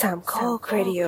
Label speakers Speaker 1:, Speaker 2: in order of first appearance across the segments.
Speaker 1: สามข้อครดิโอ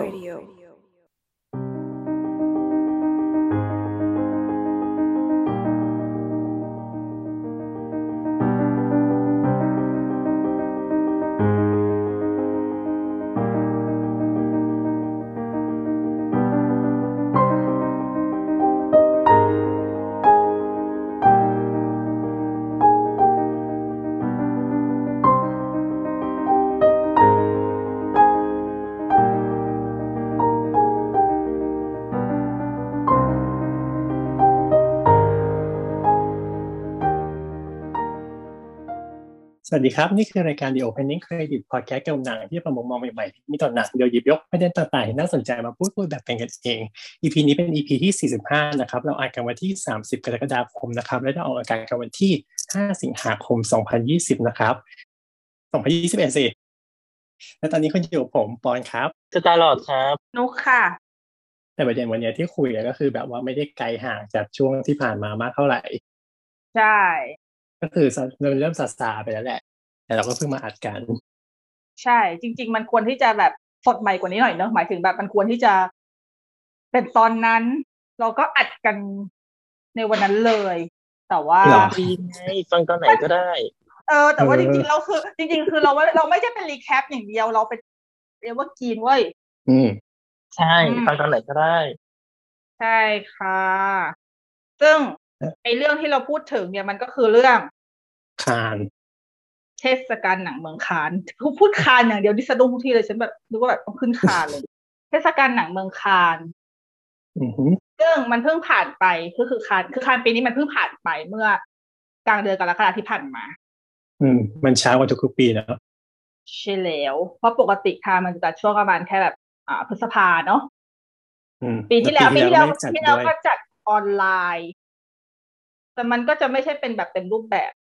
Speaker 2: สวัสดีครับนี่คือรายการ The Opening Credit Podcast เกี่ยวกับหนังที่ประมองใหม่ๆที่มีต่อหนังโดยหยิบยกประเด็นต่างๆที่น่าสนใจมาพูดคุยแบบเป็นกันเอง EP นี้เป็น EP ที่45นะครับเราอัดกันวันที่30กรกฎาคมนะครับและจะออกอากาศกันวันที่5สิงหาคม2020นะครับ2021สิและตอนนี้คุณอยู่ผมปอนครับ
Speaker 3: สตาร์ลอร์ดครับ
Speaker 4: นุกค่ะ
Speaker 2: แต่ประเด็นวันนี้ที่คุยก็คือแบบว่าไม่ได้ไกลห่างจากช่วงที่ผ่านมามากเท่าไหร่
Speaker 4: ใช่
Speaker 2: ก็คือเริ่มซาไปแล้วแหละแต่เราก็เพิ่งมาอัดกัน
Speaker 4: ใช่จริงๆมันควรที่จะแบบสดใหม่กว่านี้หน่อยเนอะหมายถึงแบบมันควรที่จะเป็นตอนนั้นเราก็อัดกันในวันนั้นเลยแต่ว่า
Speaker 3: ดีไงฟังตอนไหนก็ได้
Speaker 4: แต่ว่าจริงๆเราคือจริงๆคือเราไม่ใช่เป็นรีแคปอย่างเดียวเราเป็นเรียกว่ากินเว้ย
Speaker 3: ใช่ฟังตอนไหนก็ได้
Speaker 4: ใช่ค่ะซึ่งไอเรื่องที่เราพูดถึงเนี่ยมันก็คือเรื่อง
Speaker 2: คาน
Speaker 4: เทศกาลหนังเมืองคานพูดคานอย่างเดียวดิสะดุ้งทุกทีเลยฉันแบบนึกว่าแบบต้องขึ้นคานเลยเทศกาลหนังเมืองคานซึ่งมันเพิ่งผ่านไปคือคานปีนี้มันเพิ่งผ่านไปเมื่อกลางเดือนกรกฎาคมที่ผ่านมา
Speaker 2: มันช้ากว่าทุกปีนะ
Speaker 4: ใช่แล้วเพราะปกติคานมันจะช่วงประมาณแค่แบบพฤษภาเนาะปีที่แล้วก็จัดออนไลน์แต่มันก็จะไม่ใช่เป็นแบบเป็นรูปแบบ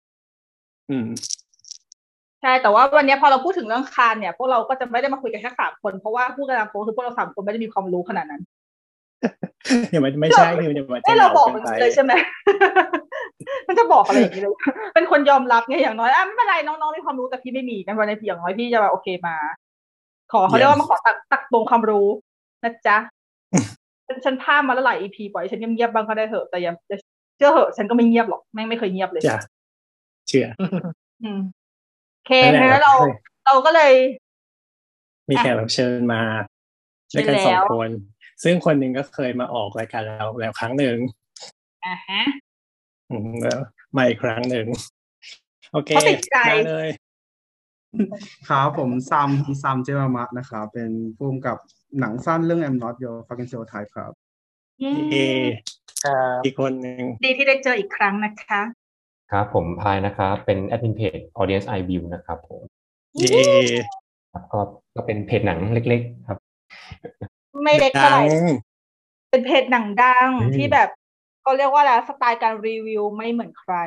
Speaker 4: ใช่แต่ว่าวันนี้พอเราพูดถึงเรื่องคานเนี่ยพวกเราก็จะไม่ได้มาคุยกันแค่3คนเพราะว่าพูดกันตามตรงคือพวกเรา3คนไม่ได้มีความรู้ขนาดนั้น
Speaker 2: เนี่ยมันไม่ใช่คือเนี่ยมันจะ
Speaker 4: เราบอกเลยใช่ไหมมันจะบอกอะไรอย่างนี้เลยเป็นคนยอมรับไงอย่างน้อยไม่เป็นไรน้องๆมีความรู้แต่พี่ไม่มีกันวันนี้อย่างน้อยพี่จะแบบโอเคมาขอเขาเรียกว่ามาขอตักตรงความรู้นะจ๊ะฉันพามาแล้วหลาย EP ปล่อยฉันเงียบๆบ้างก็ได้เถอะแต่ยังเชื่อเหอะฉันก็ไม่เงียบหรอกแม่งไม่เคยเงียบเลย
Speaker 2: จ้ะเชื่อ
Speaker 4: เคแล้วเราก็เลย
Speaker 2: มีแขกรับเชิญมาด้วยกัน2คนซึ่งคนหนึ่งก็เคยมาออกรายการเราแล้วครั้งหนึ่งแล้วมาอีกครั้งหนึ่งโอเคมาเลย
Speaker 5: ครับผมซัมเจมามะนะครับเป็นผู้กำกับหนังสั้นเรื่อง I'm Not Your Fucking Stereotype ครับ
Speaker 2: อีกคนหนึ่ง
Speaker 4: ดีที่ได้เจออีกครั้งนะคะ
Speaker 6: ครับผมพายนะครับเป็นแอดมินเพจ Audience I View นะครับผมครับก็เป็นเพจหนังเล็กๆครับ
Speaker 4: ไม่เล็กเท่าไหร่เป็นเพจหนังดังที่แบบก็เรียกว่าแล้วสไตล์การรีวิวไม่เหมือนใคร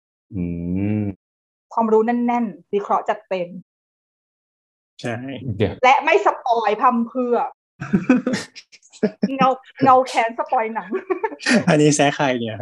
Speaker 4: ความรู้แน่นๆวิเคราะห์จัดเต็ม
Speaker 2: ใช่
Speaker 4: และไม่สปอยพำเพื่อเงาแค้นสปอยหนัง
Speaker 2: อันนี้แซ่ใครเนี่ย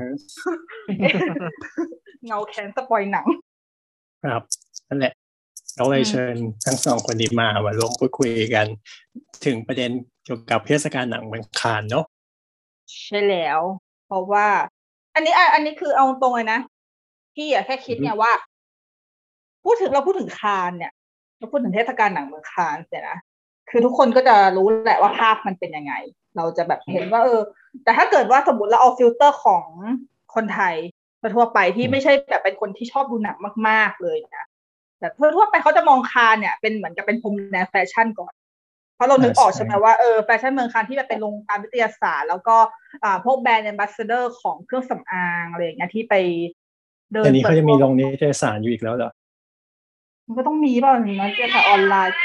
Speaker 4: เงาแค้นสปอยหนัง
Speaker 2: ครับนั่นแหละเราเลยเชิญทั้ง2คนนี้มาร่วมพูดคุยกันถึงประเด็นเกี่ยวกับเทศกาลหนังเมืองคานเนาะ
Speaker 4: ใช่แล้วเพราะว่าอันนี้คือเอาตรงเลยนะพี่แค่คิดเนี่ยว่าเราพูดถึงคานเนี่ยเราพูดถึงเทศกาลหนังเมืองคานเนี่ยนะคือทุกคนก็จะรู้แหละว่าภาพมันเป็นยังไงเราจะแบบเห็นว่าแต่ถ้าเกิดว่าสมมติเราเอาฟิลเตอร์ของคนไทยทั่วไปที่ไม่ใช่แบบเป็นคนที่ชอบดูหนังมากๆเลยนะแบบทั่วไปเขาจะมองคานเนี่ยเป็นเหมือนกับเป็นพรมแดนแฟชั่นก่อนเพราะเรานึกออกใช่ไหมว่าแฟชั่นเมืองคานที่แบบเป็นโรงการวิทยาศาสตร์แล้วก็พวกแบรนด์แอมบาสเดอร์ของเครื่องสำอางอะไรอย่างเงี้ยที่ไป
Speaker 2: เดินแต่นี้เขาจะมีโรงนิตยสารอยู่อีกแล้วเหรอ
Speaker 4: มันก็ต้องมีบ้างนะนิตยสารออนไลน์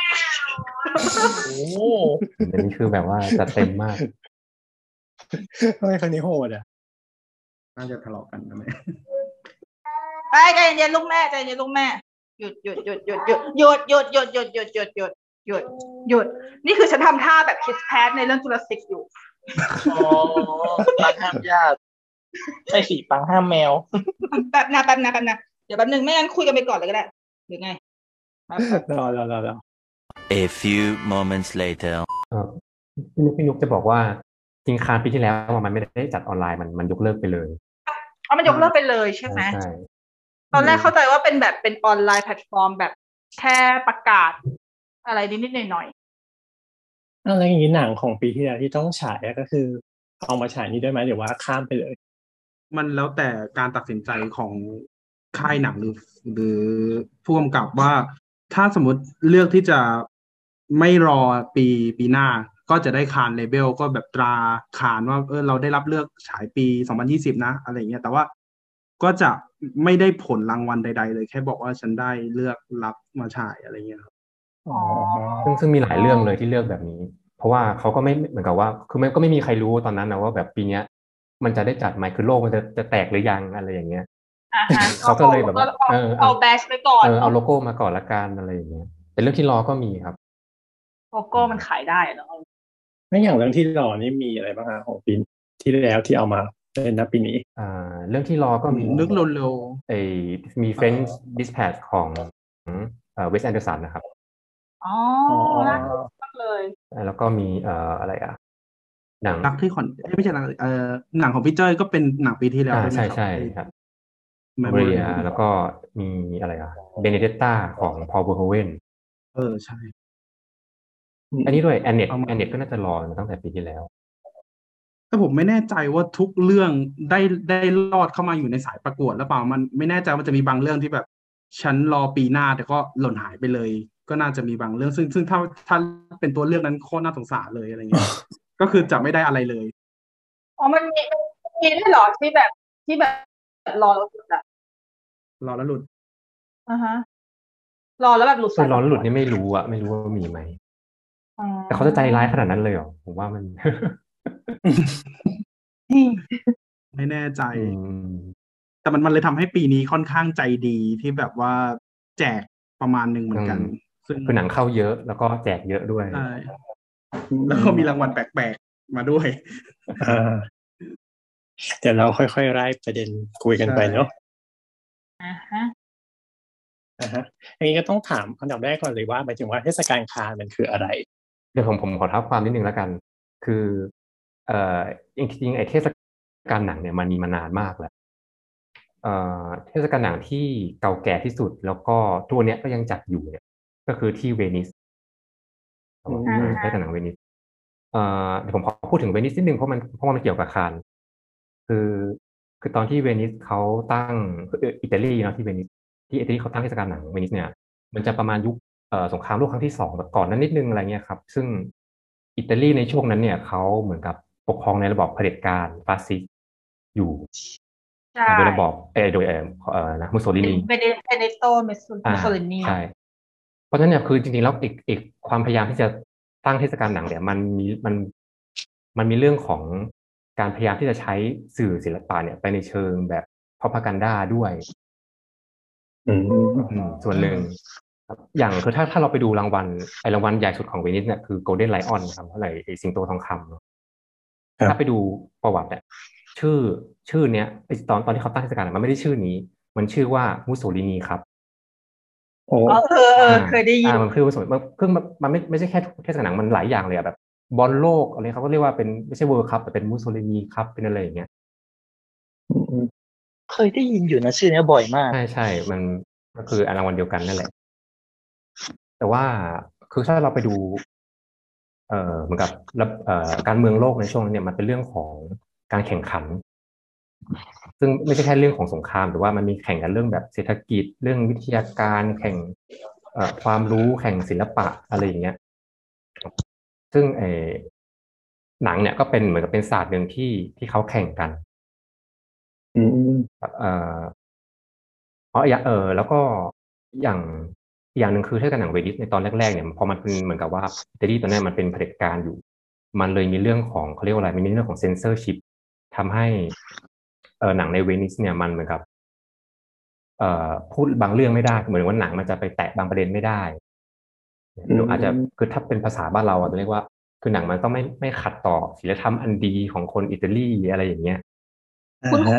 Speaker 6: อันนี้คือแบบว่าจะเต็มมาก
Speaker 2: ทำไมคนนี้โหดอ่ะ
Speaker 5: น่าจะทะเลาะกันนะแม่
Speaker 4: ไปใจเย็นลูกแม่ใจเย็นลูกแม่หยุดนี่คือฉันทำท่าแบบคิสแพทในเรื่องจุลศิษย์อยู่
Speaker 3: ปังห้ามญาติไม่สิปังห้ามแมว
Speaker 4: แป๊บนะเดี๋ยวแป๊บนึงไม่งั้นคุยกันไปก่อนเลยก็ได้หรือไง
Speaker 2: รอ
Speaker 1: A few moments later.
Speaker 6: พี่นุกจะบอกว่าจริงคานปีที่แล้วมันไม่ได้จัดออนไลน์มันยกเลิกไปเลย
Speaker 4: มันยกเลิกไปเลยใช่ไหม
Speaker 6: ใช่
Speaker 4: ตอนแรกเข้าใจว่าเป็นแบบเป็นออนไลน์แพลตฟอร์มแบบแค่ประกาศอะไรนิดๆหน่อย
Speaker 2: อะไรอย่างนี้หนังของปีที่แล้วที่ต้องฉายก็คือเอามาฉายนี้ได้ไหมหรือว่าข้ามไปเลย
Speaker 5: มันแล้วแต่การตัดสินใจของค่ายหนังหรือผู้กำกับว่าถ้าสมมติเลือกที่จะไม่รอปีหน้าก็จะได้คานเลเบลก็แบบตราคานว่าเราได้รับเลือกฉายปี2020นะอะไรเงี้ยแต่ว่าก็จะไม่ได้ผลรางวัลใดๆเลยแค่บอกว่าฉันได้เลือกรับมาฉายอะไรเงี้ยครับ
Speaker 2: อ๋อ
Speaker 6: ซึ่งมีหลายเรื่องเลยที่เลือกแบบนี้ เพราะว่าเขาก็ไม่เหมือนกับว่าคือมันก็ไม่มีใครรู้ตอนนั้นนะว่าแบบปีเนี้ยมันจะได้จัดไหมคือโลกมันจะแตกหรือยังอะไรอย่างเงี้ยเขาก็เลยแบบว่า
Speaker 4: เอาแบชไปก่อน
Speaker 6: เอาโลโก้มาก่อนละกันอะไรอย่างเงี้ยแต่เรื่องที่รอก็มีครับ
Speaker 4: โลโก้มันขายได้เนาะ
Speaker 2: ไม่อย่างเรื่องที่รอนี่มีอะไรบ้างคะของปีที่แล้วที่เอามาเล่นนะปีนี้
Speaker 6: เรื่องที่รอก็มี
Speaker 5: นึกเร็ว
Speaker 6: มี French Dispatch ของเวสแอนเดอร์สันนะครับ
Speaker 4: อ๋อน่าดูมากเลย
Speaker 6: แล้วก็มีอะไรหนัง
Speaker 5: รักที่ขอนไม่ใช่หนังหนังของพี่เจ้ยก็เป็นหนังปีที่แล้ว
Speaker 6: ใช่ใช่ครับเรียแล้วก็มีอะไรเบเนเดตตาของพอลเวอร์โฮเวน
Speaker 5: ใช่
Speaker 6: อันนี้ด้วยแอนเน็ตก็น่าจะรอตั้งแต่ปีที่แล้ว
Speaker 5: แต่ผมไม่แน่ใจว่าทุกเรื่องได้รอดเข้ามาอยู่ในสายประกวดแล้วเปล่ามันไม่แน่ใจว่าจะมีบางเรื่องที่แบบฉันรอปีหน้าแต่ก็หล่นหายไปเลยก็น่าจะมีบางเรื่องซึ่งถ้าเป็นตัวเลือกนั้นโคตรน่าสงสารเลยอะไรเงี้ยก็คือจะไม่ได้อะไรเลย
Speaker 4: อ๋อมันมีด้วยเหรอที่แบบรอแล้วหลุดอะ
Speaker 5: รอแล้วหลุด
Speaker 4: ฮะรอแล้วแบบหลุด
Speaker 6: รอแล้วหลุดนี่ไม่รู้ว่ามีไหมแต่เขาจะใจร้ายขนาดนั้นเลยเหรอผมว่ามัน
Speaker 5: ไม่แน่ใจแต่มันเลยทำให้ปีนี้ค่อนข้างใจดีที่แบบว่าแจกประมาณหนึ่งเหมือนกัน
Speaker 6: ซึ่งคือหนังเข้าเยอะแล้วก็แจกเยอะด้วย
Speaker 5: แล้วก็มีรางวัลแปลกๆมาด้วย
Speaker 2: เดี๋ยวเราค่อยๆไล่ประเด็นคุยกันไปเนาะอันนี้ก็ต้องถามอันดับแรกก่อนเลยว่าหมายถึงว่าเทศกาลคานมันคืออะไร
Speaker 6: เดี๋ยวผมขอเท้าความนิดนึงแล้วกันคือจริงๆไอ้เทศกาลหนังเนี่ยมันมีมานานมากแล้วเทศกาลหนังที่เก่าแก่ที่สุดแล้วก็ตัวเนี้ยก็ยังจัดอยู่เนี่ยก็คือที่เวนิสเทศกาลหนังเวนิสเดี๋ยวผมขอพูดถึงเวนิสนิดนึงเพราะมันเกี่ยวกับคานคือตอนที่เวนิสเขาตั้งอิตาลีเนาะที่เวนิสที่อิตาลีเขาตั้งเทศกาลหนังเวนิสเนี่ยมันจะประมาณยุคสงครามโลกครั้งที่2แบบก่อนนั้นนิดนึงอะไรเงี้ยครับซึ่งอิตาลีในช่วงนั้นเนี่ยเขาเหมือนกับปกครองในระบอบเผด็จการฟาสซิสต์อยู่โดยระบอบโดยนะมุสโสลินี
Speaker 4: เบเนโตมุสโสลินี
Speaker 6: ใช่เพราะฉะนั้นเนี่ยคือจริงๆแล้วอีกความพยายามที่จะตั้งเทศกาลหนังเนี่ยมันมีเรื่องของการพยายามที่จะใช้สื่อศิลปะเนี่ยไปในเชิงแบบพ propaganda ด้วยส่วนหนึ่งอย่างคือถ้าเราไปดูรางวัลใหญ่สุดของเวนิสเนี่ยคือ Golden Lion นะครับอะไรสิงโตทองคำถ้าไปดูประวัติเนี่ยชื่อเนี้ยตอนที่เขาตั้งเทศกาลมันไม่ได้ชื่อนี้มันชื่อว่ามุสโสลินีครับ
Speaker 4: เคยได้ยิน
Speaker 6: มันคือมันไม่ใช่แค่เทศกาลหนังมันหลายอย่างเลยแบบบอลโลกอะไรเขาก็เรียกว่าเป็นไม่ใช่เวิร์คัพแต่เป็นมุสโสลินีครับเป็นอะไรอย่างเงี้ย
Speaker 3: เคยได้ยินอยู่นะชื่อนี้บ่อยมาก
Speaker 6: ใช่มันก็คือรางวัลเดียวกันนั่นแหละแต่ว่าคือถ้าเราไปดูเหมือนกับการเมืองโลกในช่วงนั้นเนี่ยมันเป็นเรื่องของการแข่งขันซึ่งไม่ใช่แค่เรื่องของสงครามแต่ว่ามันมีแข่งกันเรื่องแบบเศรษฐกิจเรื่องวิทยาการแข่งความรู้แข่งศิลปะอะไรอย่างเงี้ยซึ่งหนังเนี่ยก็เป็นเหมือนกับเป็นศาสตร์หนึ่งที่เขาแข่งกันแล้วก็อย่างหนึ่งคือถ้ากับหนังเวนิสในตอนแรกๆเนี่ยพอมันเป็นเหมือนกับว่าอิตาลีตอนนั้นมันเป็นเผด็จการอยู่มันเลยมีเรื่องของเขาเรียกว่าอะไรมีเรื่องของเซนเซอร์ชิพทำให้หนังในเวนิสเนี่ยมันเหมือนกับพูดบางเรื่องไม่ได้เหมือนว่าหนังมันจะไปแตะบางประเด็นไม่ได้หรืออาจจะคือถ้าเป็นภาษาบ้านเราจะเรียกว่าคือหนังมันต้องไม่ขัดต่อศีลธรรมอันดีของคนอิตาลีอะไรอย่างเงี้ย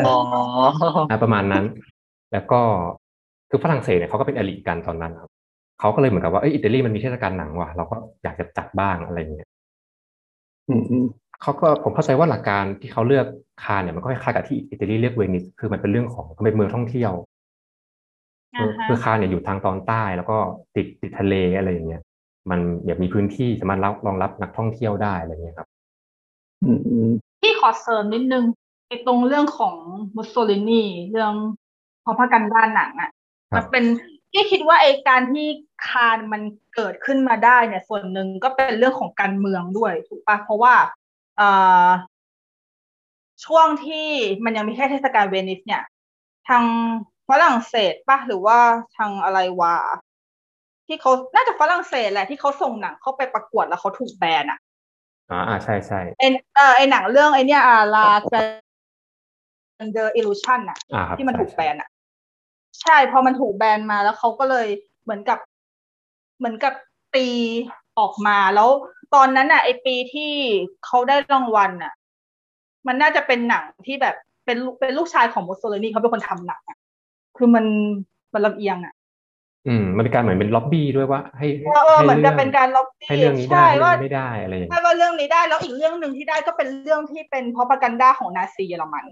Speaker 6: ประมาณนั้นแล้วก็คือฝรั่งเศสเนี่ยเขาก็เป็นอลิกันตอนนั้นครับเขาก็เลยเหมือนกับว่าอิตาลีมันมีเทศกาลหนังว่ะเราก็อยากจะจัดบ้างอะไรอย่างเงี้ย
Speaker 2: อืม
Speaker 6: เขาก็ผมเข้าใจว่าหลักการที่เขาเลือกคานเนี่ยมันก็คล้ายๆกับที่อิตาลีเลือกเวนิสคือมันเป็นเรื่องของมันเป็นเมืองท่องเที่ยวคือคานเนี่ยอยู่ทางตอนใต้แล้วก็ติดทะเลอะไรอย่างเงี้ยมันแบบมีพื้นที่สามารถรองรับนักท่องเที่ยวได้อะไรอย่างเงี้ยครับ
Speaker 4: ที่ขอเสริมนิดนึงไอ้ตรงเรื่องของมุสโสลินีเรื่องพอพกันด้านหนังอ่ะมันเป็นที่คิดว่าไอ้การที่คานมันเกิดขึ้นมาได้เนี่ยส่วนหนึ่งก็เป็นเรื่องของการเมืองด้วยถูกปะเพราะว่าเอ่อช่วงที่มันยังมีแค่เทศกาลเวนิสเนี่ยทางฝรั่งเศสปะหรือว่าทางอะไรวะที่เขาน่าจะฝรั่งเศสแหละที่เขาส่งหนังเข้าไปประกวดแล้วเขาถูกแบนอ่ะ
Speaker 6: ใช่ใช่
Speaker 4: ไอหนังเรื่องไอเนี้ยลาThe Illusion น่ะที่มันถูกแบนอ่ะใช่พอมันถูกแบนมาแล้วเขาก็เลยเหมือนกับตีออกมาแล้วตอนนั้นอ่ะไอปีที่เขาได้รางวัลอ่ะมันน่าจะเป็นหนังที่แบบเป็นลูกชายของมุสโสลินีเขาเป็นคนทำหนังอ่ะคือมันลำเอียงอ่ะ
Speaker 6: มันเป็นการเหมือนเป็นล็อบบี้ด้วยว่าให้
Speaker 4: เหมือนกับเป็นการล็อบบี้
Speaker 6: ให้เรื่องนี้ได้ให้เรื่องนี้ไม่ได้อะไรอย่างเงี้ย
Speaker 4: ใช่ว่าเรื่องนี้ได้แล้วอีกเรื่องหนึ่งที่ได้ก็เป็นเรื่องที่เป็นพอพากันดาของนาซีเยอรมัน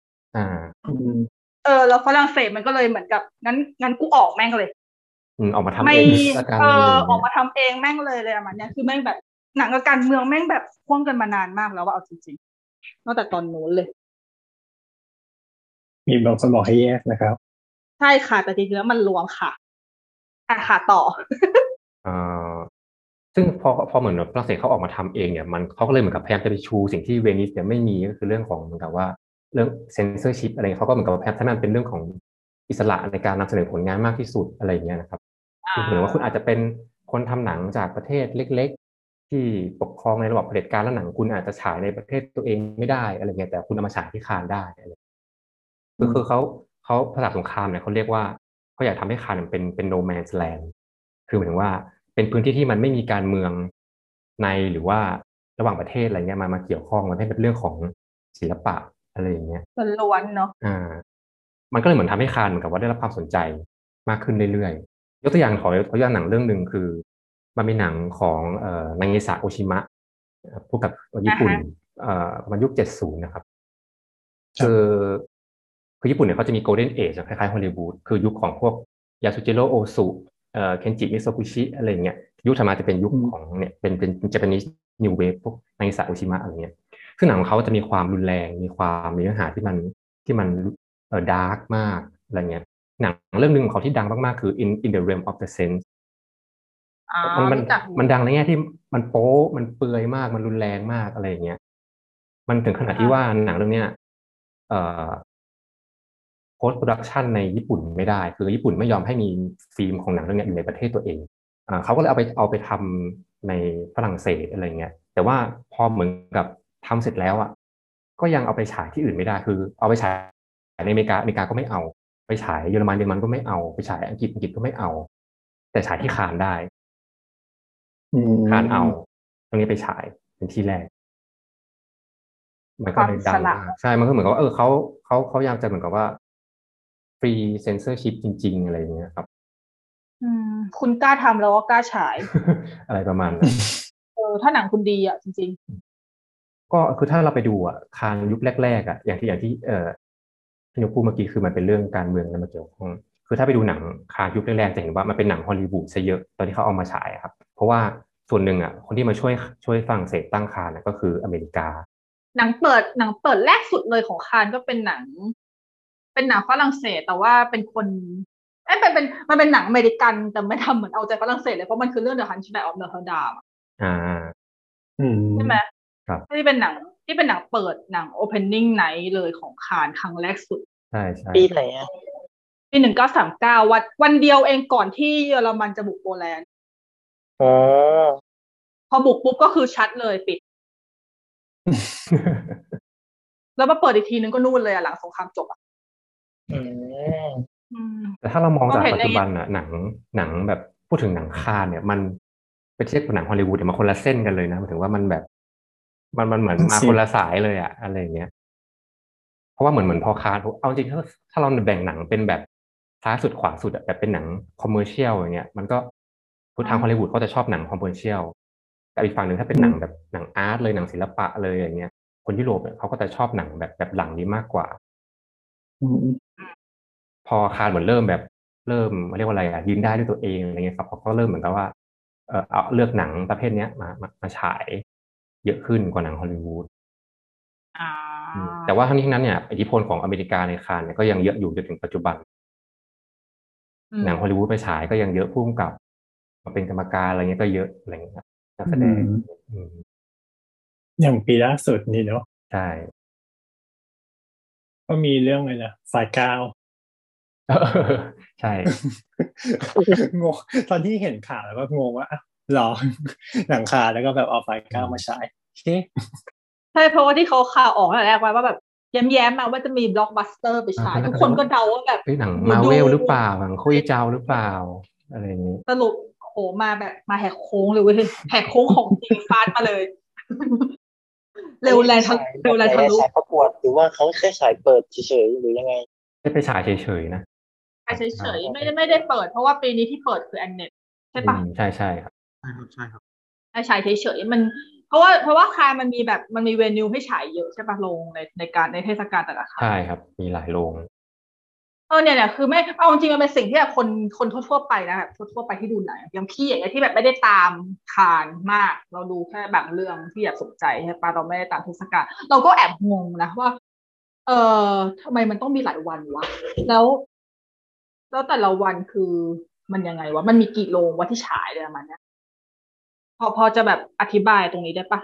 Speaker 4: แล้วฝรั่งเศสมันก็เลยเหมือนกับงั้นกูออกแม่งเลย
Speaker 6: ออกมาทำเองละกัน
Speaker 4: ออกมาทำเองแม่งเลยประมาณนี้คือแม่งแบบหนังกับการเมืองแม่งแบบพ่วงกันมานานมากแล้วว่าเอาจริงๆนอกจากตอนนู้นเลย
Speaker 2: มีบางคนบอกให้แยกนะครับ
Speaker 4: ใช่ค่ะแต่จริงๆแล้วมันรวมค่ะค่ะต่อ
Speaker 6: ซึ่งพอเหมือนฝรั่งเศสเขาออกมาทำเองเนี่ยมันเขาก็เลยเหมือนกับพยายามจะไปชูสิ่งที่เวนิสเนี่ยไม่มีก็คือเรื่องของเหมือนกับว่าเรื่องเซนเซอร์ชิพอะไรเขาก็เหมือนกับพยายามให้มันเป็นเรื่องของอิสระในการนำเสนอผลงานมากที่สุดอะไรอย่างเงี้ยนะครับคือเหมือนว่าคุณอาจจะเป็นคนทำหนังจากประเทศเล็กๆที่ปกครองในระบอบเผด็จการแล้วหนังคุณอาจจะฉายในประเทศตัวเองไม่ได้อะไรเงี้ยแต่คุณเอามาฉายที่คานได้อะไรคือเขาภาษาสงครามเนี่ยเขาเรียกว่าเขาอยากทำให้คานเป็น no man's land คือหมายถึงว่าเป็นพื้นที่ที่มันไม่มีการเมืองในหรือว่าระหว่างประเทศอะไรเงี้ยมาเกี่ยวข้องมันให้เป็นเรื่องของศิลปะอะไรอย่างเงี้ย
Speaker 4: ล้วนเนาะ
Speaker 6: มันก็เลยเหมือนทำให้คานเหมือนกับว่าได้รับความสนใจมากขึ้นเรื่อยๆยกตัวอย่างขอยกตัวอย่างหนังเรื่องหนึ่งคือมันมีหนังของนางเงซาโอชิมะพูดกับญี่ปุ่นประมาณยุค70นะครับคือญี่ปุ่นเนี่ยเขาจะมีโกลเด้นเอจคล้ายๆฮอลลีวูดคือยุคของพวกยาสุจิโร่โอซุเคนจิมิโซกุชิอะไรเงี้ยยุคถัดมาจะเป็นยุคของเนี่ยเป็นเจแปนิสนิวเวฟพวกนางอิสระโอชิมะอะไรเงี้ยซึ่งหนังของเขาจะมีความรุนแรงมีความเนื้อหาที่มันดาร์กมากอะไรเงี้ยหนังเรื่องหนึ่งของเขาที่ดังมากๆคือ in the realm of the sense มันดังในแง่ที่มันโป๊มันเปลือยมากมันรุนแรงมากอะไรอย่างเงี้ยมันถึงขนาดที่ว่าหนังเรื่องเนี้ยpost production ในญี่ปุ่นไม่ได้คือญี่ปุ่นไม่ยอมให้มีฟิล์มของหนังเรื่องนี้อยู่ในประเทศตัวเองเขาก็เลยเอาไปทำในฝรั่งเศสอะไรเงี้ยแต่ว่าพอเหมือนกับทำเสร็จแล้วอ่ะก็ยังเอาไปฉายที่อื่นไม่ได้คือเอาไปฉายในอเมริกาก็ไม่เอาไปฉายเยอรมันก็ไม่เอาไปฉายอังกฤษก็ไม่เอาแต่ฉายที่คานได้คานเอาตรงนี้ไปฉายเป็นที่แรกมันก็เลยดังมากใช่มันก็เหมือนกับว่าเขาอยากจะเหมือนกับว่าฟรีเซนเซอร์ชิพจริงๆอะไรอย่างเงี้ยครับ
Speaker 4: คุณกล้าทำแล้วก็กล้าฉาย
Speaker 6: อะไรประมาณนั้น
Speaker 4: ถ้าหนังคุณดีอ่ะจริง
Speaker 6: ๆก็คือถ้าเราไปดูอ่ะคานยุคแรกๆอ่ะอย่างที่พี่นุ๊กพูดเมื่อกี้คือมันเป็นเรื่องการเมืองมาเกี่ยวข้องคือถ้าไปดูหนังคานยุคแรกๆจะเห็นว่ามันเป็นหนังฮอลลีวูดซะเยอะตอนที่เขาเอามาฉายครับเพราะว่าส่วนหนึ่งอ่ะคนที่มาช่วยฝรั่งเศสตั้งคานก็คืออเมริกา
Speaker 4: หนังเปิดแรกสุดเลยของคานก็เป็นหนังฝรั่งเศสแต่ว่าเป็นคนมันเป็นหนังอเมริกันแต่ไม่ทำเหมือนเอาใจฝรั่งเศสเลยเพราะมันคือเรื่อง The Hunchback of Notre Dame ใช่ไหม
Speaker 6: ครับ
Speaker 4: ที่เป็นหนังเปิดหนัง opening night เลยของคานครั้งแรกสุด
Speaker 6: ใช่
Speaker 3: ปีไหนอ่ะ
Speaker 4: ปี1939วันเดียวเองก่อนที่เยอรมันจะบุกโปแลนด์พอบุกปุ๊บก็คือชัดเลยปิดแล้วมาเปิดอีกทีนึงก็นู่นเลยหลังสงครามจบ
Speaker 6: แต่ถ้าเรามองจากปัจจุบันน่ะหนังแบบพูดถึงหนังคานเนี่ยมันไปเทียบกับหนังฮอลลีวูดเนี่ยมันคนละเส้นกันเลยนะหมายถึงว่ามันแบบมันเหมือนมาคนละสายเลยอะอะไรเงี้ยเพราะว่าเหมือนพอคานเอาจริงถ้าเราแบ่งหนังเป็นแบบซ้ายสุดขวาสุดแบบเป็นหนังคอมเมอร์เชียลอย่างเงี้ยมันก็คือทางฮอลลีวูดเขาจะชอบหนังคอมเมอร์เชียลแต่อีกฝั่งหนึ่งถ้าเป็นหนังแบบหนังอาร์ตเลยหนังศิลปะเลยอย่างเงี้ยคนยุโรปเนี่ยเขาก็จะชอบหนังแบบหลังนี้มากกว่า
Speaker 2: อืม
Speaker 6: พอคานเหมือนเริ่มเรียกว่าอะไรยืนได้ด้วยตัวเองอะไรเงี้ยครับเขาก็เริ่มเหมือนกับว่าเอาเลือกหนังประเภทเนี้ยมาฉายเยอะขึ้นกว่าหนังฮอลลีวูด
Speaker 4: อ่า
Speaker 6: แต่ว่าทั้งนี้ทั้งนั้นเนี่ยอิทธิพลของอเมริกาในคานเนี่ยก็ยังเยอะอยู่จนถึงปัจจุบันหนังฮอลลีวูดไปฉายก็ยังเยอะผู้กำกับมาเป็นกรรมการอะไรเงี้ยก็เยอะอะไรเงี้ยครับนักแสดงม
Speaker 2: อย่างปีล่าสุดนี่เนาะ
Speaker 6: ใช่
Speaker 2: ก็มีเรื่องอะไรนะฝ่ายกาว
Speaker 6: ใช่
Speaker 2: งงตอนที่เห็นข่าวแล้วก็งงว่าหรอหนังคาแล้วก็แบบเอาฝ่ายกาวมาฉายใ
Speaker 4: ช่เพราะว่าที่เขาข่าวออกตั้งแต่แรกไว้ว่าแบบแย้มๆมาว่าจะมีบล็อกบัสเตอร์ไปฉายทุกคนก็เดาว่าแบบ
Speaker 6: หนังมาเวลหรือเปล่าหนังคุยเจ้าหรือเปล่าอะไรอย่างนี้
Speaker 4: สรุปโหมาแบบมาแหกโค้งเลยเว้ยแหกโค้งของจริงฟาดมาเลยเร็วแรงทะลุ
Speaker 3: ฉายประกวดหรือว่าเขาแค่ฉายเปิดเฉยๆหรือยังไง
Speaker 6: ไม่ไปฉายเฉยๆนะ
Speaker 4: เฉยๆไม่ได้เปิดเพราะว่าปีนี้ที่เปิดคือแอนเน็ตใช่ปะ
Speaker 6: ใช่ใช่ครับ
Speaker 5: ใช่ครับ
Speaker 4: ฉายเฉยๆมันเพราะว่าคายมันมีแบบมันมีเวนิวให้ฉายเยอะใช่ปะโรงในการในเทศกาลแต่ละครั้ง
Speaker 6: ใช่ครับมีหลายโรง
Speaker 4: เนี่ยคือไม่เอาจริงมันเป็นสิ่งที่แบบคนทั่วๆไปนะแบบทั่วๆไปที่ดูหนังอย่างพี่อย่างเงี้ยที่แบบไม่ได้ตามคานมากเราดูแค่บางเรื่องที่อยากสนใจใช่ปะเราไม่ได้ตามเทศกาลเราก็แอบงงนะว่าเออทำไมมันต้องมีหลายวันวะแล้วแต่ละวันคือมันยังไงวะมันมีกี่โรงวะที่ฉายเลยประมาณเนี้ยพอจะแบบอธิบายตรงนี้ได้ปะ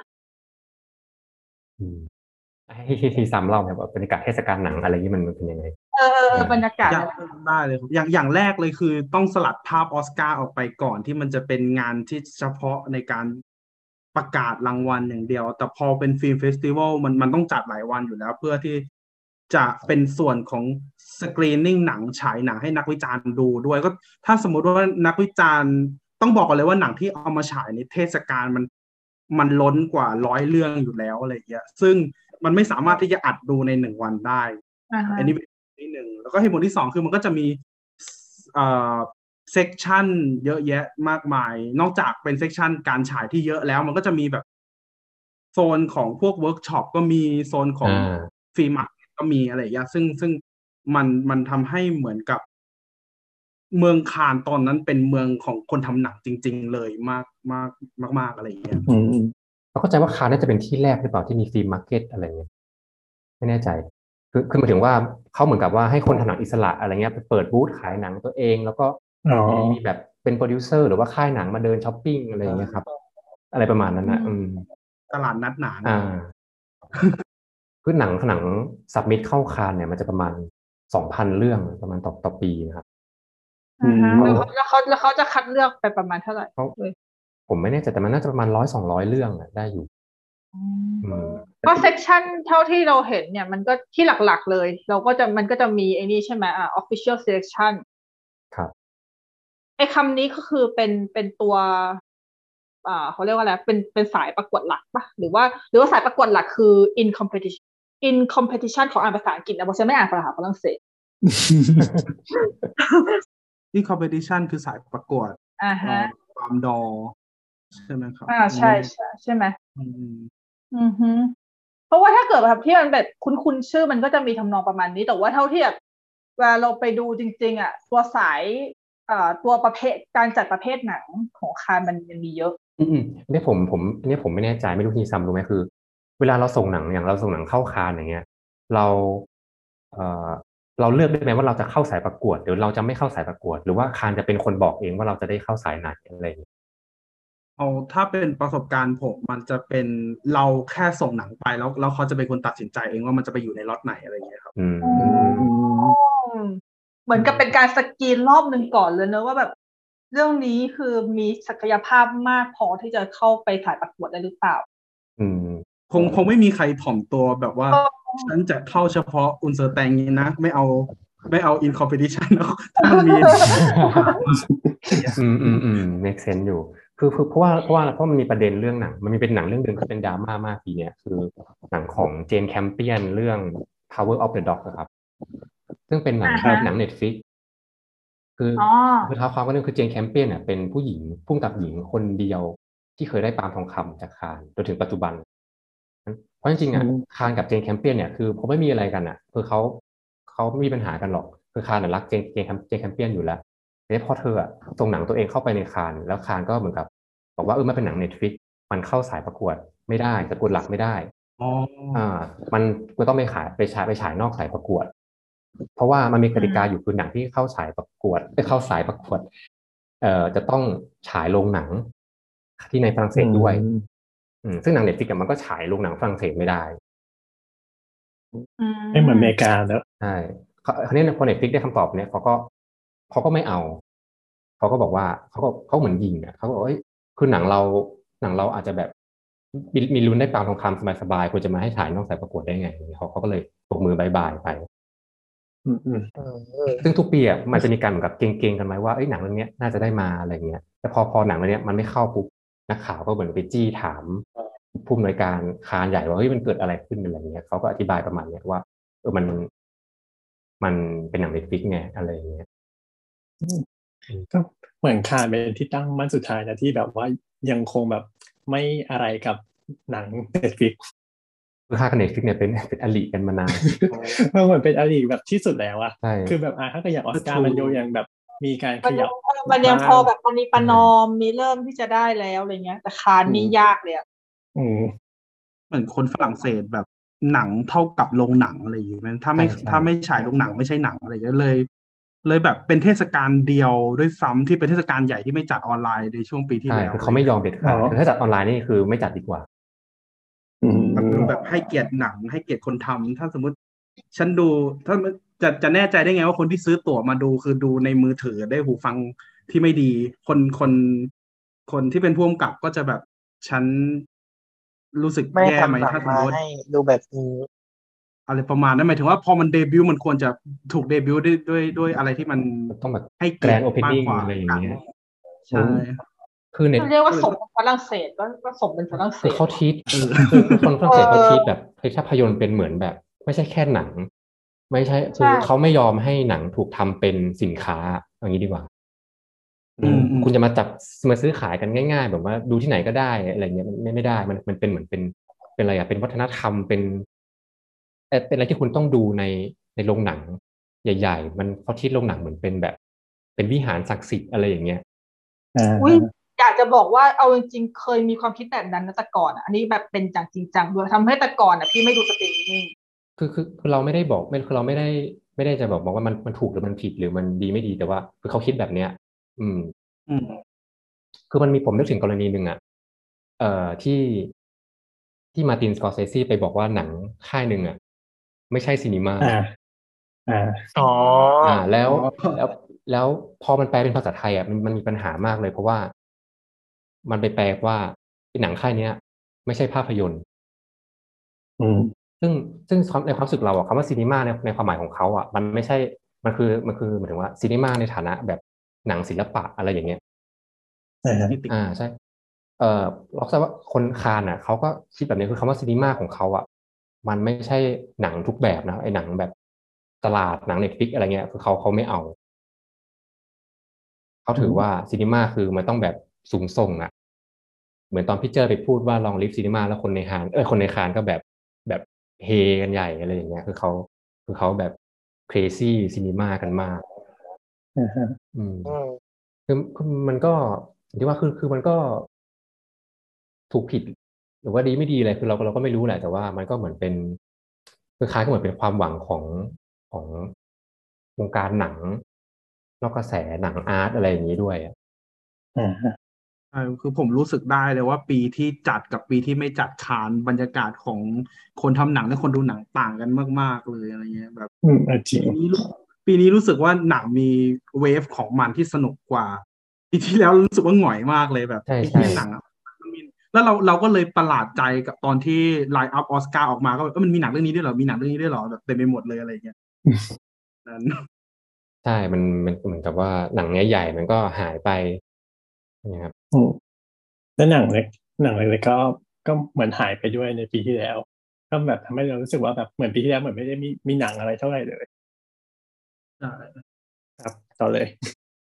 Speaker 6: ให้ซ้ำเล่าแบบบรรยากาศเทศกาลหนังอะไรนี้มันเป็นยังไง
Speaker 4: บรรยากาศ
Speaker 5: ได้เลยครับอย่างแรกเลยคือต้องสลัดภาพออสการ์ออกไปก่อนที่มันจะเป็นงานที่เฉพาะในการประกาศรางวัลอย่างเดียวแต่พอเป็นฟิล์มเฟสติวัลมันต้องจัดหลายวันอยู่แล้วเพื่อที่จะเป็นส่วนของสกรีนนิ่งหนังฉายหนังให้นักวิจารณ์ดูด้วยก็ถ้าสมมติว่านักวิจารณ์ต้องบอกกันเลยว่าหนังที่เอามาฉายในเทศกาลมันล้นกว่า100 เรื่องอยู่แล้วอะไรอย่างเงี้ยซึ่งมันไม่สามารถที่จะอัดดูใน1 วันได้อันนี้ที่หนึ่งแล้วก็เหตุผลที่2คือมันก็จะมีเซกชันเยอะแยะมากมายนอกจากเป็นเซกชันการฉายที่เยอะแล้วมันก็จะมีแบบโซนของพวกเวิร์กช็อปก็มีโซนของฟรีมาร์เก็ตก็มีอะไรอย่างเงี้ยซึ่งมันทำให้เหมือนกับเมืองคานตอนนั้นเป็นเมืองของคนทำหนังจริงๆเลยมากอะไรอย่างเงี้ย
Speaker 6: เราเข้าใจว่าคานน่าจะเป็นที่แรกหรือเปล่าที่มีฟรีมาร์เก็ตอะไรเงี้ยไม่แน่ใจคือหมายถึงว่าเขาเหมือนกับว่าให้คนทำหนังอิสระอะไรเงี้ยไปเปิดบูธขายหนังตัวเองแล้วก็มีแบบเป็นโปรดิวเซอร์หรือว่าค่ายหนังมาเดินช้อปปิ้งอะไรอย่างเงี้ยครับอะไรประมาณนั้นนะ
Speaker 5: ตลาดนัดหนา
Speaker 6: คือหนังสับมิดเข้าคานเนี่ยมันจะประมาณ 2,000 เรื่องประมาณต่อปีนะครับ
Speaker 4: แล้วเขาจะคัดเลือกไปประมาณเท่าไหร่
Speaker 6: ผมไม่แน่ใจแต่มันน่าจะประมาณ100-200 เรื่องได้อยู่
Speaker 4: เพราะเซกชันเท่าที่เราเห็นเนี่ยมันก็ที่หลักๆเลยมันก็จะมีไอ้นี่ใช่ไหมofficial selection
Speaker 6: ครับ
Speaker 4: ไอ้คำนี้ก็คือเป็นตัวเขาเรียกว่าอะไรเป็นสายประกวดหลักปะหรือว่าสายประกวดหลักคือ in competition ของอ่านภาษาอังกฤษนะเพราะฉันไม่อ่านภาษาฝรั่งเศส
Speaker 5: in competition คือสายประกวดความดอใช่ไหมครับ
Speaker 4: ใช่ไหมเพราะว่าถ้าเกิดแบบที่มันแบบคุ้นชื่อมันก็จะมีทำนองประมาณนี้แต่ว่าเท่าที่แบบเวลาเราไปดูจริงๆตัวสายตัวประเภทการจัดประเภทหนังของคานมันมีเยอะ
Speaker 6: นี่ผมไม่แน่ใจไม่รู้ที่ซ้ำรู้ไหมคือเวลาเราส่งหนังอย่างเราส่งหนังเข้าคานอย่างเงี้ยเราเลือกได้ไหมว่าเราจะเข้าสายประกวดหรือเราจะไม่เข้าสายประกวดหรือว่าคานจะเป็นคนบอกเองว่าเราจะได้เข้าสายไหนอะไรอย่างเงี้ย
Speaker 5: ถ้าเป็นประสบการณ์ผมมันจะเป็นเราแค่ส่งหนังไปแล้วเขาจะเป็นคนตัดสินใจเองว่ามันจะไปอยู่ในล็อตไหนอะไรอย่างเงี้ยครับ
Speaker 4: เหมือนกับเป็นการสกรีนรอบหนึ่งก่อนเลยเนอะว่าแบบเรื่องนี้คือมีศักยภาพมากพอที่จะเข้าไปถ่ายประกวดได้หรือเปล่า
Speaker 5: คงไม่มีใครถ่อมตัวแบบว่าฉันจะเข้าเฉพาะอุนเซอร์แตงนี้นะไม่เอาin competition แล้วถ้ามันมี
Speaker 6: make sense อยู่คือเพราะว่ามันมีประเด็นเรื่องหนังมันมีเป็นหนังเรื่องนึงที่เป็นดราม่ามากปีนี้คือหนังของเจนแคมเปียนเรื่อง Power of the Dog ครับซึ่งเป็นหนังNetflix คือ
Speaker 4: อ๋อ
Speaker 6: คือท้าวความก็นึงคือเจนแคมเปียนเนี่ยเป็นผู้หญิงผู้กำกับหญิงคนเดียวที่เคยได้ปาล์มทองคำจากคานจนถึงปัจจุบันเพราะจริงๆ
Speaker 2: อื
Speaker 6: อ่ะ
Speaker 2: ม
Speaker 6: คานกับเจนแคมเปียนเนี่ยคือเขาไม่มีอะไรกันอ่ะคือเขาไม่มีปัญหากันหรอกคือคานน่ะรักเจนแคมเปียนอยู่แล้วแต่พอเธออ่ะส่งหนังตัวเองเข้าไปในคานแล้วคานก็เหมือนกับบอกว่ามันเป็นหนังเน็ตฟลิกมันเข้าสายประกวดไม่ได้ประกวดหลักไม่ได้
Speaker 5: อ๋อ
Speaker 6: อ่ามันก็ต้องไปฉายนอกสายประกวดเพราะว่ามันมีก
Speaker 4: อื
Speaker 6: ติกาอยู่
Speaker 4: ม
Speaker 6: คือหนังที่เข้าสายประกวดไปเข้าสายประกวดจะต้องฉายโรงหนังที่ในฝรั่งเศ
Speaker 2: อื
Speaker 6: สด้วย
Speaker 2: ม
Speaker 6: ซึ่งหนังเน็ตฟลิกมันก็ฉายโรงหนังฝรั่งเศสไม่ได้
Speaker 4: อื
Speaker 2: ไม่เหมือนอเมริ
Speaker 4: ม
Speaker 2: กาแล้ว
Speaker 6: ใช่คราวนี้พอเน็ตฟลิกได้คำตอบเนี่ยเขาก็ไม่เอาเขาก็บอกว่าเขาเหมือนยิงอ่ะเขาก็บอกเอ้ยคือหนังเราอาจจะแบบมีลุ้นได้ปาล์มทองคำสบายๆควรจะมาให้ฉายนอกสายประกวดได้ไงเขาก็เลยปรบมือบายบายไป
Speaker 2: อืมอืม
Speaker 3: เออ
Speaker 6: ซึ่งทุกปีอ่ะมันจะมีการเหมือนกับเก่งๆกันไหมว่าเอ้ยหนังเรื่องเนี้ยน่าจะได้มาอะไรเงี้ยแต่พอหนังเรื่องเนี้ยมันไม่เข้าปุ๊บนักข่าวก็เหมือนไปจี้ถามผู้อำนวยการคานใหญ่ว่าเฮ้ยมันเกิดอะไรขึ้นอะไรเงี้ยเขาก็อธิบายประมาณเนี้ยว่ามันเป็นหนังเน็ตฟลิกไงอะไรเงี้ย
Speaker 2: ก็เหมือนคานเป็นที่ตั้งมั่นสุดท้ายนะที่แบบว่ายังคงแบบไม่อะไรกับหนังเน็ตฟลิก
Speaker 6: คือค่ากับเน็ตฟลิกเนี่ยเป็นอลิกันมานาน
Speaker 2: มันเหมือนเป็นอดีตแบบที่สุดแล้วอะ
Speaker 6: ใช่
Speaker 2: คือแบบถ้าเกิดอย่างออ
Speaker 5: ก็ถู
Speaker 2: สการ์มัน
Speaker 5: ก
Speaker 2: ยังแบบมีการข
Speaker 4: มันยัง
Speaker 2: ยับ
Speaker 4: มันยัง
Speaker 2: บ้าง
Speaker 4: พอแบบปณีประนอ
Speaker 6: ใช่
Speaker 4: มมีเริ่มที่จะได้แล้วอะไรเงี้ยแต่คาน
Speaker 2: อื
Speaker 4: นี่
Speaker 2: ม
Speaker 4: ยากเลยอะ
Speaker 2: อืม
Speaker 5: เหมือนคนฝรั่งเศสแบบหนังเท่ากับโรงหนังอะไรอย่างเงี้ยถ้า
Speaker 6: ใช่
Speaker 5: ไม่
Speaker 6: ใช่
Speaker 5: ถ้าไม่ฉายโรงหนังไม่ใช่หนังอะไรอย่างเงี้ยเลยแบบเป็นเทศกาลเดียวด้วยซ้ำที่เป็นเทศกาลใหญ่ที่ไม่จัดออนไลน์ในช่วงปีที่
Speaker 6: ใช่
Speaker 5: แล้ว
Speaker 6: คือเขาไม่
Speaker 5: อะไรเงี้ย
Speaker 6: ยอมเด็ด
Speaker 2: อ๋อ
Speaker 6: ขาดคือถ้าจัดออนไลน์นี่คือไม่จัดดีกว่า
Speaker 2: อื
Speaker 5: แบบดูแบบ
Speaker 2: ม
Speaker 5: ให้เกียรติหนังให้เกียรติคนทำถ้าสมมติฉันดูถ้าจะแน่ใจได้ไงว่าคนที่ซื้อตั๋วมาดูคือดูในมือถือได้หูฟังที่ไม่ดีคนที่เป็นผู้กำกับก็จะแบบฉันรู้สึก
Speaker 3: ไม่
Speaker 5: แย่ไหม
Speaker 3: ทำหนัง
Speaker 5: ถ้าสมมติ
Speaker 3: มาให้ดูแบบนี้
Speaker 5: อะไรประมาณนั้นหมายถึงว่าพอมันเดบิวต์มันควรจะถูกเดบิวต์ด้วยอะไรที่มัน
Speaker 6: ต้องแบบ
Speaker 5: ให้
Speaker 6: แกร
Speaker 5: เกียรติ
Speaker 6: นด์โอเพนนิ่ง
Speaker 5: มากกว่า
Speaker 6: อะไรอย่าง
Speaker 5: การ
Speaker 6: เงี้ย
Speaker 5: ใช่
Speaker 6: คือเน็ต
Speaker 4: เรียกว่า
Speaker 5: ก็เลย
Speaker 4: สมเป็นฝรั่งเศสก็สมเป็นฝรั่งเศ
Speaker 6: คือ
Speaker 4: สว่ะ
Speaker 6: เขาทีต
Speaker 5: เออ
Speaker 6: คือคนฝรั่
Speaker 4: เอ
Speaker 6: งเศสเขาทีตแบ
Speaker 4: อ
Speaker 6: บภาพยนตร์เป็นเหมือนแบบไม่ใช่แค่หนังไม่ใช่คือเขา
Speaker 4: ใช่
Speaker 6: ไม่ยอมให้หนังถูกทำเป็นสินค้าอย่างนี้ดีกว่า
Speaker 2: อืม
Speaker 6: คุณจะมาซื้อขายกันง่ายๆแบบว่าดูที่ไหนก็ได้อะไรเงี้ยมันไม่ได้มันเป็นเหมือนเป็นอะไรอะเป็นวัฒนธรรมเป็นอะไรที่คุณต้องดูในโรงหนังใหญ่ๆมันเขาทีตโรงหนังเหมือนเป็นแบบเป็นวิหารศักดิ์สิทธิ์อะไรอย่างเงี้ย
Speaker 2: อ่
Speaker 4: อุ้ย
Speaker 2: า
Speaker 4: อยากจะบอกว่าเอาจริงๆเคยมีความคิดแบบนั้นนะแต่ก่อนอะอันนี้แบบเป็นจังจริงจังด้วยทำให้แต่ก่อนอ่ะพี่ไม่ดูสตรีมมิ่ง
Speaker 6: คือเราไม่ได้บอกไม่คือเราไม่ได้จะบอกว่ามันถูกหรือมันผิดหรือมันดีไม่ดีแต่ว่าคือเขาคิดแบบเนี้ยอืม
Speaker 5: อืม
Speaker 6: คือผมนึกถึงกรณีหนึ่งอ่ะที่มาร์ตินสกอร์เซซีไปบอกว่าหนังค่ายหนึ่งอ่ะไม่ใช่ซีนีมา
Speaker 2: อ่าอ่า
Speaker 3: อ๋อ
Speaker 6: แล้ว
Speaker 5: อ๋อ
Speaker 6: แล้วแล้วพอมันแปลเป็นภาษาไทยอ่ะมันมีปัญหามากเลยเพราะว่ามันไปแปลว่าหนังค่ายเนี้ยไม่ใช่ภาพยนตร์
Speaker 2: อืม
Speaker 6: ซึ่งในความรู้สึกเราอะคำว่าซีนีมาในความหมายของเขาอะมันไม่ใช่มันคือหมายถึงว่าซีนีมาในฐานะแบบหนังศิลปะอะไรอย่างเงี้ย
Speaker 2: อ่า
Speaker 5: นิติ
Speaker 6: ใช่เอ่อเราเข้าใจว่าคนคานอะเขาก็คิดแบบนี้คือคำว่าซีนีมาของเขาอะมันไม่ใช่หนังทุกแบบนะไอ้หนังแบบตลาดหนังเน็ตฟลิกอะไรเงี้ยคือเขาไม่เอาเขา
Speaker 2: อืม
Speaker 6: ถือว่าซีนีมาคือมันต้องแบบสูงส่งอะเหมือนตอนพี่เจอไปพูดว่าลองลิฟซีนีมาแล้วคนในคานก็แบบเฮกันใหญ่อะไรอย่างเงี้ยคือเขาแบบ crazy ซีนีมากันมาก
Speaker 2: อ่าฮะ
Speaker 6: อืม
Speaker 3: อืม
Speaker 6: คือมันก็อย่างที่ว่าคือมันก็ถูกผิดหรือว่าดีไม่ดีอะไรคือเราก็ไม่รู้แหละแต่ว่ามันก็เหมือนเป็นคือคล้ายก็เหมือนเป็นความหวังของวงการหนังนอกกระแสหนังอาร์ตอะไรอย่างนี้ด้วยอะ
Speaker 2: อ่าฮะ
Speaker 5: ใช่คือผมรู้สึกได้เลยว่าปีที่จัดกับปีที่ไม่จัดคานบรรยากาศของคนทำหนังและคนดูหนังต่างกันมากๆเลยอะไรเงี้ยแบบ
Speaker 2: อืมจริง
Speaker 5: ปีนี้รู้ปีนี้รู้สึกว่าหนังมีเวฟของมันที่สนุกกว่าปีที่แล้วรู้สึกว่าหงอยมากเลยแบบ
Speaker 6: ใช่ใช่
Speaker 5: ไอ้เหี้ยหนังอ่ะมันมีแล้วเราก็เลยประหลาดใจกับตอนที่ไลน์อัพออสการ์ออกมาก็แบบมันมีหนังเรื่องนี้ด้วยเหรอมีหนังเรื่องนี้ด้วยเหรอแบบเต็มไปหมดเลยอะไรอย่างเงี้ยนั้น
Speaker 6: ใช่มันเหมือนกับว่าหนังใหญ่ๆมันก็หายไปนะครับ
Speaker 2: อืมแล้วหนังเล็กก็เหมือนหายไปด้วยในปีที่แล้วก็แบบทำให้เรารู้สึกว่าแบบเหมือนปีที่แล้วเหมือนไม่ได้มีหนังอะไรเท่าไหร่เลย
Speaker 5: ใช่
Speaker 2: ครับต่อเลย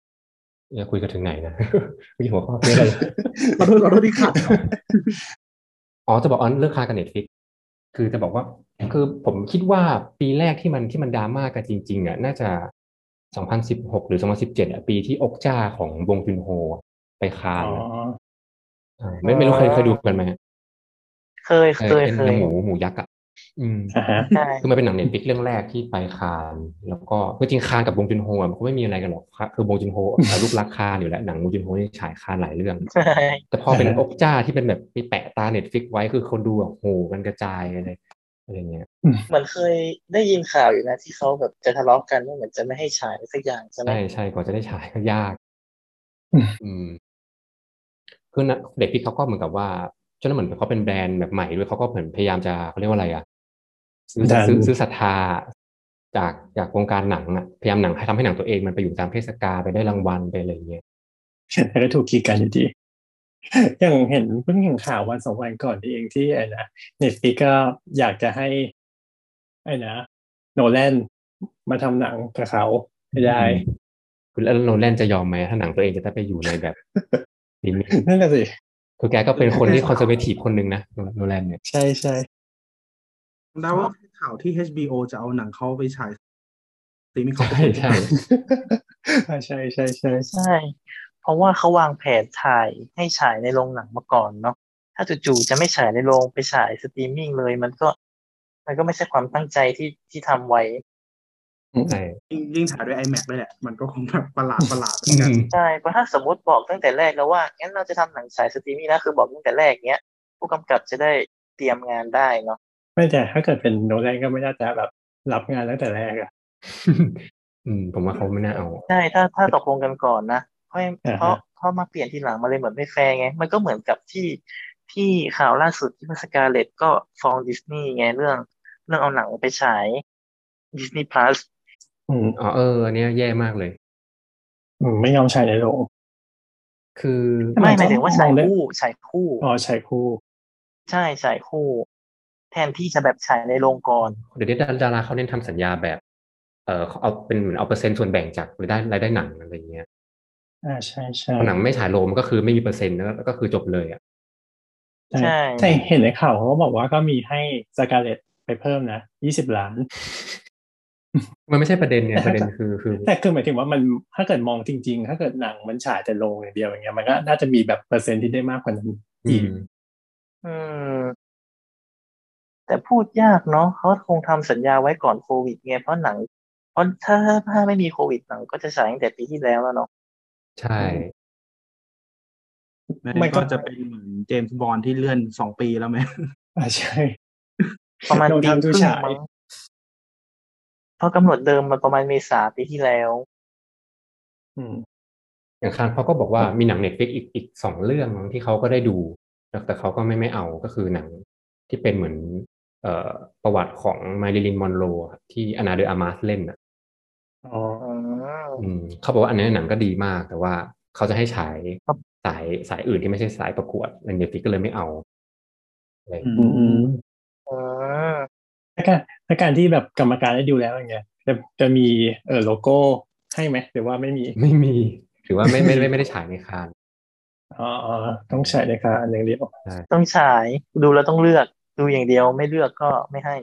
Speaker 6: จะคุยกันถึงไหนนะมีหัวข้ออะไร
Speaker 5: ขอโทษที่ขัด
Speaker 6: อ๋อจะบอกเรื่องคากับ Netflix คือจะบอกว่าคือผมคิดว่าปีแรกที่มันดราม่ากันจริงๆอ่ะน่าจะ2016หรือ2017อ่ะปีที่อกจ้าของบงจุนโฮไปคา
Speaker 2: อ๋อ
Speaker 6: นนะไม่รู้เคยดูกันไหม เป็นหนังหมูยักษ์อ่ะ
Speaker 2: ฮะ
Speaker 3: ใช่
Speaker 6: คือมันเป็นหนังเน็ตฟลิกเรื่องแรกที่ไปคานแล้วก็จริงคานกับบงจุนโฮมันก็ไม่มีอะไรกันหรอกคือบงจุนโฮลูกรักคานอยู่แล้วหนังบงจุนโฮนี่ฉายคานหลายเรื่อง
Speaker 3: ใช่
Speaker 6: แต่พอเป็นอกจ้าที่เป็นแบบไปแปะตาเน็ตฟลิกไว้คือคนดูแบบโหมันกระจายอะไรเงี้ย
Speaker 3: เหมือนเคยได้ยินข่าวอยู่นะที่เขาแบบจะทะเลาะกันว่าเหมือนจะไม่ให้ฉายสักอย่างใช่ไหม
Speaker 6: ใช่กว่าจะได้ฉายก็ยากอืมคือเน็ตฟลิกเขาก็เหมือนกับว่าจนเหมือนเขาเป็นแบรนด์แบบใหม่ด้วยเขาก็เหมือนพยายามจะเขาเรียกว่าอะไรอ่ะซื้อ
Speaker 2: ดัน
Speaker 6: ซื้อศรัทธาจากวงการหนังอ่ะพยายามทำให้หนังตัวเองมันไปอยู่ตามเทศกาลไปได้รางวัลไปอะไรอย่างเงี้ย
Speaker 2: แต่ก็ถูกกีดกันอยู่ดีอย่างเพิ่งเห็นข่าววัน2 วันก่อนนี่เองที่ไอ้นะเน็ตฟลิกก็อยากจะให้ไอ้นะโนแลนมาทำหนังกับเขาไม่ได้
Speaker 6: คุณแล้วโนแลนจะยอมไหมถ้าหนังตัวเองจะได้ไปอยู่ในแบบลิมิต
Speaker 2: นั่นแหละสิ
Speaker 6: คือแกก็เป็นคนที่คอนเซอร์เวทีฟคนหนึ่งนะโนแลนเนี่ย
Speaker 2: ใช่ใช่
Speaker 5: ได้ว่าข่าวที่ HBO จะเอาหนังเขาไปฉายสตรีมมิ่งเขา
Speaker 6: ใช่ใช่
Speaker 2: ใช่ใช่ใช่
Speaker 3: ใช่เพราะว่าเขาวางแผนถ่ายให้ฉายในโรงหนังมาก่อนเนาะถ้าจู่ๆจะไม่ฉายในโรงไปฉายสตรีมมิ่งเลยมันก็ไม่ใช่ความตั้งใจที่ทำไว้
Speaker 6: ใช่
Speaker 5: ยิ่งถ่ายด้วย iMac ด้วยแหละมันก็คงแบบประหลาดเหมือนกัน
Speaker 3: ใช่เพราะถ้าสมมติบอกตั้งแต่แรกแล้วว่างั้นเราจะทำหนังฉายสตรีมมิ่งนะคือบอกตั้งแต่แรกเนี้ยผู้กำกับจะได้เตรียมงานได้เนาะ
Speaker 2: ไม่แต่ถ้าเกิดเป็นโนแลนก็ไม่น่าจะแบบรับงานตั้งแต่แรกอ่ะ
Speaker 6: ผมว่าเขาไม่น่าเอา
Speaker 3: ใช่ถ้าตกลงกันก่อนนะเพราะเพราะ
Speaker 2: อ่าฮะ
Speaker 3: เพราะมาเปลี่ยนทีหลังมาเลยเหมือนไม่แฟร์ไงมันก็เหมือนกับที่ข่าวล่าสุดที่สกาเลตก็ฟ้องดิสนีย์ไงเรื่องเอาหนังไปฉาย Disney Plus
Speaker 6: อ๋ออันเนี้ยแย่มากเลย
Speaker 2: ไม่ยอมฉายในโรง
Speaker 6: คือ
Speaker 3: ไม่หมายถึงว่าฉาย
Speaker 2: มองได้
Speaker 3: คู่
Speaker 2: อ๋อฉายคู่
Speaker 3: ใช่ฉายคู่แทนที่จะแบบฉายในโรงก่อน
Speaker 6: เดี๋ยวนี้ดาราเขาเน้นทำสัญญาแบบเอาเป็นเหมือนเอาเปอร์เซ็นต์ส่วนแบ่งจากรายได้หนังอะไรอย่างเงี้ย
Speaker 2: ใช่ใช่
Speaker 6: พอหนังไม่ฉายโรงมันก็คือไม่มีเปอร์เซ็นต์แล้วก็คือจบเลยอ่ะ
Speaker 2: ใช่
Speaker 3: ใช่
Speaker 2: แต่เห็นในข่าวเขาก็บอกว่าก็มีให้สกาเลตไปเพิ่มนะ20 ล้าน
Speaker 6: มันไม่ใช่ประเด็นเนี่ยประเด็น
Speaker 2: แต่ถ้า
Speaker 6: คือ
Speaker 2: แต่คือหมายถึงว่ามันถ้าเกิดมองจริงๆถ้าเกิดหนังมันฉายแต่โรงอย่างเดียวอย่างเงี้ยมันก็น่าจะมีแบบเปอร์เซ็นต์ที่ได้มากกว่านั้นอีก
Speaker 3: อืมแต่พูดยากเนาะเขาคงทำสัญญาไว้ก่อนโควิดไงเพราะถ้าไม่มีโควิดหนังก็จะฉายตั้งแต่ปีที่แล้วเนาะ
Speaker 6: ใช่
Speaker 2: มันก็
Speaker 5: ก็จะเป็นเหมือนเจมส์บอนด์ที่เลื่อน2 ปีแล้วไหม
Speaker 2: ใช่
Speaker 3: ประมาณ
Speaker 2: โดน
Speaker 3: ปี
Speaker 2: ทำทุ
Speaker 3: ครึ่ง
Speaker 2: ฉาย
Speaker 3: มั้งเพราะกำหนดเดิมมันประมาณเมษาปีที่แล้ว
Speaker 6: อย่างคานเขาก็บอกว่ามีหนังเน็ตฟลิกอีก2 เรื่องที่เขาก็ได้ดูแต่เขาก็ไม่เอาก็คือหนังที่เป็นเหมือนเอ่อประวัติของมาริลินมอนโรที่อานาเดออามาสเล่นอ่ะ
Speaker 2: อ๋อ
Speaker 3: อืม
Speaker 6: เขาบอกว่าอันนี้หนังก็ดีมากแต่ว่าเขาจะให้ฉาย
Speaker 3: ครับ
Speaker 6: สายอื่นที่ไม่ใช่สายประกวดเน็ตฟลิกก็เลยไม่เอาอะไร
Speaker 2: อืม
Speaker 3: อืม
Speaker 2: ถ้าการที่แบบกรรมการได้ดูแล้วอย่างเงี้ยจะมีโลโก้ให้ไหมหรือว่าไม่มี
Speaker 6: ไม่มีถือว่าไม่
Speaker 2: ไม่มี
Speaker 6: ไม่ได้ฉายในคาน
Speaker 2: อ๋อต้องใช้เลยค่ะอันอย่างเดียว
Speaker 6: ใช่
Speaker 3: ต้องฉายดูแล้วต้องเลือกดูอย่างเดียวไม่เลือกก็ไม่ให้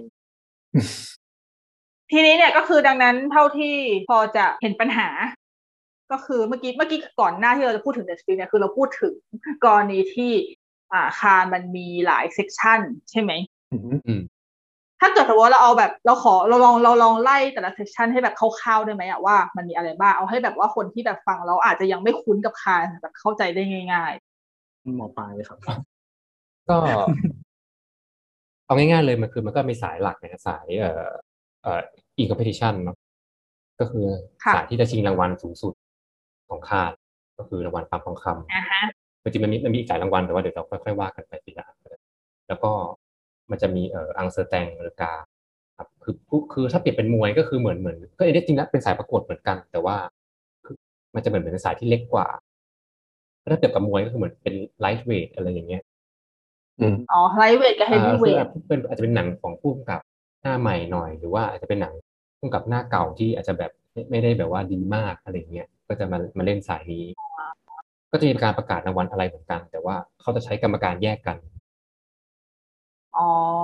Speaker 4: ทีนี้เนี่ยก็คือดังนั้นเท่าที่พอจะเห็นปัญหา ก็คือเมื่อกี้ก่อนหน้าที่เราจะพูดถึง Netflix เนี่ยคือเราพูดถึงกรณีที่คานมันมีหลายเซกชันใช่ไหมถ้าเกิดสมมติว่าเราเอาแบบเราลองไล่แต่ละเซกชันให้แบบคร่าวๆได้ไหมอะว่ามันมีอะไรบ้างเอาให้แบบว่าคนที่แบบฟังเราอาจจะยังไม่คุ้นกับคานแบบเข้าใจได้ง่าย
Speaker 5: หมอปลายเลยครับ
Speaker 6: ก็เอาง่ายๆเลยมันก็มีสายหลักนะสายอีคอมเพติชันเนาะก็คือ
Speaker 4: ๆค่ะ
Speaker 6: สายที่จะชิงรางวัลสูงสุดของคาดก็คือรางวัลปาล์มทองค
Speaker 4: ฮะ
Speaker 6: ำจริงๆมันมีอีกหลายรางวัลแต่ว่าเดี๋ยวเราค่อยๆว่ากันไปทีละอันแล้วก็มันจะมีอังเซอร์แตงหรือกาครับคือถ้าเปรียบเป็นมวยก็คือเหมือนก็จริงๆนะเป็นสายประกวดเหมือนกันแต่ว่าคือมันจะเหมือนเป็นสายที่เล็กกว่าถ้าเปรียบกับมวยก็คือเหมือนเป็นไลท์เวทอะไรอย่างเงี้ย
Speaker 4: อ๋อไลท์เวทกับเฮฟวีเว
Speaker 6: ซึ่ง
Speaker 4: ท
Speaker 6: อาจจะเป็นหนังของผู้กำกับหน้าใหม่หน่อยหรือว่าอาจจะเป็นหนังผู้กำกับหน้าเก่าที่อาจจะแบบไม่ได้แบบว่าดีมากอะไรเงี้ยก็จะมาเล่นสายนี้ ก็จะมีการประกาศรางวัลอะไรเหมือนกัน แต่ว่าเขาจะใช้กรรมการแยกกัน
Speaker 4: อ๋อ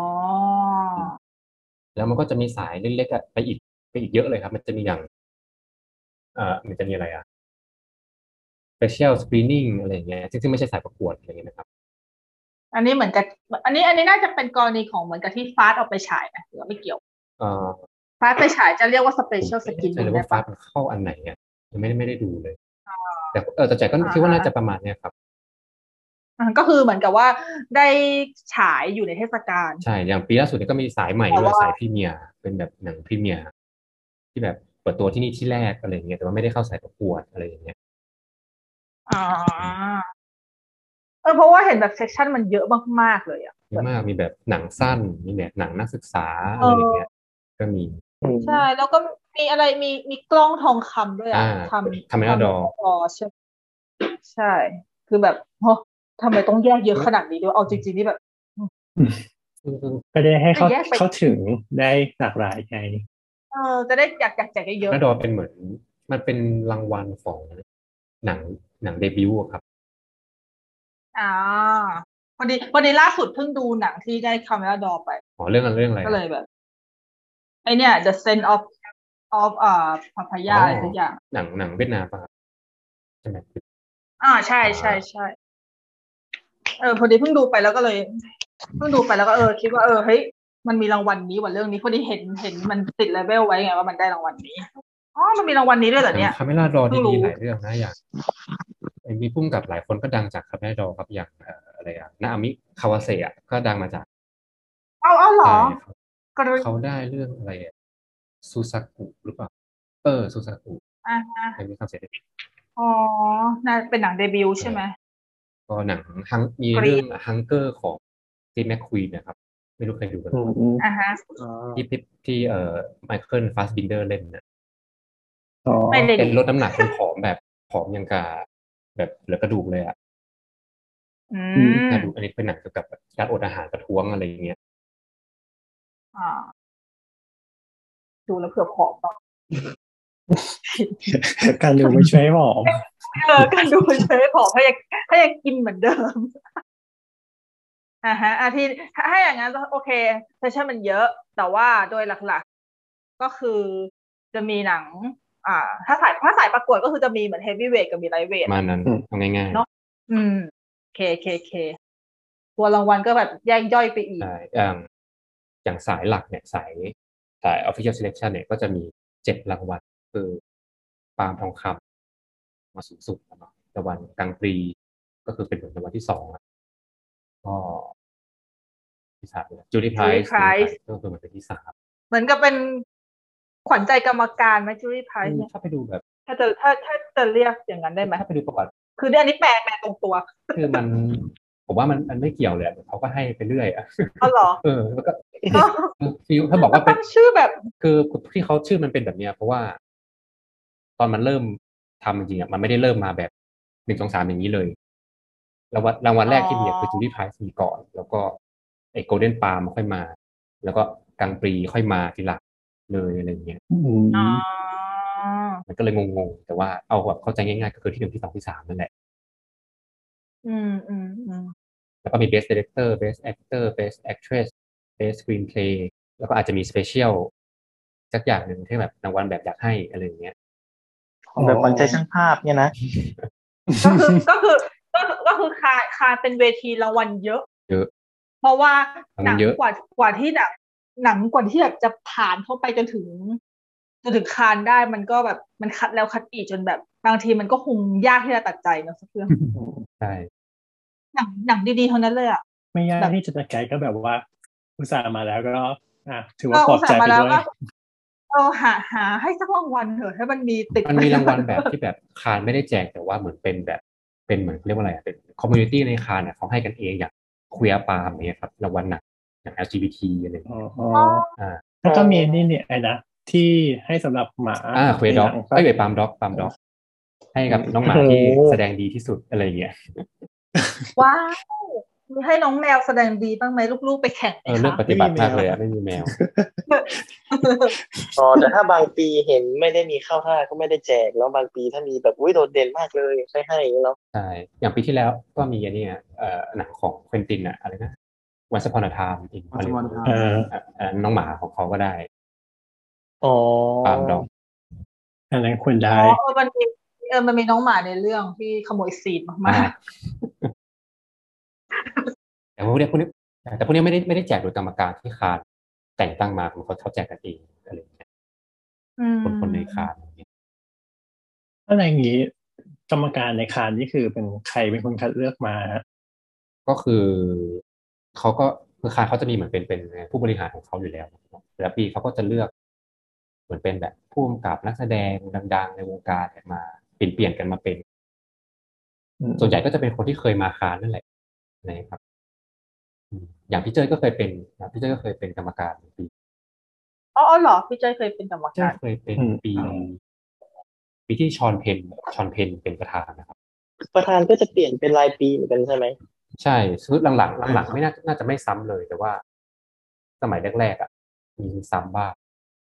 Speaker 6: แล้วมันก็จะมีสายเล็กๆไปอีกเยอะเลยครับ มันจะมีอย่างมันจะมีอะไรspecial screening อะไรอย่างเงี้ยซึ่งไม่ใช่สายประกวดอะไรอย่างเงี้ยนะครับ
Speaker 4: อันนี้เหมือนกับอันนี้น่าจะเป็นกรณีของเหมือนกับที่ฟาสเอาไปฉายนะหรือไม่เกี่ยว
Speaker 6: เอ่อ
Speaker 4: ฟาสไปฉายจะเรียกว่า
Speaker 6: ผม
Speaker 4: special
Speaker 6: ไม่แน่ใจ
Speaker 4: screening
Speaker 6: เลย
Speaker 4: ได้
Speaker 6: ว่าฟ้า
Speaker 4: ปะ
Speaker 6: มันเข้าอันไหนยังไม่ได้ดูเลย แต่ใจก็คิดว่าน่าจะประมาณเนี้ยครับ
Speaker 4: ก็คือเหมือนกับว่าได้ฉายอยู่ในเทศกาล
Speaker 6: ใช่อย่างปีล่าสุดนี้ก็มีสายใหม่ด้วยสายพรีเมียร์เป็นแบบหนังพรีเมียร์ที่แบบเปิดตัวที่นี่ที่แรกอะไรอย่างเงี้ยแต่ว่าไม่ได้เข้าสายประกวดอะไรอย่างเงี้ย
Speaker 4: เพราะว่าเห็นแบบเซสชันมันเยอะมากๆเลยอ่ะ
Speaker 6: เยอะมากมีแบบหนังสั้นมีแบบหนังนักศึกษาอะไรอย่างเงี้ยก็มี
Speaker 4: ใช่แล้วก็มีอะไรมีกล้องทองคำด้วยทำ
Speaker 6: Camera Doll
Speaker 4: ใช่ใช่ คือแบบโหทำไมต้องแยกเยอะขนาดนี้ด้วยเอาจริงๆนี่แบบ
Speaker 2: ก็ได้ให้
Speaker 4: แยกไป
Speaker 2: เข้าถึงได้หลากหลายไง
Speaker 4: จะได้อยากแจกเยอะ
Speaker 6: Camera Doll เป็นเหมือนมันเป็นรางวัลของหนังเดบิวต์ครับ
Speaker 4: พอดีล่าสุดเพิ่งดูหนังที่ได้คาเมล่าดอไป
Speaker 6: เรื่องอะไร
Speaker 4: ก็เลยแบบไอเนี่ย The Scent of Papaya อะไรทุกอย่าง
Speaker 6: หนังเวียดนามป่ะใช่ไหม
Speaker 4: ใช่พอดีเพิ่งดูไปแล้วก็เลยคิดว่าเฮ้ยมันมีรางวัลนี้ว่าเรื่องนี้พอดีเห็นมันติดเลเวลไว้ไงว่ามันได้รางวัลนี้มันมีรางวัลนี้ด้วยเหรอเนี่ย
Speaker 6: คาเมล่าดอดีหลายเรื่องนะอย่างมีพุ่มกับหลายคนก็ดังจากคาเมล่าดอครับอย่างอะไรนาอามิคาวาเซะก็ดังมาจาก
Speaker 4: เอาเหรอ
Speaker 6: เขาได้เรื่องอะไรซูซากุหรือเปล่าซูซากุไม่มีคำเสียด
Speaker 4: น่าเป็นหนังเดบิวต์ใช่ไหม
Speaker 6: ก็หนังมีเรื่องฮังเกอร์ของที่แมคควีนนะครับไม่รู้ใครดูกันที่ไมเคิลฟาสบินเดอร์เล่นนะเป็นลดน้ำหนักคนผอมแบบผอมยังกะแบบเหลือกระดูกเลยน่าดูอันนี้เป็นหนังเกี่ยวกับการอดอาหารประท้วงอะไรอย่างเงี้ย
Speaker 4: ดูแล้วเผื่อผอม
Speaker 2: การดูไม่ช่วยผอม
Speaker 4: การดูไม่ช่วยผอมถ้ายังกินเหมือนเดิมที่ถ้าอย่างนั้นโอเคเซสชั่นมันเยอะแต่ว่าโดยหลักๆก็คือจะมีหนังถ้าสายประกวดก็คือจะมีเหมือนเฮฟวี่เวทกับมีไลท์เวท
Speaker 6: มานั้นเอาง่ายๆ
Speaker 4: เนาะเคตัวรางวัลก็แบบแยกย่อยไปอีก
Speaker 6: อย่างสายหลักเนี่ยสาย official selection เนี่ยก็จะมี7รางวัลคือปาล์มทองคำมาสูงสุดนะรางวัลกลางปรีก็คือเป็นรางวัลที่2ก็ที่3จูดี้ไพรส์ก็คือมันเป็นที่3
Speaker 4: เหมือนกับเป็นขวัญใจกรรมการไหมจูดี้ไพรส์เนี่ย
Speaker 6: ถ้าไปดูแบบ
Speaker 4: ถ้าจะเรียกอย่างนั้นได้ไหม
Speaker 6: ถ้าไปดูประวัติ
Speaker 4: คืออันนี้แปลตรงตัว
Speaker 6: คือผมว่ามันไม่เกี่ยวเลยเขาก็ให้ไปเรื่อย
Speaker 4: เหรอ
Speaker 6: แล้วก็ฟิลถ้าบอกว่าเป็น
Speaker 4: ชื่อแบบ
Speaker 6: คือที่เขาชื่อมันเป็นแบบนี้เพราะว่าตอนมันเริ่มทำจริงๆมันไม่ได้เริ่มมาแบบ1 2 3อย่างนี้เลยรางวัลแรกที่มีคือจูดี้ไพรส์มีก่อนแล้วก็ไอ้โกลเด้นปาล์มค่อยมาแล้วก็กลางปรีค่อยมาทีหลังเลยอะไรอย่างเงี้ยมันก็เลยงงๆแต่ว่าเอาแบบเข้าใจง่ายๆก็คือที่1ที่2ที่3นั่นแหละแล้วก็มี Best Director Best Actor Best Actress Best Screenplay แล้วก็อาจจะมี Special สักอย่างหนึ่งที่แบบรางวัลแบบอยากให้อะไรอย่างเงี้ย
Speaker 3: แบบมันใจช่างภาพเนี่ยนะ
Speaker 4: ก็คือคาเป็นเวทีรางวัลเยอะเพราะว่าหนังกว่าที่หนังกว่าที่แบบจะผ่านเข้าไปจนถึงคานได้มันก็แบบมันคัดแล้วคัดอีกจนแบบบางทีมันก็คงยากที่จะตัดใจเนอะสักเรื่อง
Speaker 6: ใช่
Speaker 4: หนังดีๆเท่านั้นเลย
Speaker 2: ไม่ยากที่จะตัดใจก็แบบว่าอุตส่าห์มาแล้วก็ถือว่าปลอบใจไปด้วย
Speaker 4: หาให้สักรางวัลเถอะให้มันมีติด
Speaker 6: มันมีรางวัลแบบที่แบบคานไม่ได้แจกแต่ว่าเหมือนเป็นแบบเป็นเหมือนเรียกว่าอะไรเป็นคอมมูนิตี้ในคานเนี่ยเขาให้กันเองอย่างเคลียร์ปาล์มเนี่ยครับรางวัลหนักอย่าง LGBT อะไรอย่างเงี้ย
Speaker 2: แล้วก็มีนี่เนี่ยไอ้นะที่ให้สำหรับหมา
Speaker 6: เคลียร์ด็อกปาล์มด็อกให้กับน้องหมาที่แสดงดีที่สุดอะไรอย่างเงี้ย
Speaker 4: ว้าวมีให้น้องแมวแสดงดีบ้างไหมลูกๆไปแข่งไหม
Speaker 6: เลือก
Speaker 4: คะ
Speaker 6: ปฏิบัติมากเลยไม่มีแมว
Speaker 3: แต่ถ้าบางปีเห็นไม่ได้มีเข้าท่าก็ไม่ได้แจกแล้วบางปีถ้ามีแบบโดดเด่นมากเลยให้แล้ว
Speaker 6: ใช่อย่างปีที่แล้วก็มีอันนี้หนังของเควินตินอะไรนะ Once Upon a Time in
Speaker 5: Once Upon a
Speaker 6: Hollywood
Speaker 5: Time
Speaker 6: น้องหมาของเขาก็ได้
Speaker 3: อ๋อ
Speaker 6: ปาล์มดอง
Speaker 2: อันนั้นควรได้
Speaker 4: มันมีน้องหมาในเรื่องที่ขโมยซีนมาก
Speaker 6: แต่พวกนี้ไม่ได้แจกโดยกรรมการที่คานแต่งตั้งมาเขาแจกกันเองอะไรอย่างเงี้ย
Speaker 4: ๆ
Speaker 6: คนในคานอย่างเงี้ย
Speaker 2: อะไรอย่างนี้กรรมการในคานนี่คือเป็นใครเป็นคนคัดเลือกมาฮะ
Speaker 6: ก็คือเขาก็คือคานเขาจะมีเหมือนเป็นผู้บริหารของเขาอยู่แล้วแต่ละปีเขาก็จะเลือกเหมือนเป็นแบบผู้กำกับนักแสดงดังๆในวงการมาเปลี่ยนกันมาเป็นส่วนใหญ่ก็จะเป็นคนที่เคยมาคานนั่นแหละนะครับอย่างพี่เจ้ยก็เคยเป็นกรรมการปี
Speaker 4: อ๋อเหรอพี่เจ้ยเคยเป็นกรรมการ
Speaker 6: เคยเป็นปีที่ชอนเพนเป็นประธานนะครับ
Speaker 3: ประธานก็จะเปลี่ยนเป็นรายปีเหมือนกันใช่ไหม
Speaker 6: ใช่ชุดหลังไม่น่าจะไม่ซ้ำเลยแต่ว่าสมัยแรกๆมีซ้ำบ้าง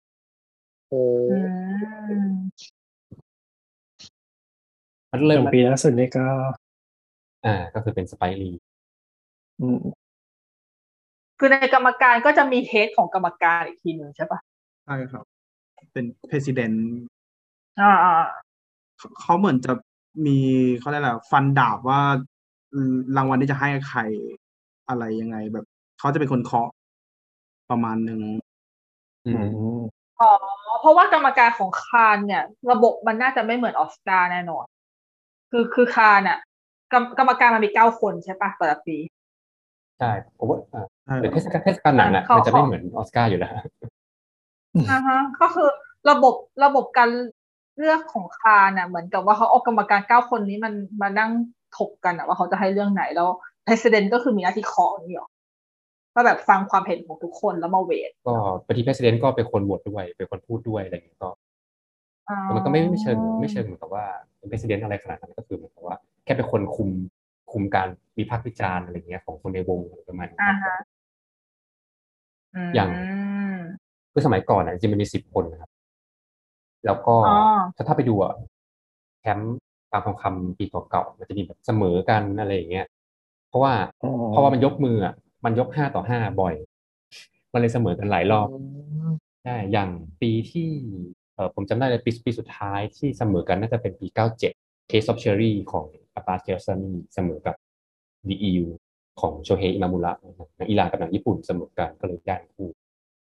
Speaker 2: มันเริ่มปีล่าสุดนี่
Speaker 6: ก็คือเป็นสไปรี
Speaker 4: คือในกรรมการก็จะมีเฮดของกรรมการอีกทีหนึ่งใช่ปะ
Speaker 5: ใช่ครับเป็น president เขาเหมือนจะมีเขาเรียกอะไรฟันดาบว่ารางวัลที่จะให้ใครอะไรยังไงแบบเขาจะเป็นคนเคาะประมาณนึง
Speaker 4: เพราะว่ากรรมการของคานเนี่ยระบบมันน่าจะไม่เหมือนออสการ์แน่นอนคือคานอ่ะกรรมการมันมี9 คนใช่ปะแต่ละปี
Speaker 6: ใช่ผมว่าเทศกาลหนังมันจะไม่เหมือนออสการ์อยู่แล้ว
Speaker 4: ก็คือระบบการเลือกของคานน่ะเหมือนกับว่าเขาเอากรรมการ9 คนนี้มันมานั่งถกกันว่าเขาจะให้เรื่องไหนแล้ว president ก็คือมีหน้าที่เคาะนี่หรอก็แบบฟังความเห็นของทุกคนแล้วมาเวท
Speaker 6: ก็บางที president ก็เป็นคนโหวตด้วยเป็นคนพูดด้วยอะไรอย่างนี้ก็แต่มันก็ไม่เชิงเหมือนกับว่าเป็น president อะไรขนาดนั้นก็คือเหมือนกับว่าแค่เป็นคนคุมการวิพากษ์วิจารณ์อะไรอย่างเงี้ยของคนในวงประมาณนี้อย่างคือสมัยก่อนจริงๆมันมี10 คนนะครับแล้วก็ถ้าไปดูแคมป์ตามทองคำปีเก่าๆมันจะมีแบบเสมอกันอะไรอย่างเงี้ยเพราะว่ามันยกมือมันยก5-5บ่อยมันเลยเสมอกันหลายรอบใช่อย่างปีที่ผมจำได้เลยปีสุดท้ายที่เสมอกันน่าจะเป็นปี97 Taste of Cherry ของอาบาส เคียโรซามิเสมอกับ The EU ของโชเฮอิมามุระหนังอิหร่านกับหนังญี่ปุ่นเสมอกันก็เลยได้คู่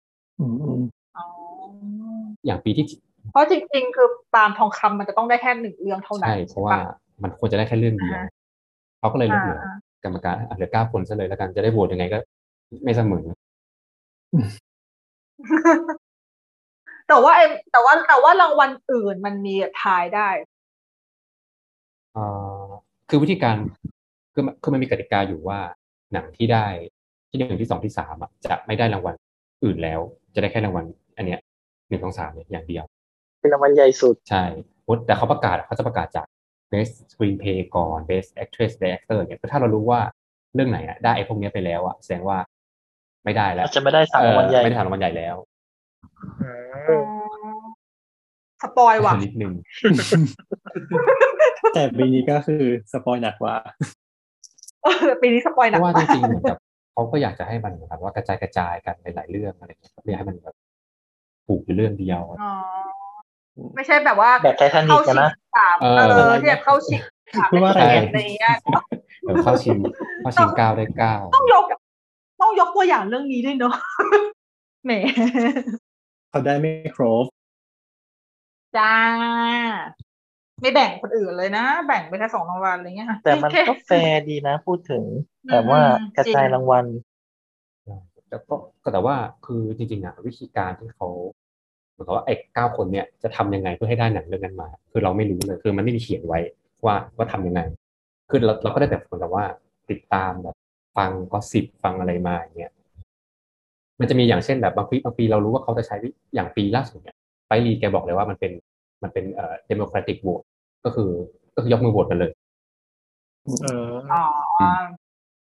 Speaker 6: อย่างปีที่
Speaker 4: เพราะจริงๆคือตามทองคำมันจะต้องได้แค่1 เรื่องเท่านั้น
Speaker 6: ใช่เพราะว่ามันควรจะได้แค่เรื่องเดียวเขาก็เลยเหลือกรรมการเหลือ9 คนซะเลยแล้วกันจะได้โหวตยังไงก็ไม่เสมอ
Speaker 4: แต่ว่ารางวัลอื่นมันมีทายได้
Speaker 6: คือวิธีการคือมันมีกติกาอยู่ว่าหนังที่ได้ที่1ที่2ที่3จะไม่ได้รางวัลอื่นแล้วจะได้แค่รางวัลอันเนี้ย1 2 3เนี่ยอย่างเดียว
Speaker 3: เป็นรางวัลใหญ่สุด
Speaker 6: ใช่แต่เขาจะประกาศจาก Best Screenplay ก่อน Best Actress Director เนี่ยถ้าเรารู้ว่าเรื่องไหนได้ไอ้พวกนี้ไปแล้วแสดงว่าไม่ได้แล้ว
Speaker 3: จะไม่ได้3 รางวัลใหญ่
Speaker 6: ไม่ได้3 รางวัลใหญ่แล้ว
Speaker 4: สปอยว่ะ
Speaker 6: นิดนึง
Speaker 2: แต่ปีนี้ก็คือสปอยหนักกว่า
Speaker 4: ปีนี้สปอยหนัก
Speaker 6: เพราะว่าจริงๆเหมือนกับเขาก็อยากจะให้มันแบบว่ากระจายกันในหลายเรื่องอะไรอย่างเงี้ยไม่อยากให้มันแบบผูกอยู่เรื่องเดียว
Speaker 4: ไม่ใช่แบบว่า
Speaker 3: แบบไททานิกนะ
Speaker 4: ที่แบบเข้าชิง3
Speaker 2: ว่า
Speaker 4: อะไรอย่างเงี้ย
Speaker 6: เข้าชิง9ได้9
Speaker 4: ต้องยกตัวอย่างเรื่องนี้ด้วยเนาะแหม
Speaker 2: เขาได้ไม่ครบ
Speaker 4: จ้าไม่แบ่งคนอื่นเลยนะแบ่งไปแค่2 รางวัลอะไรเงี้ย
Speaker 3: แต่มันก็แฟร์ดีนะพูดถึงแต่ว่ากระจายรางวัล
Speaker 6: แล้วก็แต่ว่าคือจริงๆวิธีการที่เขาเหมือนกับว่าไอ้9 คนเนี่ยจะทำยังไงเพื่อให้ได้หนังเรื่องนั้นมาคือเราไม่รู้เลยคือมันไม่มีเขียนไว้ว่าทำยังไงคือเราก็ได้แบบเหมือนกับว่าติดตามแบบฟังก็ฟังอะไรมาอย่างเงี้ยมันจะมีอย่างเช่นแบบบางปีเรารู้ว่าเขาจะใช้อย่างปีล่าสุดเนี่ยไปรีแกบอกเลยว่ามันเป็นdemocratic vote ก็คือยกมือโหวตกันเลย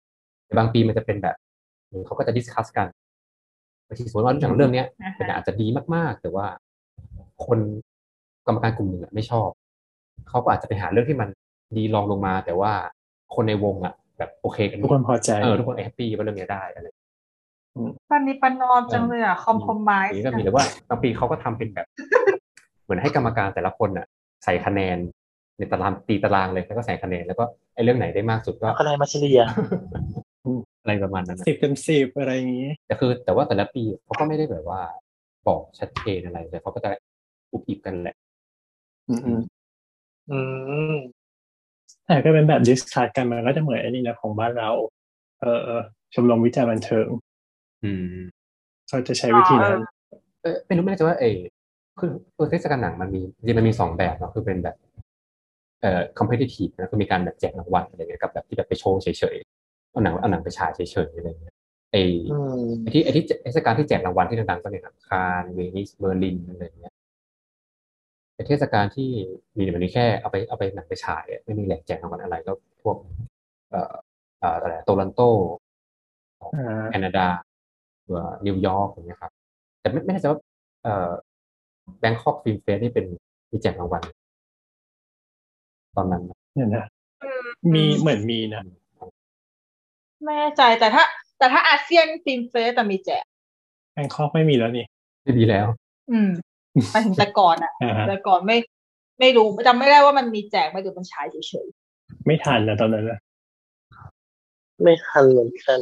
Speaker 6: แต่บางปีมันจะเป็นแบบเขาก็จะดิสคัสกันบางทีสมมติว่าหนังเรื่องเนี้ยเป็นอาจจะดีมากๆแต่ว่าคนกรรมการกลุ่มหนึ่งไม่ชอบเขาก็อาจจะไปหาเรื่องที่มันดีรองลงมาแต่ว่าคนในวงแบบโอเคกันห
Speaker 2: ทุ
Speaker 6: ม
Speaker 2: กค
Speaker 6: ด
Speaker 2: นพอใจ
Speaker 6: ทุกคนแฮปปี้ว่าเรื่องนี้ได้อะไร
Speaker 4: ปันนี้ปันนอมจังเลยอ่ะคอมพอมไม
Speaker 6: ปี
Speaker 4: ซ์
Speaker 6: ก็มีแต่ว่าบางปีเขาก็ทำเป็นแบบ เหมือนให้กรรมการแต่ละคนใส่คะแนนในตารางตีตารางเลยแล้วก็ใส่คะแนนแล้วก็ไอ้เรื่องไหนได้มากสุดก็
Speaker 3: เอาคะแนนมาเฉลี่ย
Speaker 6: อะไรประมาณนั้นนะ
Speaker 2: 10 เต็ม 10อะไรอย่างนี้
Speaker 6: แต่ว่าแต่ละปีเขาก็ไม่ได้แบบว่าบอกชัดเจนอะไรแต่เขาก็จะอุบอิบกันแหละ
Speaker 2: อืม
Speaker 3: อืม
Speaker 2: แต่ก็เป็นแบบดิสคัสกันมันก็จะเหมือนไอ้นี่นะของบ้านเราชมรมวิจารณ์บันเทิง
Speaker 6: อืม
Speaker 2: เขาจะใช้วิธีนั้น
Speaker 6: ไม่รู้ไม่แน่ใจว่าคือเทศกาลหนังมันมีจริงๆมันมีสองแบบเนาะคือเป็นแบบcompetitive นะคือมีการแบบแจกรางวัลอะไรเงี้ยกับแบบที่แบบไปโชว์เฉยๆเอาหนังไปฉายเฉยๆอะไรเงี้ยไอ้
Speaker 3: อืม
Speaker 6: ไอ้ที่เทศกาลที่แจกรางวัลที่ดังๆก็เนี่ยคานส์เวนิสเบอร์ลินอะไรเงี้ยไอ้เทศกาลที่มีแค่เอาไปหนังไปฉายไม่มีแหล่งแจกรางวัลอะไรก็พวกเอ่ออะไรโตรอนโตแคนาดาหรือนิวยอร์กอย่างเงี้ยครับแต่ไม่แน่ใจว่าแบงคอกฟิล์มเฟสนี่เป็นมีแจกรางวัลตอนนั้น
Speaker 2: เนี่ยนะเหมือนมีนะ
Speaker 4: ไม่แน่ใจแต่ถ้าอาเซียนฟิล์มเฟสแต่มีแจก
Speaker 2: แบงคอกไม่มีแล้วนี่
Speaker 6: ไม่ดีแล้ว
Speaker 4: หมายถึงแต่ก่อนอ่ะ แต่ก่อนไม่รู้จำไม่ได้ว่ามันมีแจกไหมหรือมันฉายเฉย
Speaker 2: ไม่ทันนะตอนนั้นนะ
Speaker 3: ไม่ทันเหมือนกัน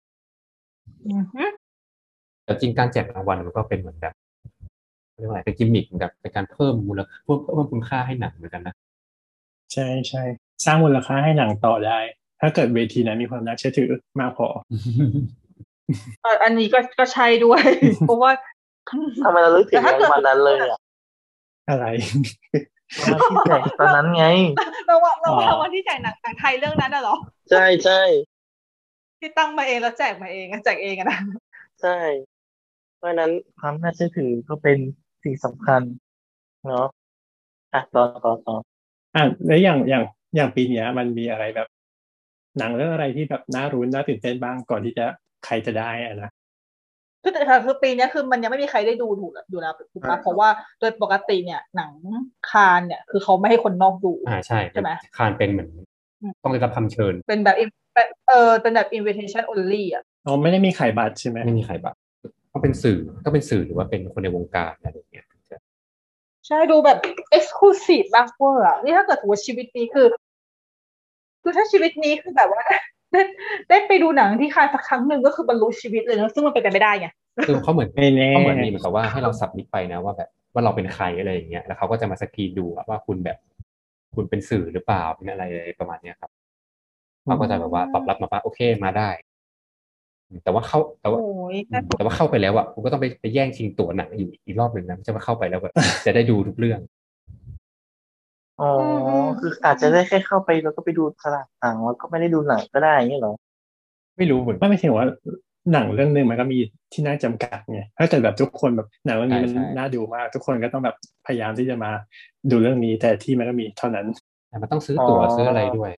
Speaker 4: ๆ
Speaker 6: แต่จริงการแจกรางวัลมันก็เป็นเหมือนแบบเรียกว่าอะไรเป็นกิมมิคเหมือนกับเป็นการเพิ่มมูลค่าเพิ่มคุณค่าให้หนังเหมือนกันนะ
Speaker 2: ใช่ใช่สร้างมูลค่าให้หนังต่อได้ ถ้าเกิดเวทีนั้นมีความน่าเชื่อถือมากพอ
Speaker 4: อันนี้ก็ใช่ด้วย เพราะว่า
Speaker 3: ทำไมเราลึกถึงวันนั้นเลยอ่ะ
Speaker 2: อะไร
Speaker 3: วันที่แจกตอนนั้นไง
Speaker 4: เราว่าวันที่แจกหนังไทยเรื่องนั้นน่ะเหรอ
Speaker 3: ใช่ใช่
Speaker 4: ที่ตั้งมาเองแล้วแจกมาเองแจกเองอะนะ
Speaker 3: ใช่เพราะฉะนั้นความน่าเชื่อถือก็เป็นสิ่งสำคัญเนาะต่อ
Speaker 2: แล้วอย่างปีเนี้ยมันมีอะไรแบบหนังเรื่องอะไรที่แบบน่ารุ้นน่าตื่นเต้นบ้างก่อนที่จะใครจะได้อะนะ
Speaker 4: คือปีนี้คือมันยังไม่มีใครได้ดูถูกปะเพราะว่าโดยปกติเนี่ยหนังคานเนี่ยคือเขาไม่ให้คนนอกดู
Speaker 6: ใช่ไหมคานเป็นเหมือนต้องได้รับคำเชิญ
Speaker 4: เป็นแบบเป็นแบบ invitation only อ่ะ
Speaker 2: ไม่ได้มีขายบัตรใช่ไหม
Speaker 6: ไม่มีใครแบบต้องเป็นสื่อหรือว่าเป็นคนในวงการอะไรอย่างเงี้ย
Speaker 4: ใช่ดูแบบ exclusive มากเวอร์อ่ะนี่ถ้าเกิดถือว่าชีวิตนี้คือถ้าชีวิตนี้คือแบบว่า ได้ไปดูหนังที่คานสักครั้งหนึ่งก็คือบรรลุชีวิตเลยนะซึ่งมันเป็นไปไม่ได้ไง
Speaker 6: คือเขาเหมือน
Speaker 2: ไม่แน่
Speaker 6: เขาเหมือนมีเหมือนกับว่าให้เราสับมิดไปนะว่าแบบว่าเราเป็นใครอะไรอย่างเงี้ยแล้วเขาก็จะมาสกรีนดูว่าคุณเป็นสื่อหรือเปล่าเป็นอะไรประมาณเนี้ยครับเขาก็จะแบบว่าตอบรับมาว่าโอเคมาได้แต่ว่าเข้าไปแล้วคุณก็ต้องไปแย่งชิงตั๋วหนังอีกรอบหนึ่งนะไม่ใช่ว่าเข้าไปแล้วแบบจะได้ดูทุกเรื่อง
Speaker 3: อ๋อคืออาจจะได้แค่เข้าไปแล้วก็ไปดูตลาดหนังแล้วก็ไม่ได้ดูหนังก็ได้อย่างเงี้ยเหรอ
Speaker 6: ไม่รู้เหมือน
Speaker 2: ไม่ถึงว่าหนังเรื่องนึงมันก็มีที่น่าจำกัดไงถ้าเกิดแบบทุกคนแบบหนังเรื่องนี้มันน่าดูมากทุกคนก็ต้องแบบพยายามที่จะมาดูเรื่องนี้แต่ที่มันก็มีเท่านั้น
Speaker 6: แต่มันต้องซื้อตั๋วซื้ออะไรด้วย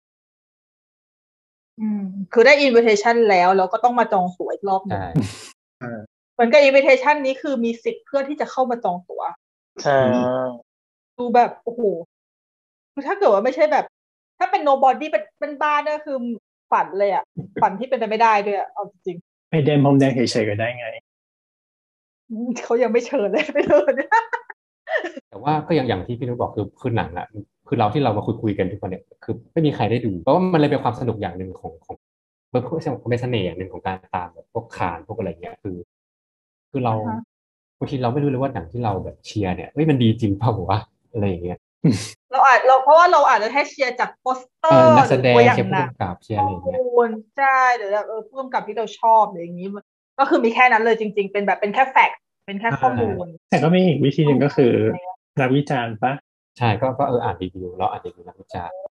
Speaker 4: คือได้ invitation แล้วก็ต้องมาจองตั๋วอีกรอบหนึ่งเหมือนกับ invitation นี้คือมีสิทธิ์เพื่อที่จะเข้ามาจองตั๋ว
Speaker 3: ใช่
Speaker 4: ดูแบบโอ้โหคือถ้าเกิดว่าไม่ใช่แบบถ้าเป็น nobody เป็นบ้านก็คือฝันเลยอ่ะฝันที่เป็นไปไม่ได้ด้วยอ่ะเอาจริง
Speaker 2: ไปเดินพรมแดงเฉยๆก็ได้ไง
Speaker 4: เขายังไม่เชิญเลยไปเลย
Speaker 6: แต่ว่าก็อย่างที่พี่นุชบอกคือหนังคือเราที่เรามาคุยกันทุกคนเนี่ยคือไม่มีใครได้ดูเพราะว่ามันเลยเป็นความสนุกอย่างหนึ่งของเป็นเสน่ห์อย่างหนึ่งของการตามแบบพวกคานพวกอะไรเงี้ยคือเราบางทีเราไม่รู้เลยว่าหนังที่เราแบบเชียร์เนี่ยมันดีจริงเปล่าวะอะไรอย่างเงี้ย
Speaker 4: เราเพราะว่าเราอาจจะแค่เชียร์จากโปสเตอร์
Speaker 6: นักแสดง
Speaker 4: เชี
Speaker 6: ยร์ผู้กำกับเชียร์อะไรอย่างเงี้ย
Speaker 4: ใช่หรือแบบผู้กำกับที่เราชอบอะไรอย่างนี้ก็คือมีแค่นั้นเลยจริงๆเป็นแบบเป็นแค่แฟกต์เป็นแค่ข้อมูล
Speaker 2: แต่ก็มีอีกวิธีหนึ่งก็คือนักวิจารณ์ปะ
Speaker 6: ใช่ก็อ่านรีวิวแล้วอ่านรีวิวนักวิจารณ์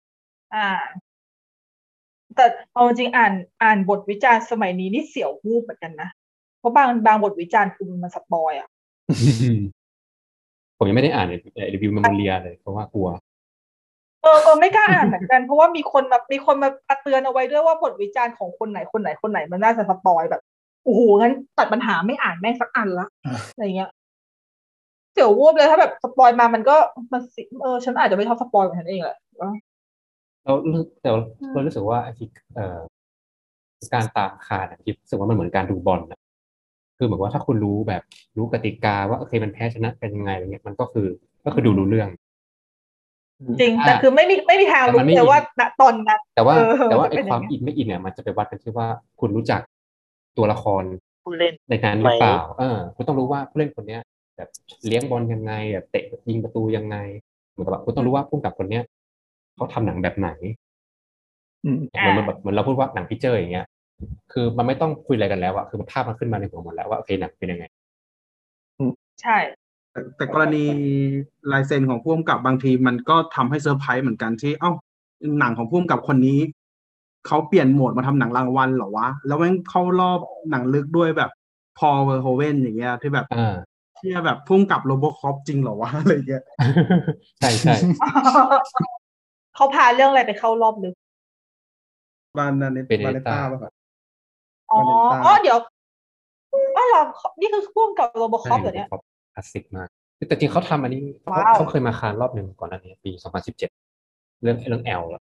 Speaker 4: แต่เอาจริงอ่านบทวิจารณ์สมัยนี้นี่เสียววูบเหมือนกันนะเพราะบางบทวิจารณ์คือมันสปอยอ่ะ
Speaker 6: ผมยังไม่ได้อ่านรีวิวเมมโมเรียเลยเพราะว่ากลัว
Speaker 4: ไม่กล้าอ่านเหมือนกันเพราะว่ามีคนมาเตือนเอาไว้ด้วยว่าบทวิจารณ์ของคนไหนมันน่าจะสปอยแบบโอ้โหงั้นตัดปัญหาไม่อ่านแม่งสักอันละอะไรเงี้ยเสี่ยววูบเลยถ้าแบบสปอยมามันก็มันฉันอาจจะไม่ชอบสปอยของฉันเองแหละ
Speaker 6: แต่เรารู้สึกว่าไอ้ที่การตามคาดที่รู้สึกว่ามันเหมือนการดูบอลนะคือเหมือนว่าถ้าคุณรู้แบบรู้กติกาว่าโอเคมันแพ้ชนะเป็นยังไงอะไรเงี้ยมันก็คือดูรู้เรื่อง
Speaker 4: จริงแต่คือไม่มีทางรู้เลยว่าณตอนนั้น
Speaker 6: แต่ว่าไอ้ความอินไม่อินเนี่ยมันจะไปวัดกันที่ว่าคุณรู้จักตัวละคร
Speaker 3: ผู้เล่น
Speaker 6: ในนั้นหรือเปล่าคุณต้องรู้ว่าผู้เล่นคนเนี้ยแบบเลี้ยงบอลยังไงแบบเตะยิงประตูยังไงเหมือนกับว่าคุณต้องรู้ว่าผู้กำกับคนเนี้ยเขาทำหนังแบบไหนมันแบบเหมือนเราพูดว่าหนังพิเจอร์อย่างเงี้ยคือมันไม่ต้องคุยอะไรกันแล้วอะคือภาพมันขึ้นมาในหัวหมดแล้วว่าโอเคหนังเป็นยังไง
Speaker 4: ใช่
Speaker 5: แต่กรณีลายเซ็นของผู้กำกับบางทีมันก็ทำให้เซอร์ไพรส์เหมือนกันที่หนังของผู้กำกับคนนี้เขาเปลี่ยนโหมดมาทำหนังรางวัลเหรอวะแล้วแม่งเข้ารอบหนังลึกด้วยแบบพอลเวอร์โฮเวนอย่างเงี้ยที่แบบเชื่อแบบผู้กำกับโรโบคอปจริงเหรอวะอะไรเงี้ย
Speaker 6: ใช่ใช่
Speaker 4: เขาพาเรื่องอะไรไปเข้ารอบลึก
Speaker 5: บานาเนต้าป่ะครับ
Speaker 4: เดี๋ยวเหรอนี่คือพ่วงกับโรบอคอปเหรอเนี่ย
Speaker 6: คลาสสิกมากแต่จริงเขาทำอันนี้เขาเคยมาคานรอบหนึ่งก่อนหน้านี้ปี2017เรื่องแอลแล้ว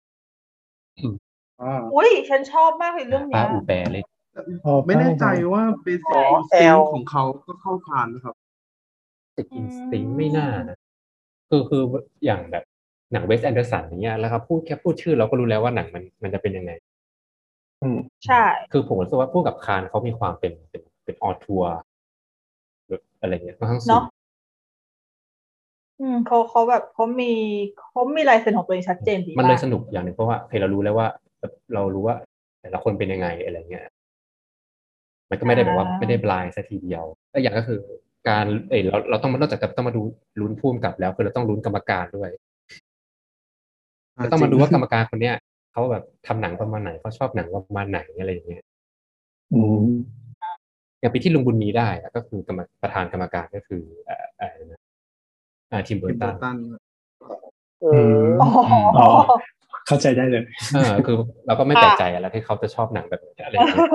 Speaker 4: อุ้ยฉันชอบมากเลยเรื่องนี้
Speaker 6: ป้าอูแบเลย
Speaker 5: ไม่แน่ใจว่าเบสิกอินสติ้งของเขาก็เข้าคานนะครับ
Speaker 6: เบสิกอินสติ้งไม่น่านะคืออย่างแบบหนังเวสแอนเดอร์สันอย่างเงี้ยแล้วครับแค่พูดชื่อเราก็รู้แล้วว่าหนังมันจะเป็นยังไง
Speaker 4: ใช่
Speaker 6: คือผมรู้สึกว่าพูดกับคานเขามีความเป็นออทัวร์แบบอะไรเงี้ยค่อนข้างสูง
Speaker 4: เขาแบบเขามีลายเซ็นของตัวเองชัดเจนดี
Speaker 6: มันเลยสนุกอย่างหนึ่งเพราะว่าเรารู้แล้วว่าเรารู้ว่าแต่ละคนเป็นยังไงอะไรเงี้ยมันก็ไม่ได้แบบว่าไม่ได้บลายซะทีเดียวแล้วอย่างก็คือการเราต้องนอกจากจะต้องมาดูลุ้นพุ่มกับแล้วคือเราต้องลุ้นกรรมการด้วยต้องมาดูว่ากรรมการคนเนี้ยเขาแบบทำหนังประมาณไหนเขาชอบหนังประมาณไหนอะไรอย่างเงี้ยอย่างปีที่ลุงบุญมีได้ก็คือกรรมประธานกรรมการก็คือทีมเบอร์ตัน
Speaker 2: เข้าใจได้เลย
Speaker 6: คือเราก็ไม่แปลกใจอะไรที่เขาจะชอบหนังแบบอะไรอย่างเงี้ย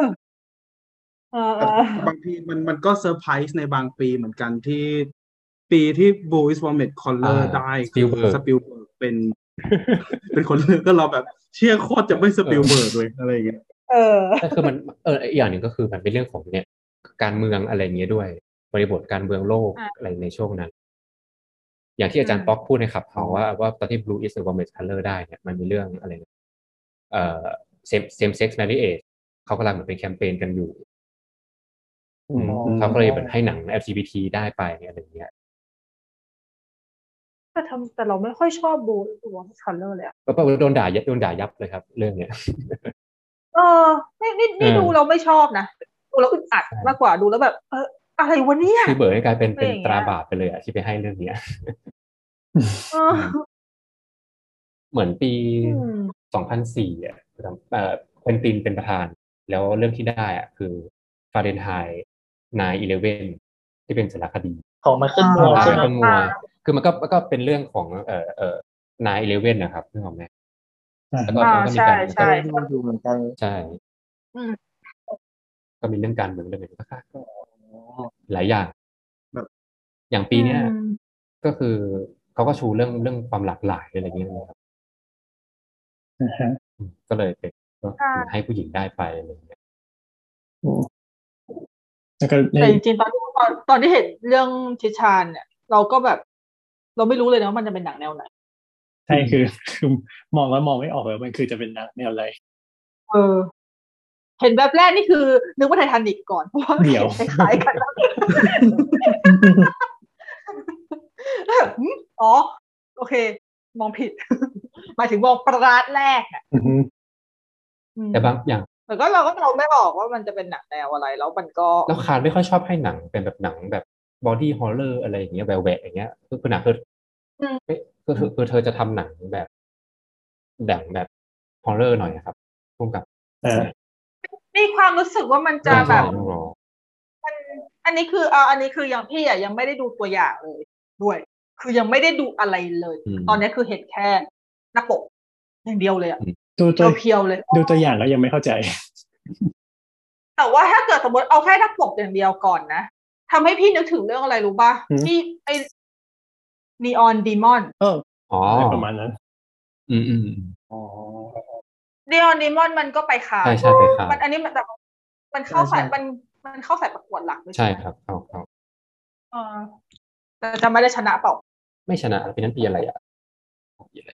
Speaker 5: บางทีมันก็เซอร์ไพรส์ในบางปีเหมือนกันที่ปีที่บูอิสวอร์เมตคอลเลอร์ได้คือสปิลเบิร์กเป็นคนเลือกก็เราแบบเชื่อโคตรจะไม่สปิลเบิร์กเลยอะไรอย่างเงี้ย
Speaker 6: แต่คือมันอีกอย่างหนึ่งก็คือมันเป็นเรื่องของเนี่ยการเมืองอะไรอย่างเงี้ยด้วยบริบทการเมืองโลกอะไรในช่วงนั้นอย่างที่อาจารย์ป๊อกพูดในขับเขาว่าตอนที่ Blue is the warmest color ได้เนี่ยมันมีเรื่องอะไรsame sex marriage เขากำลังเหมือนเป็นแคมเปญกันอยู่เขาก็เลยเหมือนให้หนัง LGBT ได้ไปอะไรอย่างเงี้ย
Speaker 4: แต่เราไม่ค่อยชอบบูตัวคัลเลอร์เลย
Speaker 6: ก็โดนด่ายับเลยครับเรื่องเนี้ย
Speaker 4: นี่ดูเราไม่ชอบนะดูแล้วอึดอัดมากกว่าดูแล้วแบบอะไรวะเนี่ย
Speaker 6: คือเบิร์ดกลายเป็นตราบาปไปเลยอ่ะที่ไปให้เรื่องเนี้ยเหมือนปี2004อ่ะเควินตินเป็นประธานแล้วเรื่องที่ได้อ่ะคือฟาเรนไฮต์9/11ที่เป็นสารคดี
Speaker 3: ของมันขึ้นมัว
Speaker 6: คือมันก็เป็นเรื่องของ9/11นะครับนึกออกไหมแล้วก็มีการ
Speaker 3: ดูเหมือนกัน
Speaker 6: ใช่ก็มีเรื่องการเมืองเรื่องอะไรก็หลายอย่างแบบอย่างปีเนี้ยก็คือเขาก็ชูเรื่องความหลากหลายอะไรอย่างเงี้ยนะครับก็เลยเป็นให้ผู้หญิงได้ไปอะไรอย่างเงี้ย
Speaker 4: แต่จริงๆตอนที่เห็นเรื่องทิชานเนี่ยเราก็แบบเราไม่รู้เลยนะว่ามันจะเป็นหนังแนวไหน
Speaker 2: ใช่คือมองแล้วมองไม่ออกเลยมันคือจะเป็นหนังแนวอะไร
Speaker 4: เห็นแบบแรกนี่คือนึกว่าไททานิคก่อนเพราะว่า
Speaker 2: เดี๋ยว
Speaker 4: คล้ายกันโอเคมองผิดหมายถึงมองประราดแรก
Speaker 6: แต่บางอย่าง
Speaker 4: แต่ก็เราไม่ออกว่ามันจะเป็นหนังแนวอะไรแล้วมันก็
Speaker 6: แล้วคาร์ไม่ค่อยชอบให้หนังเป็นแบบหนังแบบบอดี้ฮอลเลอร์อะไรอย่างเงี้ยแหวกอย่างเงี้ยคือหนังคือเธอจะทำหนังแบบฮอลเลอร์หน่อยนะครับร่วมกับ
Speaker 4: มีความรู้สึกว่ามันจะแบบอันนี้คืออย่างพี่ยังไม่ได้ดูตัวอย่างเลยด้วยคือยังไม่ได้ดูอะไรเลยตอนนี้คือเห็นแค่หน้าปกอย่างเดียวเลยอะ
Speaker 2: ดูตัว
Speaker 4: เพียวๆเลย
Speaker 2: ดูตัวอย่างแล้วยังไม่เข้าใจ
Speaker 4: แต่ว่าถ้าเกิดสมมติเอาแค่หน้าปกอย่างเดียวก่อนนะทำให้พี่นึกถึงเรื่องอะไรรู้ป่ะ
Speaker 2: หืม
Speaker 4: ที่ไอ้ Neon Demon
Speaker 2: อ๋อ
Speaker 6: อ๋อ
Speaker 2: อะไรประมาณนั้น
Speaker 6: อืม
Speaker 2: อ๋อ
Speaker 4: Neon Demon มันก็ไปคาน
Speaker 6: ใช่ไปคาน
Speaker 4: มันอันนี้มันแต่มันเข้าสายมันเข้าสายประกวดหลักเลย
Speaker 6: ใช่
Speaker 4: ไหม
Speaker 6: ครับเขา
Speaker 4: เออแต่จะไม่ได้ชนะเปล่า
Speaker 6: ไม่ชนะปีนั้นปีอะไรอ่ะปีอะไร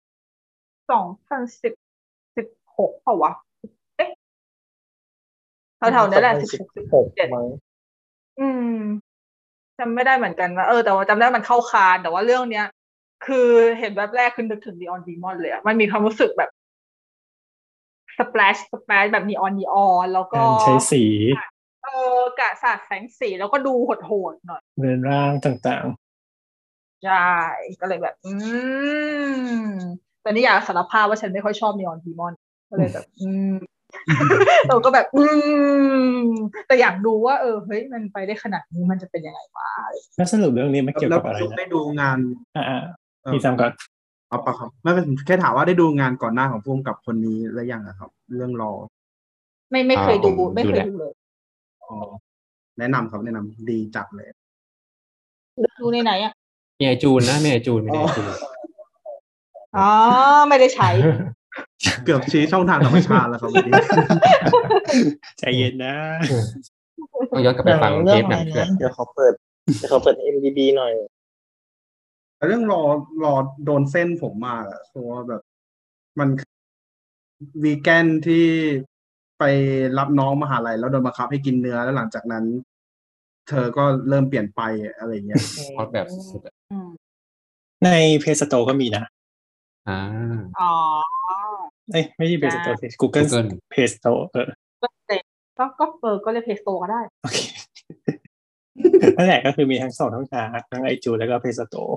Speaker 4: 2016เปล่าวะเอ๊ะแถวๆนี้แหละ16 17
Speaker 3: มั้ง
Speaker 4: อืมจำไม่ได้เหมือนกันว่าแต่ว่าจำได้มันเข้าคานแต่ว่าเรื่องเนี้ย คือเห็นแบบแรกคือนึกถึง Neon Demon เลยอะมันมีความรู้สึกแบบสเปลชแบบนีออนแล้วก็
Speaker 2: การใช้สี
Speaker 4: กะสาดแสงสีแล้วก็ดูโหดๆหน่อย
Speaker 2: เรือนร่างต่าง
Speaker 4: ใช่ก็เลยแบบ แต่นี่อยากสารภาพว่าฉันไม่ค่อยชอบ Neon Demon ก็เลยแบบ เราก็แบบ แต่อยากดูว่าเฮ้ยมันไปได้ขนาดนี้มันจะเป็นยังไงวะ
Speaker 2: ๆแล้วสรุปเรื่องนี้มันเกี่ยว
Speaker 5: แล้ว
Speaker 2: กับอะไรนะ
Speaker 5: ได้ดูงาน
Speaker 2: พี่จำก่อน
Speaker 5: เอาปะครับไม่เป็นแค่ถามว่าได้ดูงานก่อนหน้าของผู้กำกับคนนี้แล้วยังอะครับ เรื่องรอ
Speaker 4: ไม่เคยดู
Speaker 6: ผม
Speaker 4: ไม่เคย
Speaker 6: ดู
Speaker 4: ดู
Speaker 6: แหละ
Speaker 4: เลย
Speaker 5: อ๋อแนะนำครับแนะนำดีจัดเลย
Speaker 4: ดูในไหนอ่ะ
Speaker 6: มีไอจูนนะมีไอจูนมีไอจูน
Speaker 4: อ๋อไม่ได้ใช้
Speaker 5: เกือบชี้ช่องทางธรรมชาติแล้วครับวันนี้
Speaker 2: ใจเย็นนะ
Speaker 6: ต้องย้อนกลับไปฟังเทปหนังเถื่อน
Speaker 3: เดี๋ยวเขาเปิดMDB หน่อย
Speaker 5: แต่เรื่องรอโดนเส้นผมมากอะเพราะว่าแบบมันวีแกนที่ไปรับน้องมหาลัยแล้วโดนบังคับให้กินเนื้อแล้วหลังจากนั้น เธอก็เริ่มเปลี่ยนไปอะไรเงี้ย
Speaker 6: พอดแบบสุดอะ
Speaker 2: ในเพจสโตร์ก็มีนะ
Speaker 6: อ่า
Speaker 4: อ๋อ
Speaker 2: ไม่ใช่เพจสโตร์สิ Google
Speaker 6: Google
Speaker 2: เพจสโตร์
Speaker 4: ก็เลยก็เลยเพจโตก็ได้
Speaker 2: โอเค นั่นแหละก็คือมีทั้งสองช่องทางทั้งไอจูแล้วก็เพจสโตร์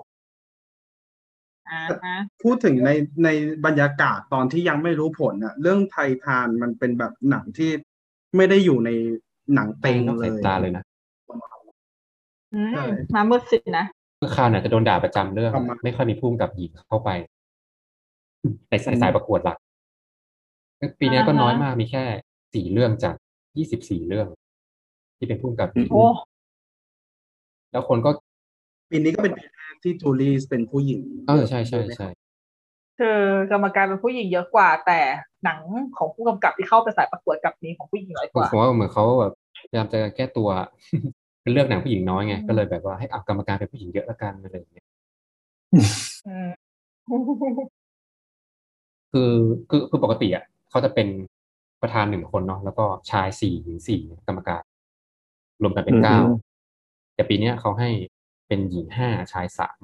Speaker 5: พูดถึงในบรรยากาศตอนที่ยังไม่รู้ผลอะเรื่องไททานมันเป็นแบบหนังที่ไม่ได้อยู่ในหนังเต็ง
Speaker 6: ต้อง
Speaker 5: เล
Speaker 6: ใส่
Speaker 5: ย
Speaker 6: ตาเลยนะ
Speaker 5: ใช่
Speaker 4: มามืดสินะ
Speaker 6: เมื่อคราวเนี่ยจะโดนด่าประจำเรื่อง
Speaker 5: ประมาณ
Speaker 6: ไม่ค่อยมีผู้กำกับหญิงเข้าไปในสายประกวดหลักปีนี้ก็น้อยมากมีแค่4 เรื่องจาก24 เรื่อง ที่เป็นผู้กำกับหญิง
Speaker 4: โอ้
Speaker 6: แล้วคนก็
Speaker 5: ปีนี้ก็เป็นปีแรกที่จูลี่เป็นผู้หญิง
Speaker 6: ใช่ใช่ใช่
Speaker 4: คือกรรมการเป็นผู้หญิงเยอะกว่า แต่หนังของผู้กำกับที่เข้าไปสายประกวดกับนี้ของผู้หญิงน้อยกว่า
Speaker 6: ผมว่าเหมือนเขาแบบพยายามจะแก้ตัว เป็นเลือกหนังผู้หญิงน้อยไงก็เลยแบบว่าให้เอากรรมการเป็นผู้หญิงเยอะละกันอะไรอย่างเงี้ย
Speaker 4: อืม
Speaker 6: คือปกติอ่ะเขาจะเป็นประธาน1 คนเนาะแล้วก็ชาย4 หญิง 4กรรมการ รวมกันเป็น 9แต่ปีเนี้ยเขาให้เป็นหญิง5ชาย3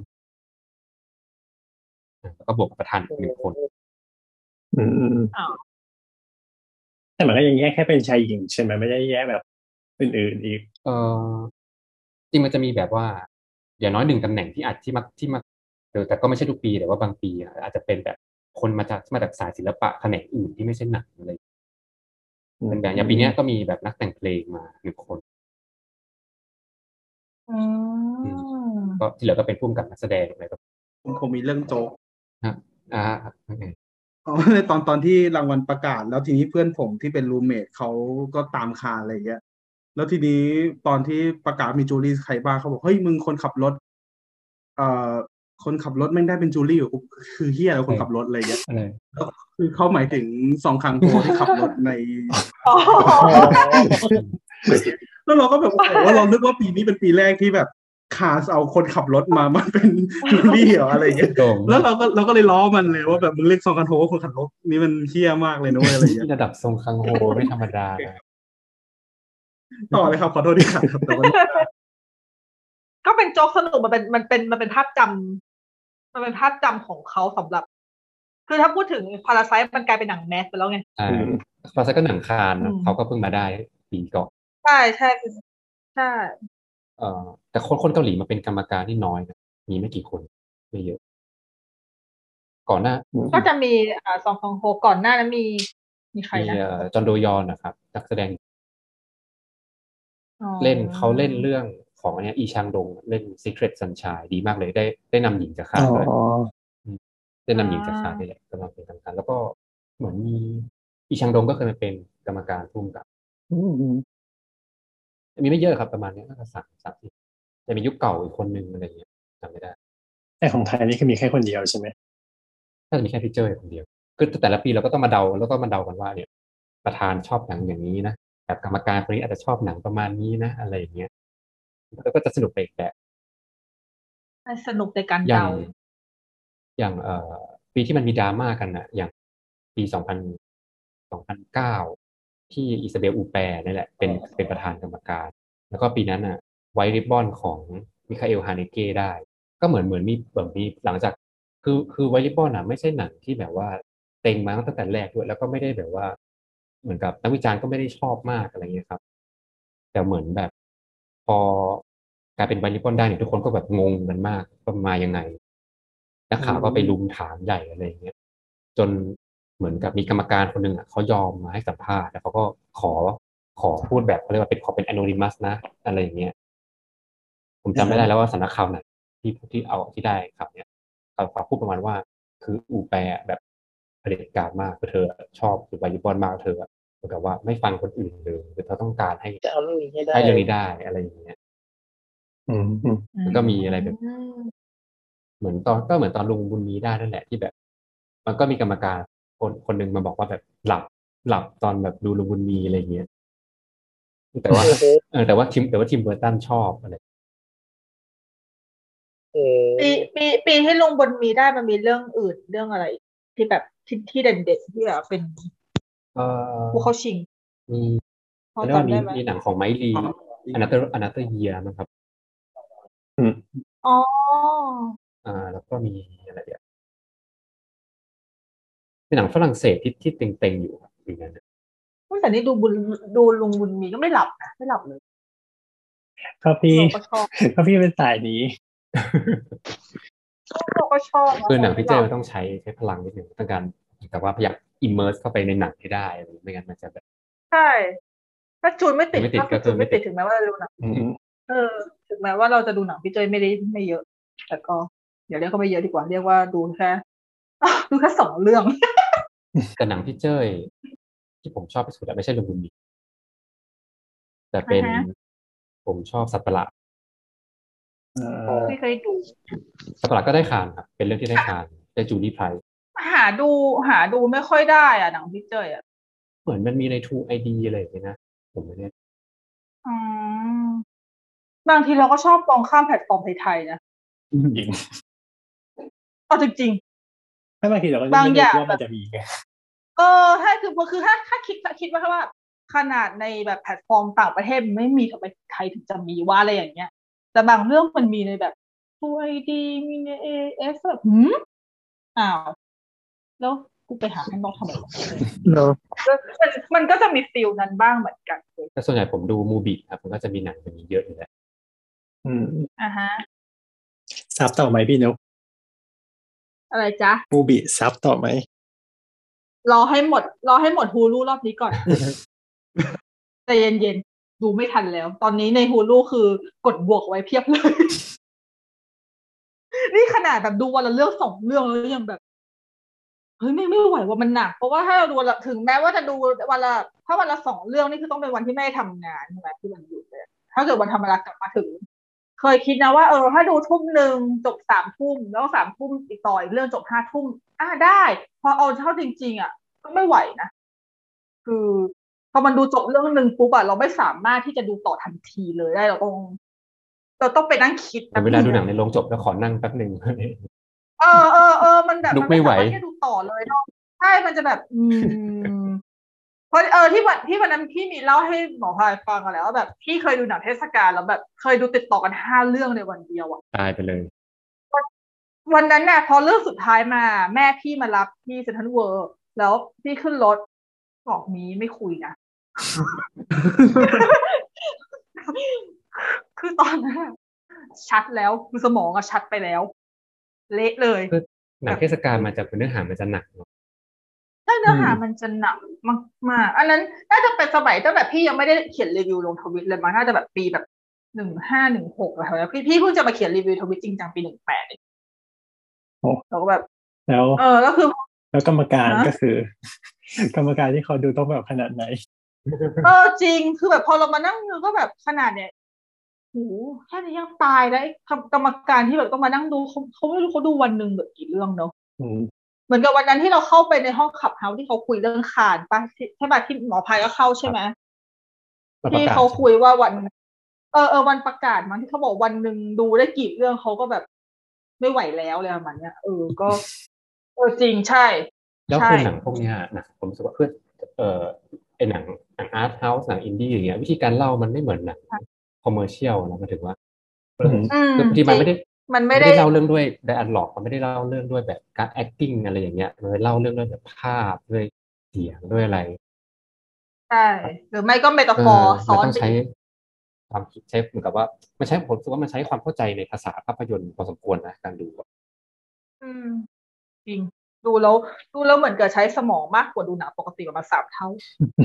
Speaker 6: แล้วก็บวกกับประธานอีก1 คน
Speaker 4: อ้าว
Speaker 2: แต่มันก็ยังแยกแค่เป็นชายหญิงใช่ไหมไม่ได้แยกแบบอื่นๆอีก
Speaker 6: เออจริงมันจะมีแบบว่าอย่างน้อย1 ตำแหน่งที่อาจที่มาแต่ก็ไม่ใช่ทุกปีแต่ว่าบางปีอาจจะเป็นแบบคนมาจากสายศิลปะแขนงอื่นที่ไม่ใช่หนังอะไรเป็นแบบอย่างปีเนี้ยก็มีแบบนักแต่งเพลงมา1 คน
Speaker 4: อืม
Speaker 6: ก็ที่เหลือก็เป็นผู้กำกับนักแสดงอะไรแบบ
Speaker 5: คงมีเรื่องโจ๊ก
Speaker 6: โอเค
Speaker 5: ในตอนที่รางวัลประกาศแล้วทีนี้เพื่อนผมที่เป็นรูมเมทเขาก็ตามคานอะไรอย่างเงี้ยแล้วทีนี้ตอนที่ประกาศมีจูลี่ใครบ้างเขาบอกเฮ้ยมึงคนขับรถคนขับรถแม่งได้เป็นจูลี่อยู่คือเฮียแล้วคนขับรถอะไรอย่างเงี้ย
Speaker 6: อะไร
Speaker 5: แล้วคือเขาหมายถึงซองคังโฮที่ขับรถใน
Speaker 4: อ๋อ
Speaker 5: แล้วเราก็แบบโอ้โหเรานึกว่าปีนี้เป็นปีแรกที่แบบคาสเอาคนขับรถมาเป็นจูลี่เหรออะไรอย่างเงี้ย
Speaker 6: โด่ง
Speaker 5: แล้วเราก็เลยล้อมันเลยว่าแบบมึงเรียกซองคังโฮว่าคนขับรถนี่มันเฮี้ยมากเลยนะเว้ยอะไรอย่างเงี้ย
Speaker 6: ที่ระดับทรงคังโฮไม่ธรรมดานะ
Speaker 5: ต่อเลยครับขอโทษที่ขัดครับแต่ว่า
Speaker 4: ก็เป็นโจ๊กสนุกมันเป็นภาพจำมันเป็นภาพจำของเขาสำหรับ คือถ้าพูดถึงพาราไซต์มันกลายเป็นหนังแมสไปแล้วไง
Speaker 6: ใช่พอสักก็หนังคานนะ
Speaker 4: อืม
Speaker 6: เขาก็เพิ่งมาได้ปีก่อน
Speaker 4: ใช่ใช่ใช่
Speaker 6: แต่คนเกาหลีมาเป็นกรรมการที่น้อยนะมีไม่กี่คนไม่เยอะ ก่อนหน้า
Speaker 4: ก็จะมีซองฟองโฮก่อนหน้านั้นมีใคร
Speaker 6: มี
Speaker 4: นะ
Speaker 6: จอห์นโดยอนนะครับนักแสดง
Speaker 4: อ๋อ
Speaker 6: เขาเล่นเรื่องของอันเนี้ยอีชางดงเล่น Secret Sunshine ดีมากเลยได้นำหญิงจากค่ายด้วยเส้นนำหญิงจากชาตินี่แหละก็มาเป็นกรรมการแล้วก็เหมือนมีอีชังดงก็เคยมาเป็นกรรมการร่วมกับมีไม่เยอะครับประมาณนี้ก็สามสิบจะมียุคเก่าอีกคนนึงอะไรอย่างเงี้ยจำไม่ได้
Speaker 2: แต่ของไทยนี่คือมีแค่คนเดียวใช่ไหม
Speaker 6: น่าจะมีแค่พี่เจ้ยคนเดียวคือแต่ละปีเราก็ต้องมาเดาแล้วก็มาเดากันว่าเนี่ยประธานชอบหนังอย่างนี้นะแบบกรรมการคนนี้อาจจะชอบหนังประมาณนี้นะอะไรอย่างเงี้ยแล้วก็จะสนุกไปอีกแบบ
Speaker 4: สนุกในการ
Speaker 6: อย่าง
Speaker 4: เดา
Speaker 6: อย่างปีที่มันมีดราม่ากันนะอย่างปี2009ที่อิซาเบลอูแปร์นี่แหละเป็นประธานกรรมการแล้วก็ปีนั้นอ่ะไวท์ริบบอนของมิคาเอลฮาเนเก้ได้ก็เหมือนมีหลังจากคือไวท์ริบบอนอ่ะไม่ใช่หนังที่แบบว่าเต็งมาตั้งแต่แรกด้วยแล้วก็ไม่ได้แบบว่าเหมือนกับนักวิจารณ์ก็ไม่ได้ชอบมากอะไรเงี้ยครับแต่เหมือนแบบพอกลายเป็นไวท์ริบบอนได้เนี่ยทุกคนก็แบบงงกันมากว่ามายังไง นักข่าวก็ไปรุมถามใหญ่อะไรอย่างเงี้ยจนเหมือนกับมีกรรมการคนหนึ่งอ่ะเขายอมมาให้สัมภาษณ์แล้วเขาก็ขอพูดแบบเขาเรียกว่าเป็นขอเป็น anonymous นะอะไรอย่างเงี้ยผมจำไม่ได้แล้วว่าสำนักข่าวไหนที่เอาที่ได้ข่าวเนี้ยเขาพูดประมาณว่าคืออูแปะแบบเผด็จการมากคือเธอชอบหรือวายบอลมากเธอเหมือนกับว่าไม่ฟังคนอื่นเลยคือเธอต้องการให้
Speaker 3: จะเอาเรื่องนี้ให้ได้
Speaker 6: ให้เรื่องนี้ได้อะไรอย่างเงี้ยมันก็มีอะไรแบบ
Speaker 4: อืม
Speaker 6: เหมือนตอนลุงบุญมีได้นั่นแหละที่แบบมันก็มีกรรมการคนหนึ่งมาบอกว่าแบบหลับตอนแบบดูลุงบุญมีอะไรอย่างเงี้ยแต่ว่าแต่ว่าทีมเบอร์ตันชอบอะไร
Speaker 4: ปีที่ลงบนมีได้มันมีเรื่องอื่นเรื่องอะไร ที่แบบที่เด่นๆที่แบบเป็น
Speaker 6: เอ่
Speaker 4: ผู้
Speaker 6: อ
Speaker 4: เข้าชิง
Speaker 6: มี
Speaker 4: พอ
Speaker 6: เรียกว่ามี
Speaker 4: จำได้ไหม
Speaker 6: มีหนังของไมค์ลีอนาเตอร์เยียมั้งครับ
Speaker 4: อ๋อ
Speaker 6: แล้วก็มีอะไรเดียวเป็นหนังฝรั่งเศสที่เต็งๆอยู่ครับปีนั้น
Speaker 4: แต่นี่ดูลุงบุญมีก็ไม่หลับนะไม่หลับเลย
Speaker 2: ก็พี่
Speaker 4: เราก็ชอบ
Speaker 2: ก็พี่เป็นสายนี้
Speaker 4: เราก็ชอบนะ
Speaker 6: คือหนัง
Speaker 4: ไม่
Speaker 6: พี่
Speaker 4: หลับ
Speaker 6: เจ้มันต้องใช้พลังนิดหนึ่งต้องการแต่ว่าพยายามอิมเมอร์สเข้าไปในหนังให้ได้อะไรไม่งั้นมันจะแบบ
Speaker 4: ใช่ถ้าจูนไม่ติด
Speaker 6: ไม่ติด
Speaker 4: ถ้าคือจูนไม่ติดถึงแม้ว่าจะดูหนังถึงแม้ว่าเราจะดูหนังพี่เจยไม่เยอะ แต่ก็อย่าเรียกเขาไม่เยอะดีกว่าเรียกว่าดูแค่ดูแค่2 เรื่อง
Speaker 6: แต่หนังพี่เจ้ยที่ผมชอบที่สุดไม่ใช่ลุงบุญมีแต่เป็นผมชอบสัตว์ประหลาด
Speaker 4: ไม่เคยดู
Speaker 6: สัตว์ประหลาดก็ได้คานครับเป็นเรื่องที่ได้คานได้จูลี่ไพรส์
Speaker 4: หาดูไม่ค่อยได้อ่ะหนังพี่เจยอ่ะ
Speaker 6: เหมือนมันมีใน True ID อะไรอย่างเงี้ยนะผมไม่แน่
Speaker 4: อืมบางทีเราก็ชอบมองข้ามแพลตฟอร์มไทยๆนะ
Speaker 2: จริง
Speaker 4: เอาจริง
Speaker 2: ไม่บางทีเราก็
Speaker 4: บาง
Speaker 2: ไม่
Speaker 4: อย่าง
Speaker 2: รู้ว่ามันจะมีไง
Speaker 4: ใช่คือถ้าคิดว่าขนาดในแบบแพลตฟอร์มต่างประเทศไม่มีทำไมไทยถึงจะมีว่าอะไรอย่างเงี้ยแต่บางเรื่องมันมีในแบบตัวไอดีมีในASแบบอ้าวแล้วกูไปหาข้างนอกทำไมวะ
Speaker 3: เนอะ
Speaker 4: มันก็จะมีฟีลนั้นบ้างเหมือนกัน
Speaker 6: แต่ส่วนใหญ่ผมดูมูบิครับมันก็จะมีหนังแบบนี้เยอะอยู่แล้ว
Speaker 4: ฮะ
Speaker 2: ซับต่อไหมพี่นก
Speaker 4: อะไรจ๊ะ
Speaker 2: มูบิซับต่อไหม
Speaker 4: รอให้หมดฮูลูรอบนี้ก่อน ใจเย็นๆดูไม่ทันแล้วตอนนี้ในฮูลูคือกดบวกไว้เพียบเลย นี่ขนาดแบบดูวันละเรื่อง2 เรื่องแล้วยังแบบเฮ้ยไม่ไหวว่ามันหนักเพราะว่าถ้าเราดูถึงแม้ว่าจะดูวันละถ้าวันละ2 เรื่องนี่คือต้องเป็นวันที่ไม่ได้ทำงานใช่ไหมที่มันหยุดเลยถ้าเกิดวันธรรมดากลับมาถึงเคยคิดนะว่าถ้าดู1 ทุ่มจบ3 ทุ่มแล้ว3 ทุ่มอีกต่ออีกเรื่องจบ5 ทุ่มได้พอเอาเท่าจริงๆก็ไม่ไหวนะคือพอมันดูจบเรื่องนึงปุ๊บเราไม่สามารถที่จะดูต่อทันทีเลยได้เราต้องไปนั่งคิด
Speaker 6: เวลาดูหนังในโรงจบแล้วขอนั่งแป๊บหนึ่ง
Speaker 4: มันแบบ
Speaker 6: ลุกไม่ไหว
Speaker 4: มันไม่สามารถที่จะดูต่อเลยเนาะใช่มันจะแบบเพราะที่วันนั้นพี่มีเล่าให้หมอพายฟังกันแล้วว่าแบบพี่เคยดูหนังเทศกาลแล้วแบบเคยดูติดต่อกัน5 เรื่องในวันเดียว
Speaker 6: ตายไปเลย
Speaker 4: วันนั้นน่ะพอเรื่องสุดท้ายมาแม่พี่มารับที่เซ็นทรัลเวิลด์แล้วพี่ขึ้นรถบอกมีไม่คุยนะ คือตอนนั้นชัดแล้วคือสมองชัดไปแล้วเละเลย
Speaker 6: คือหนังเทศกาลมันจะเป็นเนื้อหามันจะหนักเนาะ
Speaker 4: ใช่เนื้อหามันจะหนักมากอันนั้นน่าจะเป็นสมัยตั้งแต่พี่ยังไม่ได้เขียนรีวิวลงทวิตเลยมั้งน่าจะแบบปีแบบ15 16อะไรพี่เพิ่งจะมาเขียนรีวิวทวิตจริงจังปี18เองแล้วก็แบบ
Speaker 2: แล้ว
Speaker 4: แล้วคือ
Speaker 2: แล้วกรรมการก็คือ กรรมการที่เขาดูต้องแบบขนาดไหน
Speaker 4: จริงคือแบบพอเรามานั่งดูก็แบบขนาดเนี้ยโหแค่นี้ยังตายแล้วกรรมการที่แบบต้องมานั่งดูเขาไม่รู้เขาดูวันหนึ่งแบบกี่เรื่องเนาะเหมือนกับวันนั้นที่เราเข้าไปในห้องขับเฮาส์ที่เขาคุยเรื่องคานป่ะใช่ป่ะที่หมอพายก็เข้าใช่ไหมที่เขาคุยว่าวันวันประกาศมั้งที่เขาบอกวันหนึ่งดูได้กี่เรื่องเขาก็แบบไม่ไหวแล้วเลยประมาณเนี้ยก็จริงใช่
Speaker 6: แล้วคือหนังพวกเนี้ยนะผมรู้สึกว่าเพื่อไอหนังอาร์ตเฮาส์หนังอินดี้อย่างเงี้ยวิธีการเล่ามันไม่เหมือนหนังคอมเมอร์เชียลนะหมายถึงว่าคือบางทีมันไม่ได้เล่าเรื่องด้วยไดอะล็อกมันไม่ได้เล่าเรื่องด้วยแบบการ acting อะไรอย่างเงี้ยมันเล่าเรื่องด้วยแบบภาพด้วยเสียงด้วยอะไร
Speaker 4: ใช่หรือไม่ก็เมตาฟอร์ซ้อน
Speaker 6: ต้องใช้ความคิดใช้เหมือนกับว่ามันใช้ผมรู้สึกว่ามันใช้ความเข้าใจในภาษาภาพยนตร์พอสมควรนะการดู
Speaker 4: จริงดูแล้วเหมือนกับใช้สมองมากกว่าดูหนังปกติประมาณ3 เท่า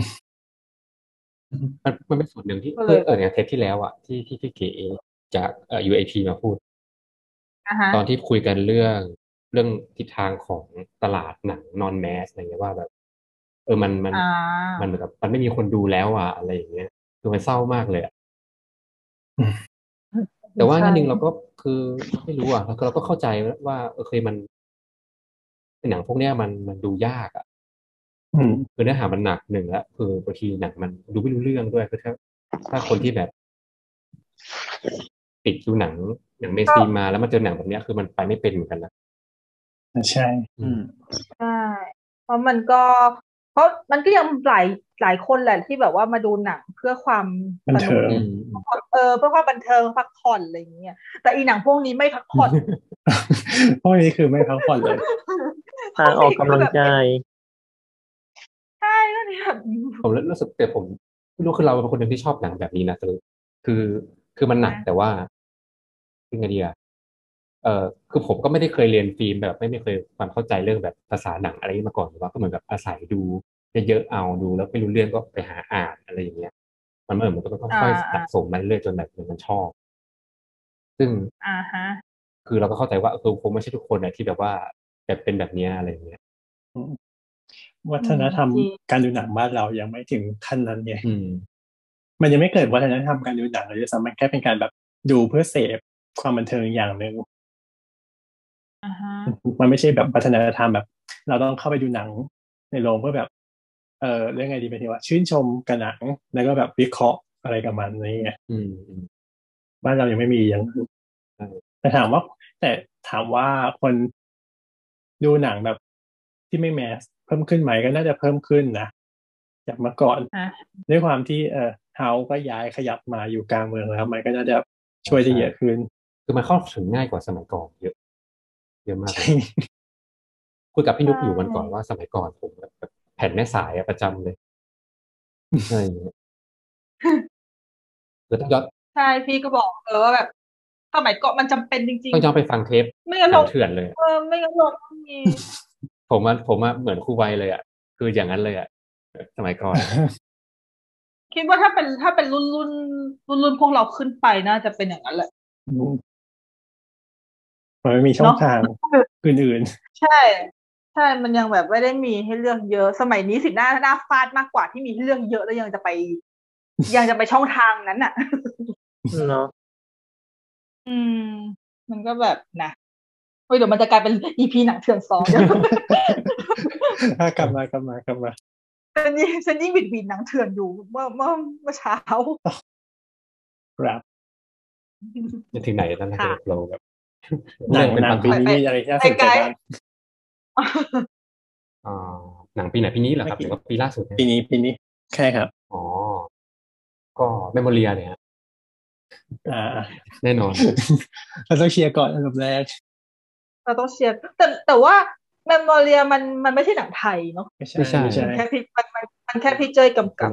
Speaker 6: มันเป็นส่วนหนึ่งที่เนี่ยเทปที่แล้วอ่ะที่พี่เก๋จากUAP มาพูดตอนที่คุยกันเรื่องทิศทางของตลาดหนังนอนแมสอะไรเงี้ยว่าแบบมันเหมือนกับมันไม่มีคนดูแล้วอ่ะอะไรอย่างเงี้ยคือมันเศร้ามากเลยแต่ว่านั่นนึงเราก็คือไม่รู้อ่ะเราก็เข้าใจว่าเคยมันหนังพวกเนี้ยมันดูยากอ่ะคือเนื้อหามันหนักหนึ่งแล้วคือบางทีหนังมันดูไม่รู้เรื่องด้วยคือถ้าคนที่แบบติดดูหนังเมนสตรีมมาแล้วมาเจอหนังแบบนี้คือมันไปไม่เป็นเหมือนกันนะ
Speaker 2: ใช่
Speaker 4: ใช่เพราะมันก็ยังหลายคนแหละที่แบบว่ามาดูหนังเพื่อความ
Speaker 2: บันเทิง
Speaker 4: เพื่อความบันเทิงพักผ่อนอะไรอย่างเงี้ยแต่อีหนังพวกนี้ไม่พักผ่อน
Speaker 2: พวกนี้คือไม่พักผ่อนเลย
Speaker 3: ทางออกกำลังใจ
Speaker 4: ใช่ก็เนี่ย
Speaker 6: ผมรู้สึกแต่ผมไม่รู้คือเราเป็นคนหนึ่งที่ชอบหนังแบบนี้นะคือมันหนักแต่ว่าเป็นไงดีอะคือผมก็ไม่ได้เคยเรียนฟิล์มแบบไม่เคยความเข้าใจเรื่องแบบภาษาหนังอะไรมาก่อนหรือว่าก็เหมือนแบบอาศัยดูเยอะๆเอาดูแล้วไม่รู้เรื่องก็ไปหาอ่านอะไรอย่างเงี้ยมันเหมือนก็ค่อยๆสะสมมันเรื่อยจนแบบมันชอบซึ่งคือเราก็เข้าใจว่าคงไม่ใช่ทุกคนที่แบบว่าแบบเป็นแบบนี้อะไรอย่างเงี้ย
Speaker 2: วัฒนธรรมการดูหนังบ้านเรายังไม่ถึงขั้นนั้นไงมันยังไม่เกิดวัฒนธรรมการดูหนังเลยซ้ำมันแค่เป็นการแบบดูเพื่อเสพความบันเทิงอย่างหนึ่งมันไม่ใช่แบบวัฒนธรรมแบบเราต้องเข้าไปดูหนังในโรงเพื่อแบบเรื่องไงดีไปทีว่าชื่นชมกับหนังแล้วก็แบบวิเคราะห์อะไรกับมันอะไรเงี้ยบ้านเรายังไม่มีอย่างนั้นแต่ถามว่าคนดูหนังแบบที่ไม่แมสเพิ่มขึ้นไหมก็น่าจะเพิ่มขึ้นนะจากเมื่อก่อนด้วยความที่เฮาก็ย้ายขยับมาอยู่กลางเมืองแล้วมันก็น่าจะช่วยได้เยอะขึ้น
Speaker 6: คือมันเข้าถึงง่ายกว่าสมัยก่อนเยอะมากเลยคุยกับพี่นุ๊กอยู่วันก่อนว่าสมัยก่อนผมแบบแผ่นแม่สายประจำเลยใช่แล้วต้องย้อน
Speaker 4: ใช่พี่ก็บอกว่าแบบสมัยก่อนมันจำเป็นจริงๆ
Speaker 6: ต้องย้อนไปฟังเทป
Speaker 4: ไม่งั้น
Speaker 6: เราเถื่อนเลย
Speaker 4: ไม่งั้นเรามี
Speaker 6: ผมเหมือนครูไวเลยอ่ะคืออย่างนั้นเลยอ่ะสมัยก่อน
Speaker 4: คิดว่าถ้าเป็นรุ่นพวกเราขึ้นไปน่าจะเป็นอย่างนั้นแหละ
Speaker 2: มันไม่มีช่องทางอื่น
Speaker 4: ๆใช่มันยังแบบไม่ได้มีให้เลือกเยอะสมัยนี้สิหน้าฟาดมากกว่าที่มีให้เลือกเยอะแล้วยังจะไปช่องทางนั้นอ่ะ
Speaker 3: เนาะ
Speaker 4: มันก็แบบนะเดี๋ยวมันจะกลายเป็น EP หนังเถื่อน2
Speaker 2: กลับมา
Speaker 4: ฉันยิ่งบิดหนังเถื่อนอยู่เมื่อเช้า
Speaker 2: ครับ
Speaker 6: จะถึงไหนนั่นนะเราแบบ
Speaker 2: หนังปีนี้มีอะไรที่น่าสนใจบ้าง
Speaker 6: หนังปีไหนปีนี้เหรอครับหรือว่าปีล่าสุด
Speaker 2: ปีนี้ใช่ครับ
Speaker 6: ก็เมโมเรียเนี่ยแน่นอน
Speaker 2: เราต้องเชียร์ก่อนอันดับแรก
Speaker 4: เราต้องเชียร์แต่ว่าเมมโมเรียมันไม่ใช่หนังไทยเนาะ
Speaker 2: ไม่ใช่
Speaker 4: มันแค่พี่เจยกำกับ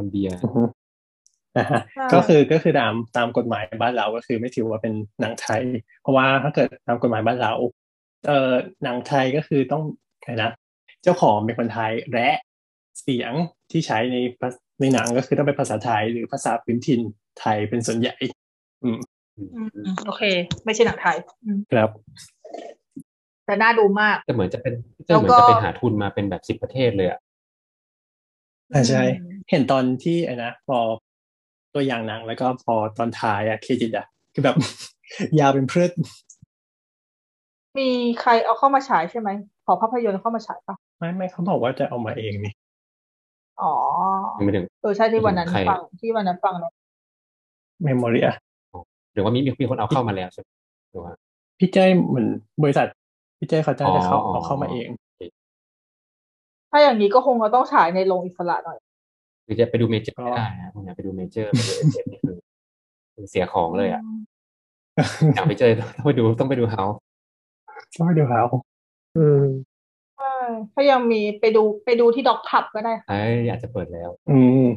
Speaker 2: ก็คือตามกฎหมายบ้านเราก็คือไม่ถือว่าเป็นหนังไทยเพราะว่าถ้าเกิดตามกฎหมายบ้านเราหนังไทยก็คือต้องไงนะเจ้าของเป็นคนไทยและเสียงที่ใช้ในหนังก็คือต้องเป็นภาษาไทยหรือภาษาพื้นถิ่นไทยเป็นส่วนใหญ่
Speaker 4: โอเคไม่ใช่หนังไทย
Speaker 2: ครับ
Speaker 4: แต่น่าดูมาก
Speaker 6: แต่เหมือนจะเป็น
Speaker 4: แล้วก็
Speaker 6: หาทุนมาเป็นแบบ10 ประเทศเลยอ่ะ
Speaker 2: ใช่เห็นตอนที่นะพอตัวอย่างหนังแล้วก็พอตอนท้ายอะเครดิตอะคือแบบ ยาวเป็นพืช
Speaker 4: มีใครเอาเข้ามาฉายใช่ไหมขอภาพยนตร์เข้ามาฉายปะ
Speaker 2: ไม่เขาบอกว่าจะเอามาเองนี่
Speaker 4: อ๋อ
Speaker 6: ไม่ถึง
Speaker 4: ใช่ที่วันนั้น
Speaker 6: ใคร
Speaker 4: ฟังเนาะ
Speaker 2: เมมโมรีอะ
Speaker 6: หรือว่ามีคนเอาเข้ามาแล้วใช่ไหมหรือว่า
Speaker 2: พี่เจ้เหมือนบริษัทพี่เจ้เขาจะ
Speaker 6: อ๋อ
Speaker 2: ได้เขา
Speaker 6: อ๋อ
Speaker 2: เอาเข้ามาเอง
Speaker 4: ถ้าอย่างนี้ก็คงจะต้องฉายในโรงอิสระหน่อย
Speaker 6: หรือจะไปดูเมเจอร์
Speaker 2: ก็
Speaker 6: ไม่ได้นะพวกนี้ไปดูเมเจอร์ไปดูSF นี่คือเสียของเลยอ่ะอยากไปเจอต้องไปดูเฮาส์
Speaker 2: ก็ไปดูเขา
Speaker 4: ใช่ถ้ายังมีไปดูที่ด็อกพับก็ได้
Speaker 6: อาจจะเปิดแล้ว
Speaker 2: อืม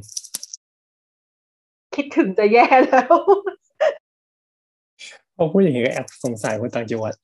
Speaker 4: คิดถึงจะแย่แล้ว
Speaker 2: พอพูดอย่างนี้ก็แอบสงสัยคนต่างจังหวัด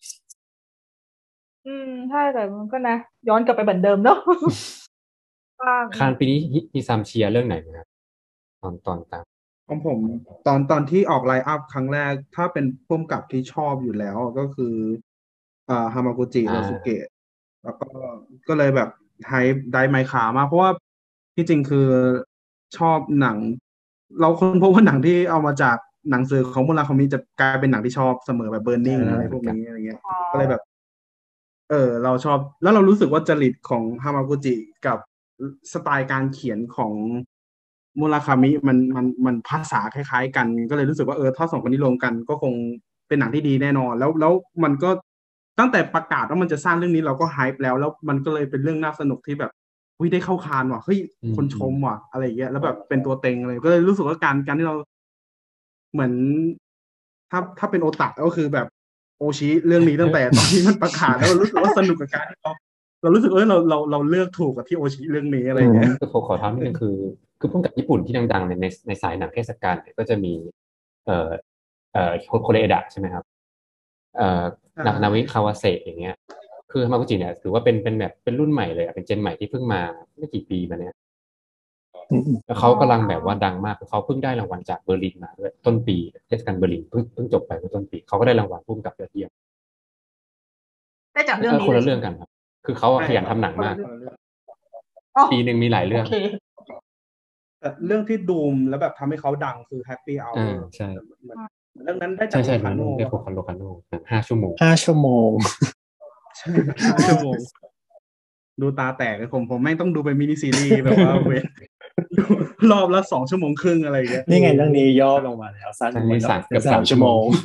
Speaker 4: ใช่แต่มันก็นะย้อนกลับไปเหมือนเดิมเนาะ
Speaker 6: คานปีนี้มีซัมเชียร์เรื่องไหนไหมครับตอนตาม
Speaker 5: ของผมตอนที่ออกไลน์อัพครั้งแรกถ้าเป็นผู้กำกับที่ชอบอยู่แล้วก็คือฮามากุจิโรสุเกะแล้วก็เลยแบบไฮได้ไมค์ขามากเพราะว่าที่จริงคือชอบหนัง เราค้นพบว่าหนังที่เอามาจากหนังสือของมุราคามิจะกลายเป็นหนังที่ชอบเสมอแบบเบิร์นนิ่งอะไรพวกนี้อะไรเงี้ยก็เลยแบบ เราชอบแล้วเรารู้สึกว่าจริตของฮามากุจิกับสไตล์การเขียนของมุราคามิมันภาษาคล้ายๆกันก็เลยรู้สึกว่าถ้าสองคนนี้รวมกันก็คงเป็นหนังที่ดีแน่นอนแล้วมันก็ตั้งแต่ประกาศว่ามันจะสร้างเรื่องนี้เราก็ไฮป์แล้วมันก็เลยเป็นเรื่องน่าสนุกที่แบบได้เข้าคานว่ะเฮ้ยคนชมว่ะอะไรอย่างเงี้ยแล้วแบบเป็นตัวเต็งเลยก็เลยรู้สึกว่าการที่เราเหมือนถ้าเป็นโอตาก็คือแบบโอชิเรื่องนี้ตั้งแต่ตอนที่มันประกาศแล้วเรารู้สึกว่าสนุกกับการที่เรารู้สึกว่าเราเลือกถูกกับที่โอชิเรื่องนี้อะไรอย่างเงี้ย
Speaker 6: คือขอถามนิดนึงคือพวกกับญี่ปุ่นที่ดังๆในสายหนังเทศกาลเนี่ยก็จะมีเอ่อโคเรเอดะใช่ไหมครับนาวิคาวาเซะอย่างเงี้ยคือฮามากุจิเนี่ยถือว่าเป็นแบบเป็นรุ่นใหม่เลยเป็นเจนใหม่ที่เพิ่งมาไม่กี่ปีมาเนี้ยแล้วเขากำลังแบบว่าดังมากเขาเพิ่งได้รางวัลจากเบอร์ลินมาด้วยต้นปีเทศกาลเบอร์ลินเพิ่งจบไปเมื่อต้นปีเขาก็ได้รางวัลผู้กำกับยอดเยี่ยม
Speaker 4: ได้จากเรื่องนี้
Speaker 6: คน
Speaker 4: เลย
Speaker 6: ละเรื่องกันครับคือเขาขยันทำหนังมากปีหนึ่งมีหลายเรื่อง
Speaker 5: แต่เรื่องที่ดูมแล้วแบบทำให้เขาดังคือ Happy Hour
Speaker 6: ใช่
Speaker 5: เรื่องนั้นได้จาก
Speaker 6: ใช่
Speaker 5: โลคาโน่
Speaker 6: ได้โคคาโน่5 ชั่วโมง
Speaker 2: 5 ชั่วโมง
Speaker 5: ใช่5 ชั่วโมงดูตาแตกเลยผมไม่ต้องดูเป็นมินิซีรีส์แบบว่าเว้นรอบละ2 ชั่วโมงครึ่งอะไรอย่างเงี้ย
Speaker 2: นี่ไงเรื่องนี้ย่อลงมาแล้วสั้นลงมา
Speaker 6: เกือบ
Speaker 2: 3 ชั่วโมง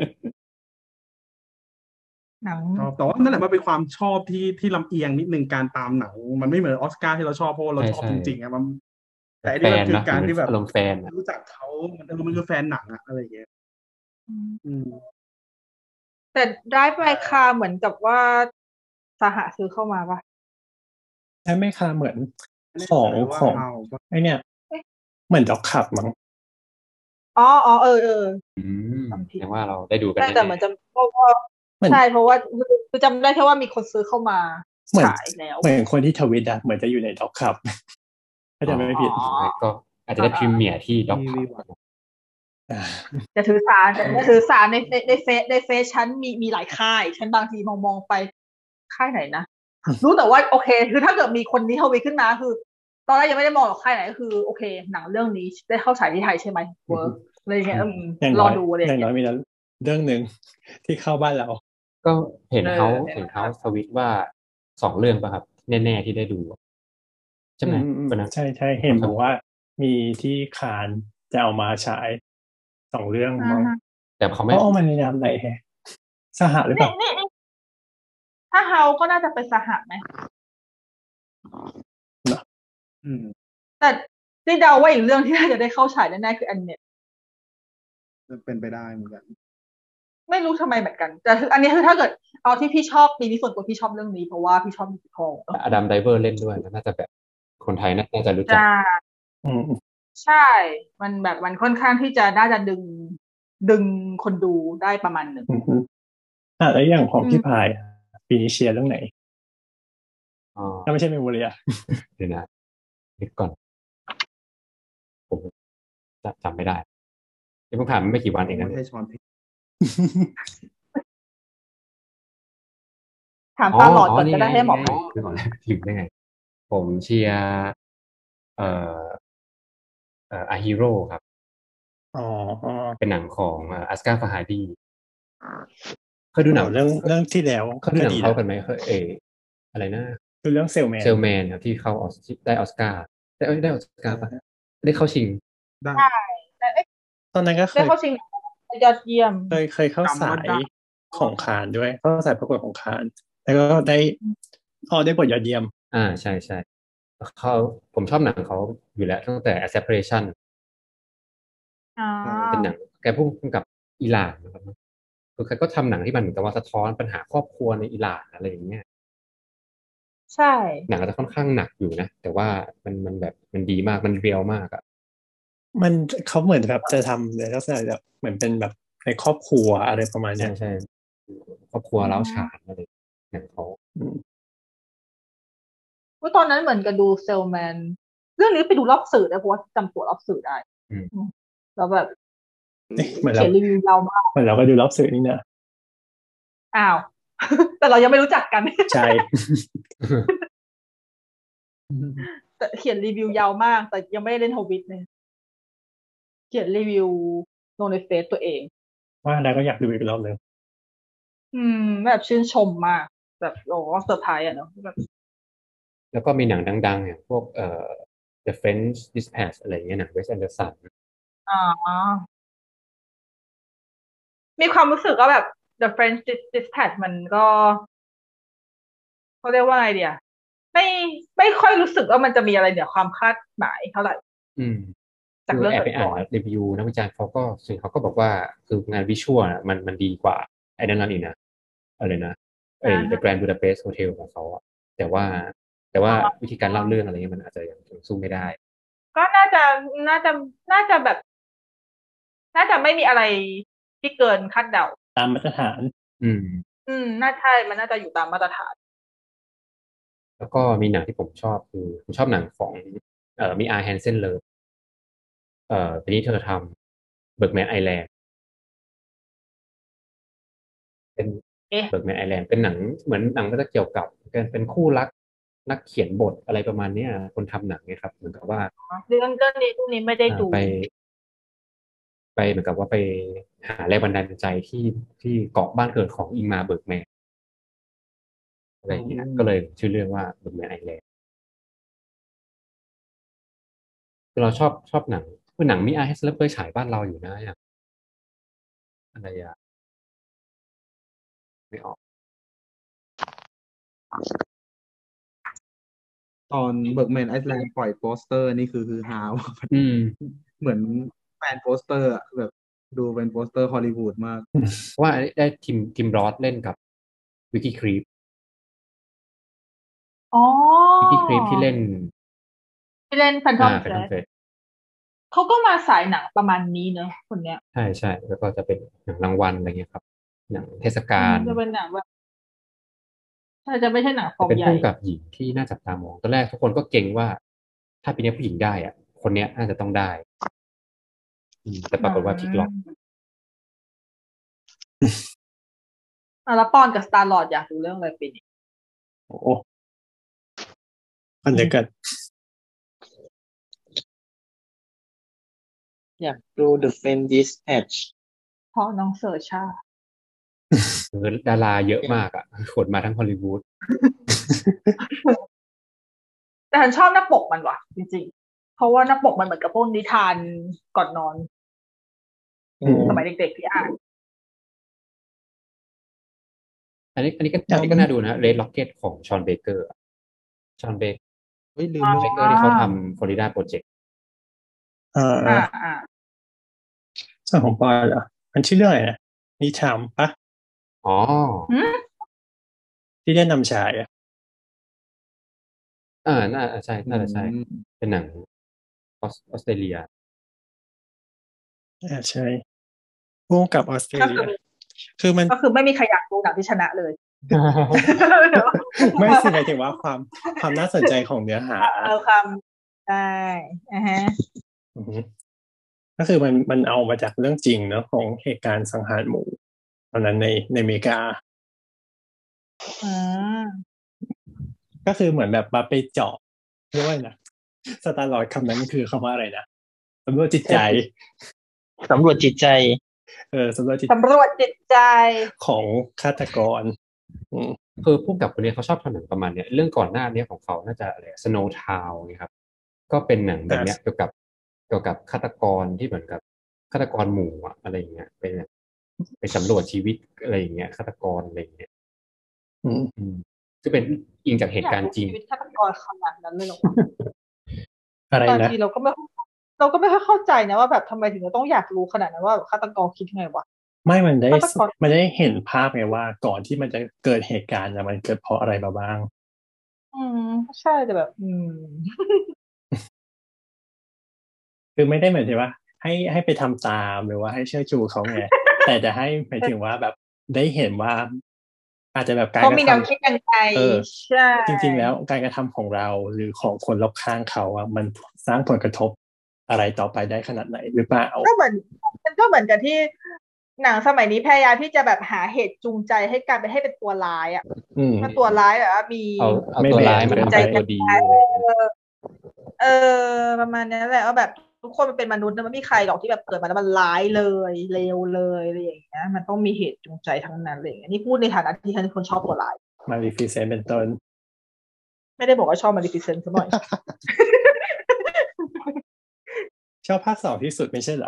Speaker 4: หนัง
Speaker 5: แต่ว่านั่นแหละมันเป็นความชอบที่ลำเอียงนิดนึงการตามหนังมันไม่เหมือนออสการ์ที่เราชอบเพราะเราชอบจริงๆอ่ะมันแต่อันนี้มันคือการที่แบบ
Speaker 6: อารมณ์แฟน
Speaker 5: รู้จักเขามันคือแฟนหนังอะอะไรอย่างเงี้ย
Speaker 4: แต่ได้ไปคาเหมือนกับว่าสหะซื้อเข้ามาปะ
Speaker 2: ใช่ไหมคะเหมือนของไอเนี่ยเหมือนด็อกขับมั้ง
Speaker 6: แสดงว่าเราได้ดูกัน
Speaker 4: แต่เหมือนจะเพราะว่าใช่เพราะว่าคือจำได้แค่ว่ามีคนซื้อเข้ามาฉายแล้ว
Speaker 2: เหมือนคนที่ทวิตอะเหมือนจะอยู่ในด็อกขับถ้าจำไม่ผิด
Speaker 6: ก็อาจจะได้พรีเมียร์ที่ด็อกขับ
Speaker 4: จะถือสารในเฟซฉันมีหลายค่ายฉันบางทีมองไปค่ายไหนนะรู้แต่ว่าโอเคคือถ้าเกิดมีคนนี้ทวีขึ้นมาคือตอนแรกยังไม่ได้มองหรอกค่ายไหนก็คือโอเคหนังเรื่องนี้ได้เข้าฉายที่ไทยใช่ไหมเวิร์กเลยเนี่ยรอดูอะไร
Speaker 2: อย่างน้อยมีแล้วเรื่องหนึ่งที่เข้าบ้านเรา
Speaker 6: ก็เห็นเขาทวิตว่า2 เรื่องป่ะครับแน่ๆที่ได้ดูใช่ไหม
Speaker 2: ใช่เห็นบอกว่ามีที่คานจะเอามาฉาย2 เรื่องมั้ง
Speaker 6: แต่เขาไม่
Speaker 2: เอามาในนามไหนแฮะสหะหรือเปล่า
Speaker 4: ถ้าเฮาก็น่าจะเป็นสหะไหมแต่ที่เดาว่าอีกเรื่องที่น่าจะได้เข้าฉายแน่ๆคืออันเน็ต
Speaker 5: เป็นไปได้เหมือนกัน
Speaker 4: ไม่รู้ทำไมเหมือนกันแต่อันนี้คือถ้าเกิดเอาที่พี่ชอบปีนี้ส่วนตัวพี่ชอบเรื่องนี้เพราะว่าพี่ชอบมิวสิคอล
Speaker 6: อดัมไดเวอร์เล่นด้วยน่าจะแบบคนไทยน่าจะรู้จัก
Speaker 4: ใช่มันแบบมันค่อนข้างที่จะน่าจะดึงคนดูได้ประมาณหนึ่ง
Speaker 2: แล้วอย่างของพี่พายปีนี้เชียร์เรื่องไหนถ้าไม่ใช่เมมโมเรีย
Speaker 6: เดี๋ยวนะนึกก่อนผมจำไม่ได้ที่เพิ่งผ่านไม่กี่วันเองนะ
Speaker 4: ถามตาหลอดก่อนก็ได้ให้หมอ
Speaker 6: คือก่อนแล้วถึงได้ไงผมเชียร์เอ่ออาฮีโร่ครับ
Speaker 2: อ๋อ
Speaker 6: เป็นหนังของอัสการ์ฟาฮาดีเคยดูหนัง
Speaker 2: เรื่องที่แล้ว
Speaker 6: เคยดูหนังเขา
Speaker 2: ดีะ
Speaker 6: กันไหมเคยอะไรนะ
Speaker 2: คือเรื่องเซลแมน
Speaker 6: เซลแมนครับที่เข้าได้ออสการ์ได้ออสการ์ป่ะได้เข้าชิง
Speaker 5: ได้
Speaker 4: แต่เอ๊ะ
Speaker 2: ตอนนั้นก็เค
Speaker 4: ได้
Speaker 2: ย
Speaker 4: เข้าชิงยอดเยี่ยม
Speaker 2: เคยเข้า
Speaker 5: จำว่า
Speaker 2: สาย
Speaker 5: ได้
Speaker 2: ของคานด้วยเข้าสายประกวดของคานแล้วก็ได้บทยอดเยี่ยม
Speaker 6: ใช่ใช่เขาผมชอบหนังเขาอยู่แล้วตั้งแต่ Separation
Speaker 4: อ่า
Speaker 6: เป็นหนังแกพุ่งกับอิหร่านนะครับคือแกก็ทำหนังที่มันเหมือนกับว่าสะท้อนปัญหาครอบครัวในอิหร่านอะไรอย่างเงี้ย
Speaker 4: ใช่
Speaker 6: หนังก็จะค่อนข้างหนักอยู่นะแต่ว่ามันแบบมันดีมากมันเรียลมากอ่ะ
Speaker 2: มันเขาเหมือนแบบจะทำในลักษณะแบบเหมือนเป็นแบบในครอบครัวอะไรประมาณเนี้ย
Speaker 6: ใช่ครอบครัวเล้าวฉานอะไรอย่างเขา
Speaker 4: ว่าตอนนั้นเหมือนกับดูเซลแมนเรื่องนี้ไปดูรอบสื่อได้เพราะว่าจำตัวรอบสื่อได้แล้วแบบ
Speaker 2: เหมือน
Speaker 4: เขี
Speaker 2: เรา
Speaker 4: ยนรีวิวยาวมาก
Speaker 2: เหมือนเราก็ดูรอบสื่อนี่นะ
Speaker 4: อ้าว แต่เรายังไม่รู้จักกัน
Speaker 2: ใช่
Speaker 4: แต่เขียนรีวิวยาวมาก แต่ยังไม่ได้เล่นทวิตเลยเขียนรีวิวลงในเฟซตัวเอง
Speaker 2: ว่าแล้วก็อยากดูอีกรอบนึง
Speaker 4: แบบชื่นชมมาก แบบโอ้เซอร์ไพรส์อะเนาะแบบ
Speaker 6: แล้วก็มีหนังดังๆอย่างพวกThe French Dispatch อะไรอย่างเงี้ยหนังเวสแอนเดอร์สัน
Speaker 4: อ๋อมีความรู้สึกว่าแบบ The French Dispatch มันก็เขาเรียกว่าไงเดียไม่ค่อยรู้สึกว่ามันจะมีอะไรเหนือความคาดหมายเท่าไหร่ จาก
Speaker 6: คือ
Speaker 4: เรื่อง
Speaker 6: แอบไปอ่าน
Speaker 4: ก่อน
Speaker 6: รีวิวนักวิจารณ์เขาก็บอกว่าคืองานวิชวลมันดีกว่าไอ้นั่นอีกนะอะไรนะThe Grand Budapest Hotel ของเขาอะแต่ว่าวิธีการเล่าเรื่องอะไรเงี้ยมันอาจจะยังสู้ไม่ได้
Speaker 4: ก็น่าจะแบบ น่าจะไม่มีอะไรที่เกินคาดเดา
Speaker 2: ตามมาตรฐาน
Speaker 4: น่าใช่มันน่าจะอยู่ตามมาตรฐาน
Speaker 6: แล้วก็มีหนังที่ผมชอบคือผมชอบหนังของมีอาร์แฮนเซนเลยปีนี้เธอทำเบิร์กแมนไอแลนด์เป็นเบิร์กแมนไอแลนด์เป็นหนังเหมือนหนังก็จะเกี่ยวกับเป็นคู่รักนักเขียนบทอะไรประมาณเนี้ยคนทำหนังเนี่ยครับเหมือนกับว่า
Speaker 4: เรื่องนี้ไม่ได้ดู
Speaker 6: ไปเหมือนกับว่าไปหาแรงบันดาลใจที่เกาะบ้านเกิดของอิงมาเบิร์กแมนอะไรอย่างเงี้ยก็เลยชื่อเรื่องว่าเบิร์กแมนไอแลนด์คือเราชอบหนังคือหนังมีอาร์เฮสเลเคยฉายบ้านเราอยู่นะอย่างอะไรอะไม่ออก
Speaker 5: ตอนเบิร์กแมนไอซ์แลนด์ปล่อยโปสเตอร์นี่คือฮาวเหมือนแฟนโปสเตอร์อะแบบดูเป็นโปสเตอร์ฮอลลีวูดมาก
Speaker 6: ว่าได้ทีมรอสเล่นกับวิกกี้ครีปวิกกี้ครีปที่เล่น
Speaker 4: แฟนทอม
Speaker 6: เฟส
Speaker 4: เขาก็มาสายหนังประมาณนี้เนอะคนเนี้ย
Speaker 6: ใช่แล้วก็จะเป็นหนังรางวัลอะไรเงี้ยครับหนังเทศกาล
Speaker 4: จะเป็นหนังแบบใช่จะไม่ใช่หนังฟอร์ม
Speaker 6: เป็น
Speaker 4: ใหญ่
Speaker 6: ผู้กำกับหญิงที่น่าจับตามองตอนแรกทุกคนก็เก่งว่า ถ้าปีนี้ผู้หญิงได้อ่ะคนเนี้ยน่าจะต้องได้แต่ปรากฏว่าพลิกล็อก
Speaker 4: แล้วปอนกับสตาร์ลอร์ดอยากดูเรื่องอะไรปีนี้
Speaker 2: โอ้คนเดียวกัน
Speaker 3: อยากดู The French Dispatch
Speaker 4: เพราะน้องเซอร์ชา
Speaker 6: ดาราเยอะมากอ่ะขนมาทั้งฮอลลีวูด
Speaker 4: แต่ฉันชอบหน้าปกมันว่ะจริงๆเพราะว่าหน้าปกมันเหมือนกับพวกนิทานก่อนนอนสมัยเด็กๆที่อ่าน
Speaker 6: อันนี้ก็น่าดูนะ Red Rocket ของชอนเบเกอร์
Speaker 5: ลืม
Speaker 6: เบเกอร์ที่เขาทำ Florida Project
Speaker 2: ส่วนของปอยเหรอมันชื่อเรื่องอะไรนะนิทามปะที่ได้นำฉาย
Speaker 6: น่าจะใช่เป็นหนังออสเตรเลีย
Speaker 2: ใช่ร่วมกับออสเตรเลียคือมัน
Speaker 4: ก็คือไม่มีใครอยากดูหนังที่ชนะเลย
Speaker 2: ไม่สิหมายถึงว่าความน่าสนใจของเนื้อหา
Speaker 4: ความใช่
Speaker 2: ก็คือมันเอามาจากเรื่องจริงเนาะของเหตุการณ์สังหารหมู่ตอนนั้นในอเมริกา
Speaker 4: อืม
Speaker 2: ก็คือเหมือนแบบมาไปเจาะเรียกว่านะสตาร์ลอร์ดคำนั้นคือคำว่าอะไรนะสำรวจจิตใจ
Speaker 3: สำรวจจิตใจ
Speaker 2: สำรวจจิต
Speaker 4: สำรวจจิตใจ
Speaker 2: ของฆาตกรม
Speaker 6: คือผู้กำกับคนนี้เขาชอบทำหนังประมาณเนี้ยเรื่องก่อนหน้านี้ของเขาน่าจะอะไร Snow Town นี่ครับก็เป็นหนังแบบเนี้ยเกี่ยวกับฆาตกรที่เหมือนกับฆาตกรหมู่อะอะไรอย่างเงี้ยไปสำรวจชีวิตอะไรอย่างเงี้ยฆาตกรอะไรอย่างเงี้ย
Speaker 2: อืม
Speaker 6: ซึ่งเป็นอิงจากเห
Speaker 4: อ
Speaker 6: ตุ
Speaker 4: ยาก
Speaker 6: การณ์
Speaker 4: รู้
Speaker 6: จริง
Speaker 4: ชีวิตฆาตกรขนาดนั้นเลยเหรอวะ
Speaker 2: อะไร
Speaker 4: บาง
Speaker 2: นะ
Speaker 4: ทีเราก็ไม่ค่อยเข้าใจนะว่าแบบทำไมถึงจะต้องอยากรู้ขนาดนั้นว่าฆาตกรคิดไงวะ
Speaker 2: ไม่มันได้
Speaker 4: ฆาตกร
Speaker 2: มันได้เห็นภาพไงว่าก่อนที่มันจะเกิดเหตุการณ์นะมันเกิดเพราะอะไรมาบ้าง
Speaker 4: ใช่แต่แบบ
Speaker 2: คือไม่ได้หมายถึงว่า ให้ไปทำตามหรือว่าให้เชื่อชูเขาไง แต่จะให้หมายถึงว่าแบบได้เห็นว่า อาจจะแบบการ
Speaker 4: เขา
Speaker 2: กระ
Speaker 4: มีแนว
Speaker 2: ทำ
Speaker 4: คิดยังไง ใช่
Speaker 2: จริงๆแล้วการกระทำของเราหรือของคนรอบข้างเขาอะมันสร้างผลกระทบอะไรต่อไปได้ขนาดไหนหรือเปล่า
Speaker 4: ก็เหมือนมันก็เหมือนกับที่หนังสมัยนี้พยายามที่จะแบบหาเหตุจูงใจให้การไปให้เป็นตัวร้ายอ่ะ
Speaker 2: อืม
Speaker 4: ถ้าตัวร้ายแบบว่ามี
Speaker 6: เอา
Speaker 2: ไม่
Speaker 6: ตัว
Speaker 2: แบ
Speaker 6: ร้าย
Speaker 2: น
Speaker 6: มา
Speaker 2: เกิน
Speaker 6: ทำ
Speaker 2: ไป
Speaker 6: เป็นตัวดีอะไรอย่างเงี้ย
Speaker 4: ประมาณนี้แหละว่าแบบทุกคนมันเป็นมนุษย์นะมันไม่มีใครหรอกที่แบบเกิดมาแล้วมันร้ายเลยเลวเลยอะไรอย่างเงี้ยมันต้องมีเหตุจูงใจทั้งนั้นเลยนี่พูดในฐานะที่ฉันเป็นคนชอบตัวร้าย
Speaker 2: มาริฟิเซนเป็นต้น
Speaker 4: ไม่ได้บอกว่าชอบมาริฟิเซนต์ซะหน่อย
Speaker 2: ชอบภาค 2ที่สุดไม่ใช่เหรอ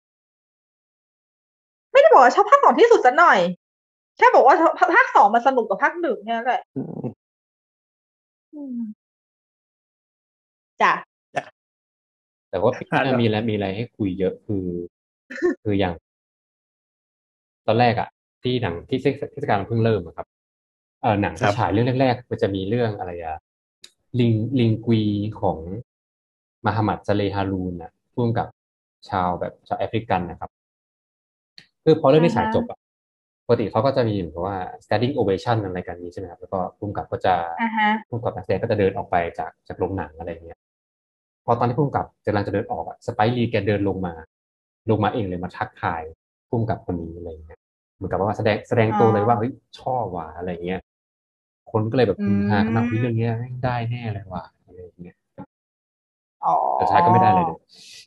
Speaker 4: ไม่ได้บอกว่าชอบภาค 2ที่สุดซะหน่อยแค่บอกว่าภาค 2มันสนุกกว่าภาค 1แค่นั้นแหละ
Speaker 2: อืม
Speaker 4: จ้ะ
Speaker 6: แต่ว่าปีห
Speaker 2: อ่ะ
Speaker 6: น้า
Speaker 2: แล้ว
Speaker 6: มีอะไรให้คุยเยอะคืออย่าง ตอนแรกอะที่หนังที่เทศกาลเพิ่งเริ่มอะครับหนัง
Speaker 2: ครั
Speaker 6: ที่
Speaker 2: บ
Speaker 6: ฉายเรื่องแรกๆมันจะมีเรื่องอะไรอะลิงกุยของมหมัดซาเลฮารูนนะร่วมกับชาวแอฟริกันนะครับคือพอเรื่องนี้ฉายจบอะปกติเขาก็จะมีเหมือนกับว่า standing ovation อะไรกันนี้ใช่ไหมครับแล้วก็ผู้กำกับก็จะ
Speaker 4: อ่าฮะ
Speaker 6: ผู้กำกับนักแสดงก็จะเดินออกไปจากโรงหนังอะไรอย่างเงี้ยพอตอนที่ผู้กำกับกำลังจะเดินออกอะสไปซ์ลีแกเดินลงมาเองเลยมาทักทายผู้กำกับคนนี้อะไรอย่างเงี้ยเหมือนกับว่าแสดงตัวเลยว่าเฮ้ยชอบว่ะอะไรอย่างเงี้ยคนก็เลยแบบฮือฮากันมากเรื่องเนี้ยแม่งได้แน่เลยว่ะอะไรอย่างเงี้ย
Speaker 4: อ๋อ
Speaker 6: แต่สุดท้ายก็ไม่ได้อะไรเลย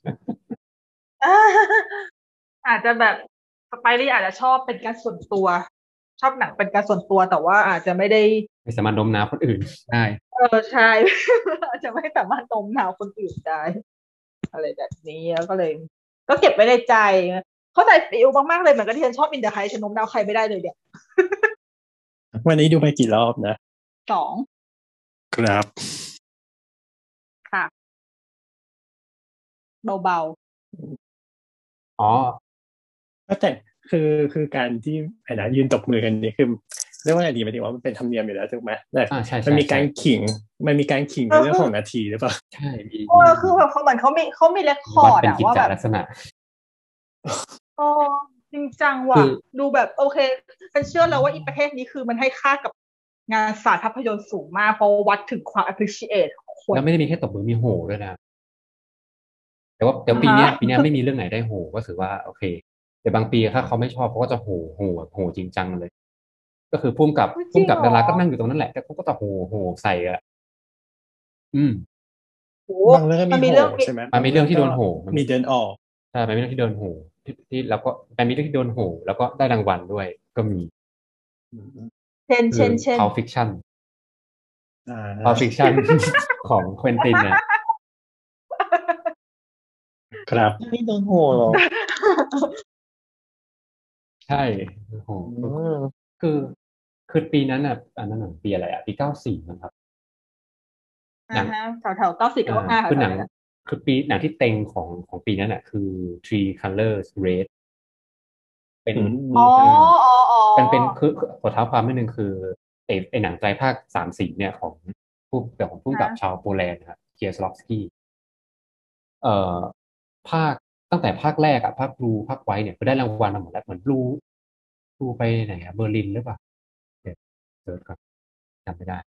Speaker 4: อาจจะแบบสไปรี่อาจจะชอบเป็นการส่วนตัว ชอบหนังเป็นการส่วนตัวแต่ว่าอาจจะไม่ได้
Speaker 6: ไม่สามารถโน้มน้าวคนอื่นได้
Speaker 4: ใช่ อาจจะไม่สามารถโน้มน้าวคนอื่นได้ อะไรแบบนี้แล้วก็เลย ก็เก็บไว้ในใจเข้าใจฟิลมากๆเลยเหมือนกับที่ฉันชอบอินเดอะไฮฉันโน้มน้าวใครไม่ได้เลยเนี่ย
Speaker 2: วันนี้ดูไปกี่รอบนะ
Speaker 4: 2
Speaker 2: ครับ
Speaker 4: ค่ะ เบา
Speaker 6: อ๋อ
Speaker 2: ก็แต่คือการที่ไอ้นะยืนตบมือกันนี่คือเรียกว่าอะไรดีหมายถึงว่ามันเป็นธรรมเนียมอยู่แล้วถูกไหมแต่
Speaker 6: ใช่
Speaker 2: มันมีการ
Speaker 6: ใช่
Speaker 2: ขิงในเรื่องของนาทีหรือเปล่า
Speaker 6: ใช่มี
Speaker 4: ๆคือแบบเขาเหมือนเขามีเรคคอ
Speaker 6: วัด
Speaker 4: ร์ด
Speaker 6: เป็น
Speaker 4: อะ
Speaker 6: กิจ
Speaker 4: ว่า
Speaker 6: จ
Speaker 4: แบบ
Speaker 6: ลักษณะ
Speaker 4: จริงจัง
Speaker 6: คื
Speaker 4: ว่ะ
Speaker 6: อ
Speaker 4: ดูแบบโอเคฉันเชื่อแล้วว่าอีประเทศนี้คือมันให้ค่ากับงานศาสตร์ภาพยนตร์สูงมากเพราะวัดถึงความ appreciate ของคน
Speaker 6: แล้วไม่ได้มีแค่ตบมือมีโห่ด้วยนะแต่ปีเนี้ยไม่มีเรื่องไหนได้โห่ก็ถือว่าโอเคแต่บางปีถ้าเขาไม่ชอบเขาก็จะโห่จริงจังเลย ก็คือพุ่มกับ
Speaker 4: จริงเหรอ
Speaker 6: ดาราก็นั่งอยู่ตรงนั้นแหละแต่เขาก็จะโห่ใส่อะอืม
Speaker 4: โอ้
Speaker 2: บางเรื่องก็
Speaker 4: มัน
Speaker 2: มี
Speaker 4: มี
Speaker 2: โห
Speaker 4: เรื่อง
Speaker 2: ใช่ไหม
Speaker 6: มันมีเรื่องที่โดนโห่
Speaker 2: มีเดินออก
Speaker 6: ใช่มันมีเรื่องที่โดนโห่ที่แล้วก็มันมีเรื่องที่โดนโห่แล้วก็ได้รางวัลด้วยก็มี
Speaker 4: เช่น
Speaker 6: คือ Pulp Fiction ของเควินตินนะครับ
Speaker 3: ไม่โดนโหหรอ
Speaker 6: ใช่โอ้โหคือปีนั้นอ่ะอันนั้นหนังปีอะไรอ่ะปี94นะครับหนัง
Speaker 4: แถว94 95
Speaker 6: คือหนังคือหนังที่เต็งของปีนั้นอ่ะคือ Three Colors Red เป็น
Speaker 4: อ๋อ
Speaker 6: เป็นคือขอเท้าความนิดนึงคือไอหนังไตรภาค3 สีเนี่ยของผู้กับชาวโปแลนด์นะครับเคียร์สล็อฟสกี้ภาคตั้งแต่ภาคแรกอะภาคบลูภาคไวท์เนี่ยก็ได้รางวัลมาหมดแล้วเหมือนบลูไปไหนอะเบอร์ลินหรือเปล่าเดี๋ยวเสิร์ชก่อนจำไม่ได้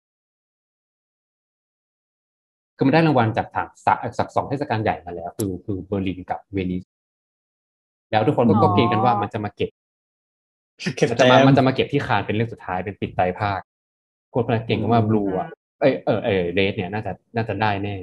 Speaker 6: คือมันได้รางวัลจาก2 เทศกาลใหญ่มาแล้วคือเบอร์ลินกับเวนิสแล้วทุกคนก็เกณฑ์กันว่ามันจะมาเก็บ
Speaker 2: เก็บ
Speaker 6: มันจะ
Speaker 2: แต้
Speaker 6: มาม มันจะมาเก็บที่คานเป็นเรื่องสุดท้ายเป็นปิดไตรภาคกดพลังเก่งก็ว่าบลูอ่ะเรดเนี่ยน่าจะได้แน่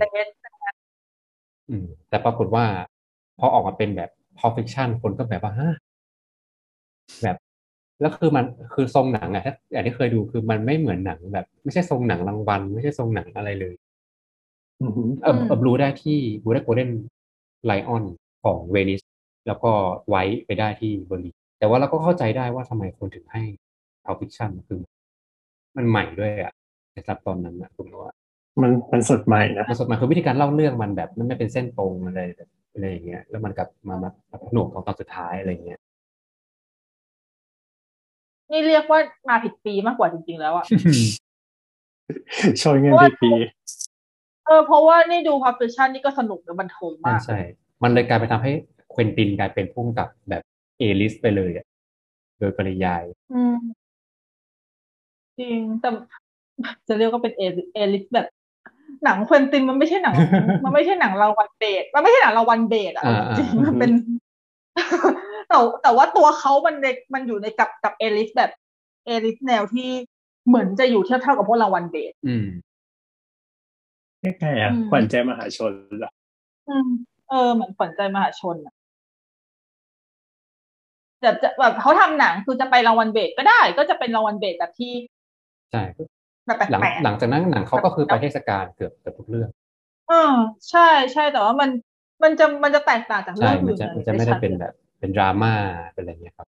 Speaker 6: แต่ปรากฏว่าพอออกมาเป็นแบบ Pulp Fiction คนก็แบบว่าฮะแบบแล้วคือมันคือทรงหนังอ่ะถ้าอย่างที่เคยดูคือมันไม่เหมือนหนังแบบไม่ใช่ทรงหนังรางวัลไม่ใช่ทรงหนังอะไรเลยบลูได้โกลเด้นไลออนของเวนิสแล้วก็ไว้ไปได้ที่เบอร์ลินแต่ว่าเราก็เข้าใจได้ว่าทำไมคนถึงให้ Pulp Fiction คือมันใหม่ด้วยอ่ะในสำหรับตอนนั้นนะผมว่า
Speaker 2: มันสดใหม่นะ
Speaker 6: มันสดใหม่คือวิธีการเล่าเรื่องมันแบบมันไม่เป็นเส้นตรงอะไรอย่างเงี้ยแล้วมันกลับมาหน่วงของตอนสุดท้ายอะไรอย่างเงี้ย
Speaker 4: นี่เรียกว่ามาผิดปีมากกว่าจริงๆแล้วอ่ะ
Speaker 2: โชยเงินปี
Speaker 4: เพราะว่านี่ดู Pulp Fiction นี่ก็สนุกและบันเทิงมาก
Speaker 6: ใช่มันเลยกลายไปทำให้เควินตินกลายเป็นผู้กำกับแบบเอลิสไปเลยอ่ะโดยปริยาย
Speaker 4: จริงแต่จะเรียกว่าเป็นเอลิสแบบหนังเควินตินมันไม่ใช่หนัง มันไม่ใช่หนังรางวัลเบสมันไม่ใช่หนังรางวัลเบสอ่ะจริงมันเป็น แต่ว่าตัวเขามันอยู่ในกับเอลิสแบบเอลิสแนวที่เหมือนจะอยู่เทียบเท่ากับพวกรางวัลเบส
Speaker 2: ใช่อ่ะขวัญใจมหาชนเหรอ
Speaker 4: เหมือนขวัญใจมหาชนอ่ะแบบเขาทำหนังคือจะไปรางวัลเบสก็ได้ก็จะเป็นรางวัลเบสแบบที่
Speaker 6: ใช่
Speaker 4: แบบแปลก
Speaker 6: หลังจากนั้นหนังเขาก็คือไปเทศกาลเกือบทุกเรื่อง
Speaker 4: ใช่แต่ว่ามันจะแตกต่างจากเรื่องอื่น
Speaker 6: มันจะไม่ได้เป็นแบบเป็นดราม่าเป็นอะไรเงี้ยครับ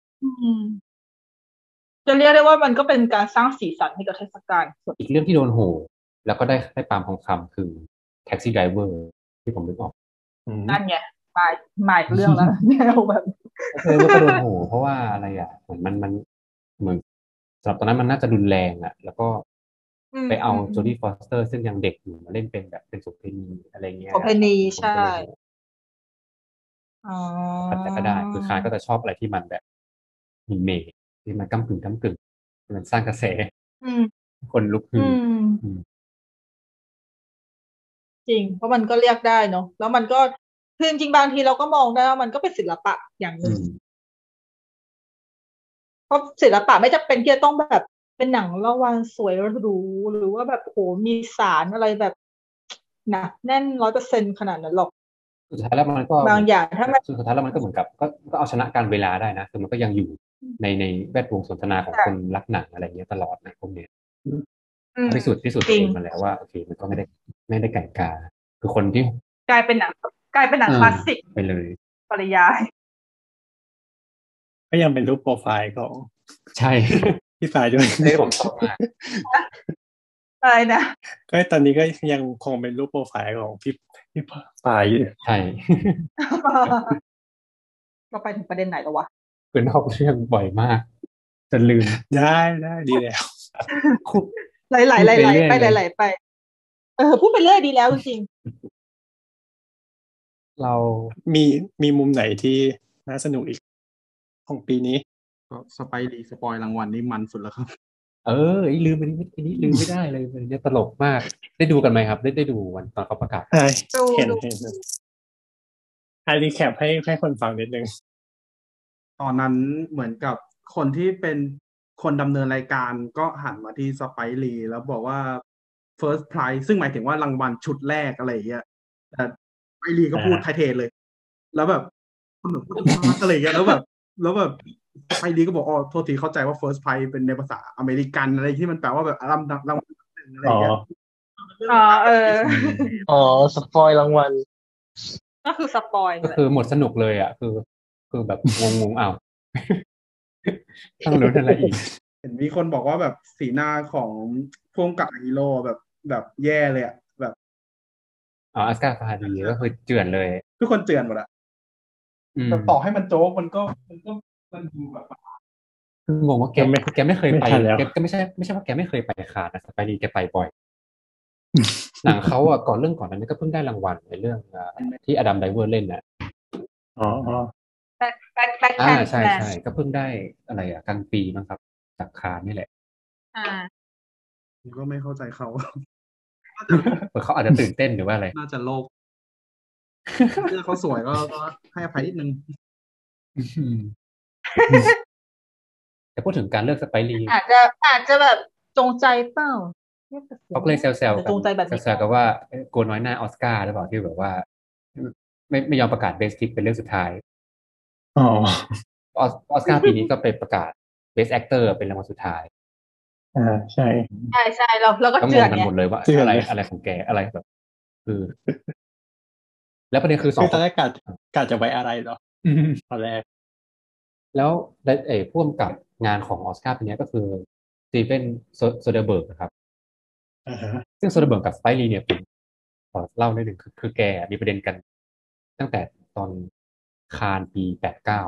Speaker 4: จะเรียกได้ว่ามันก็เป็นการสร้างสีสันให้กับเทศกาล
Speaker 6: อีกเรื่องที่โดนโหแล้วก็ได้ปาล์มทองคำคือแท็กซี่ไดรเวอร์ที่ผมนึกออก
Speaker 4: นั่นไงมาอีกเรื่องแล้วแนวแบบ
Speaker 6: ว่าก็โดนโหเพราะว่าอะไรอ่ะเหมือนมันเหมือนสำหรับตอนนั้นมันน่าจะรุนแรงอ่ะแล้วก็ไปเอาโจดี้ฟอสเตอร์ซึ่งยังเด็กอยู่มาเล่นเป็นแบบเป็นโสเภณีอะไรเงี้ย
Speaker 4: โสเภณีใช่
Speaker 6: แต่ก็ได้คือคานก็จะชอบอะไรที่มันแบบมีเมฆที่มันก้ำกึ่งมันสร้างกระแสคนลุกฮือ
Speaker 4: จริงเพราะมันก็เรียกได้เนาะแล้วมันก็คือจริงบางทีเราก็มองได้ว่ามันก็เป็นศิลปะอย่างหนึ่งเพราะศิลปะไม่จำเป็นที่จะต้องแบบเป็นหนังละวันสวยหรูหรือว่าแบบโหมีสารอะไรแบบหนักแน่น100%ขนาดนั้นหรอก
Speaker 6: สุดท้ายแล้วมันก็
Speaker 4: บางอย่างถ้ามัน
Speaker 6: สุดท้ายแล้วมันก็เหมือนกับก็เอาชนะการเวลาได้นะคือมันก็ยังอยู่ในแวดวงสนทนาของคนรักหนังอะไรเงี้ยตลอดนะพวกเนี้ยพิสูจน์ตัวเองมาแล้วว่าโอเคมันก็ไม่ได้ไก่กาคือคนที่
Speaker 4: กลายเป็นหนังคลาสสิก
Speaker 6: ไปเลย
Speaker 4: ปริยาย
Speaker 2: ก็ยังเป็นรูปโปรไฟล์ของ
Speaker 6: ใช่
Speaker 2: พี่ฝ่ายด้วย
Speaker 6: ผมชอบมาก
Speaker 4: อะไรนะ
Speaker 2: ก็ตอนนี้ก็ยังคงเป็นรูปโปรไฟล์ของพี่ฝ่ายอยู่
Speaker 6: ใช่
Speaker 4: เราไปถึงประเด็นไหนแล้ววะ
Speaker 6: คือนอกเรื่องบ่อยมากจนลืม
Speaker 2: ได้ดีแล้ว
Speaker 4: ไหลไปพูดไปเรื่อยดีแล้วจริง
Speaker 2: เรามีมุมไหนที่น่าสนุกอีกของปีนี้
Speaker 5: ก็สไปรีสปอยรางวัลนี่มันสุดแล้วครับ
Speaker 6: ลืมอันนี้ลืมไม่ได้เลยมันเนี่ยตลกมากได้ดูกันไหมครับได้ดูวันตอนเขาประกาศ
Speaker 2: เห็นรีแคปให้คนฟังนิดนึง
Speaker 5: ตอนนั้นเหมือนกับคนที่เป็นคนดำเนินรายการก็หันมาที่สไปรีแล้วบอกว่า first prize ซึ่งหมายถึงว่ารางวัลชุดแรกอะไรอย่างเงี้ยแต่สไปรีก็พูดไทยเทเลยแล้วแบบคนแบบอะไรอย่างเงี้ยแล้วแบบสไปรีก็บอกโทษทีเข้าใจว่า first prize เป็นในภาษาอเมริกันอะไรที่มันแปลว่าแบบรางวัลหนึ่งอะไรอย่างเงี้ย
Speaker 3: สปอยรางวัล
Speaker 4: ก็คือสปอย
Speaker 6: ก็คือหมดสนุกเลยอ่ะคือแบบงงต้องรู้อะไรอีก
Speaker 5: เห็นมีคนบอกว่าแบบสีหน้าของพวกกับฮีโร่แบบแย่เลยอ่ะแบบ
Speaker 6: อัสการ์ฟาดีก็คือเจือนเลย
Speaker 5: ทุกคนเจือนหมดอะแต่ต่อให้มันโจ๊กมันดูแบบ
Speaker 6: งงว่าแกไม่เคยไปแกไม่ใช่ว่าแกไม่เคยไปขาดนะสไปรีแกไปบ่อยหนังเขาอ่ะก่อนนั้นก็เพิ่งได้รางวัลในเรื่องที่อดัมไดเวอร์เล่นน่ะใช่ก็เพิ่งได้อะไรกลางปีมั้งครับจากคานนี่แหละ
Speaker 5: ก็ไม่เข้าใจเขา
Speaker 6: เขาอาจจะตื่นเต้นหรือว่าอะไร
Speaker 5: น่าจะโลภเรื่องเขาสวยก็ให้อภัยนิดนึง
Speaker 6: แต่พูดถึงการเลือกสไปรี
Speaker 4: อาจจะแบบจงใจเปล่าไม่ตัดสิน
Speaker 6: เขาก็เลยแซ
Speaker 4: อาจ
Speaker 6: วๆกัน
Speaker 4: จะจงใจแบบนี้ก็ได้
Speaker 6: แซวๆกันว่าโกน้อยหน้าออสการ์หรือเปล่าที่แบบว่าไม่ยอมประกาศเบส t ิ c เป็นเรื่องสุดท้าย
Speaker 2: อ๋อ
Speaker 6: ออสการ์ปีนี้ก็ไปประกาศเบส t อ c เตอร์เป็นรางวัลสุดท้าย
Speaker 2: ใช่
Speaker 4: ใช่เราก็
Speaker 6: ก็งงกัน
Speaker 4: เจือนไง
Speaker 6: หมดเลยว่า
Speaker 2: เตือน
Speaker 6: อะไร
Speaker 2: เลย
Speaker 6: อะไรของแกอะไรแบบคือแล้วประเด็นคือสองคน
Speaker 2: คือตอนแรกกะจะไว้อะไรเหรอตอนแรก
Speaker 6: แล้วผู้กำกับงานของออสการ์ปีนี้ก็คือสตีเฟนโซเดอร์เบิร์กนะครับ
Speaker 2: อ่าฮะ
Speaker 6: ซึ่งโซเดอร์เบิร์กกับสไปรีเนี่ยผมขอเล่าหน่อยหนึ่งคือแกมีประเด็นกันตั้งแต่ตอนคานปี89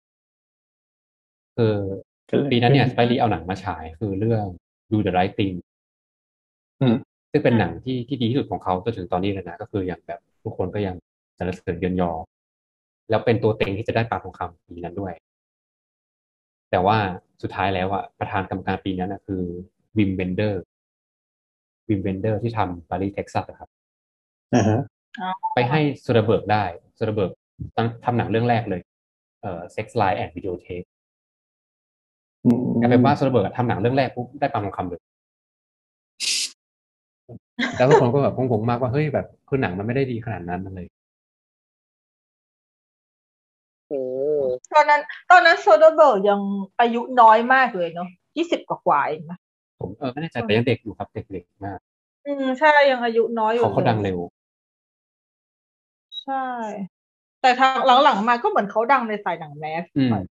Speaker 6: คือ
Speaker 2: ก็เลย
Speaker 6: ปีนั้นเนี่ยสไปรีเอาหนังมาฉายคือเรื่อง Do the Right Thing
Speaker 2: อืม
Speaker 6: ซึ่งเป็นหนังที่ดีที่สุดของเขาจนถึงตอนนี้เลยนะก็คืออย่างแบบทุกคนก็ยังสรรเสริญเยินยอแล้วเป็นตัวเต็งที่จะได้ปลาทองคำปีนั้นด้วยแต่ว่าสุดท้ายแล้วอะประธานกรรมการปีนั้นนะคือวิมเวนเดอร์วิมเวนเดอร์ที่ทำปารีสเท็กซัสครับ
Speaker 2: อ่าฮะ
Speaker 6: ไปให้โซเดเบิร์กได้โซเดเบิร์กทำหนังเรื่องแรกเลยSex Lies and Videotape
Speaker 2: อื
Speaker 6: กลายเป็นว่า
Speaker 2: ม
Speaker 6: โซเดเบิร์กทำหนังเรื่องแรกปุ๊บได้ปลาทองคำเลยแล้วทุกคนก็แบบงงๆมากว่าเฮ้ยแบบคือหนังมันไม่ได้ดีขนาดนั้นเลย
Speaker 4: ตอนนั้นโซเดอร์เบิร์กยังอายุน้อยมากเลยเนาะ20 กว่าเองนะ
Speaker 6: ผมไม่แน่ใจแต่ยังเด็กอยู่ครับเด็กๆมาก
Speaker 4: ใช่ยังอายุน้อยอยู่
Speaker 6: เขา
Speaker 4: เลย
Speaker 6: ดังเร็ว
Speaker 4: ใช่แต่ทางหลังๆมาก็เหมือนเขาดังในสายหนังแมส
Speaker 6: อืม
Speaker 4: หน่อย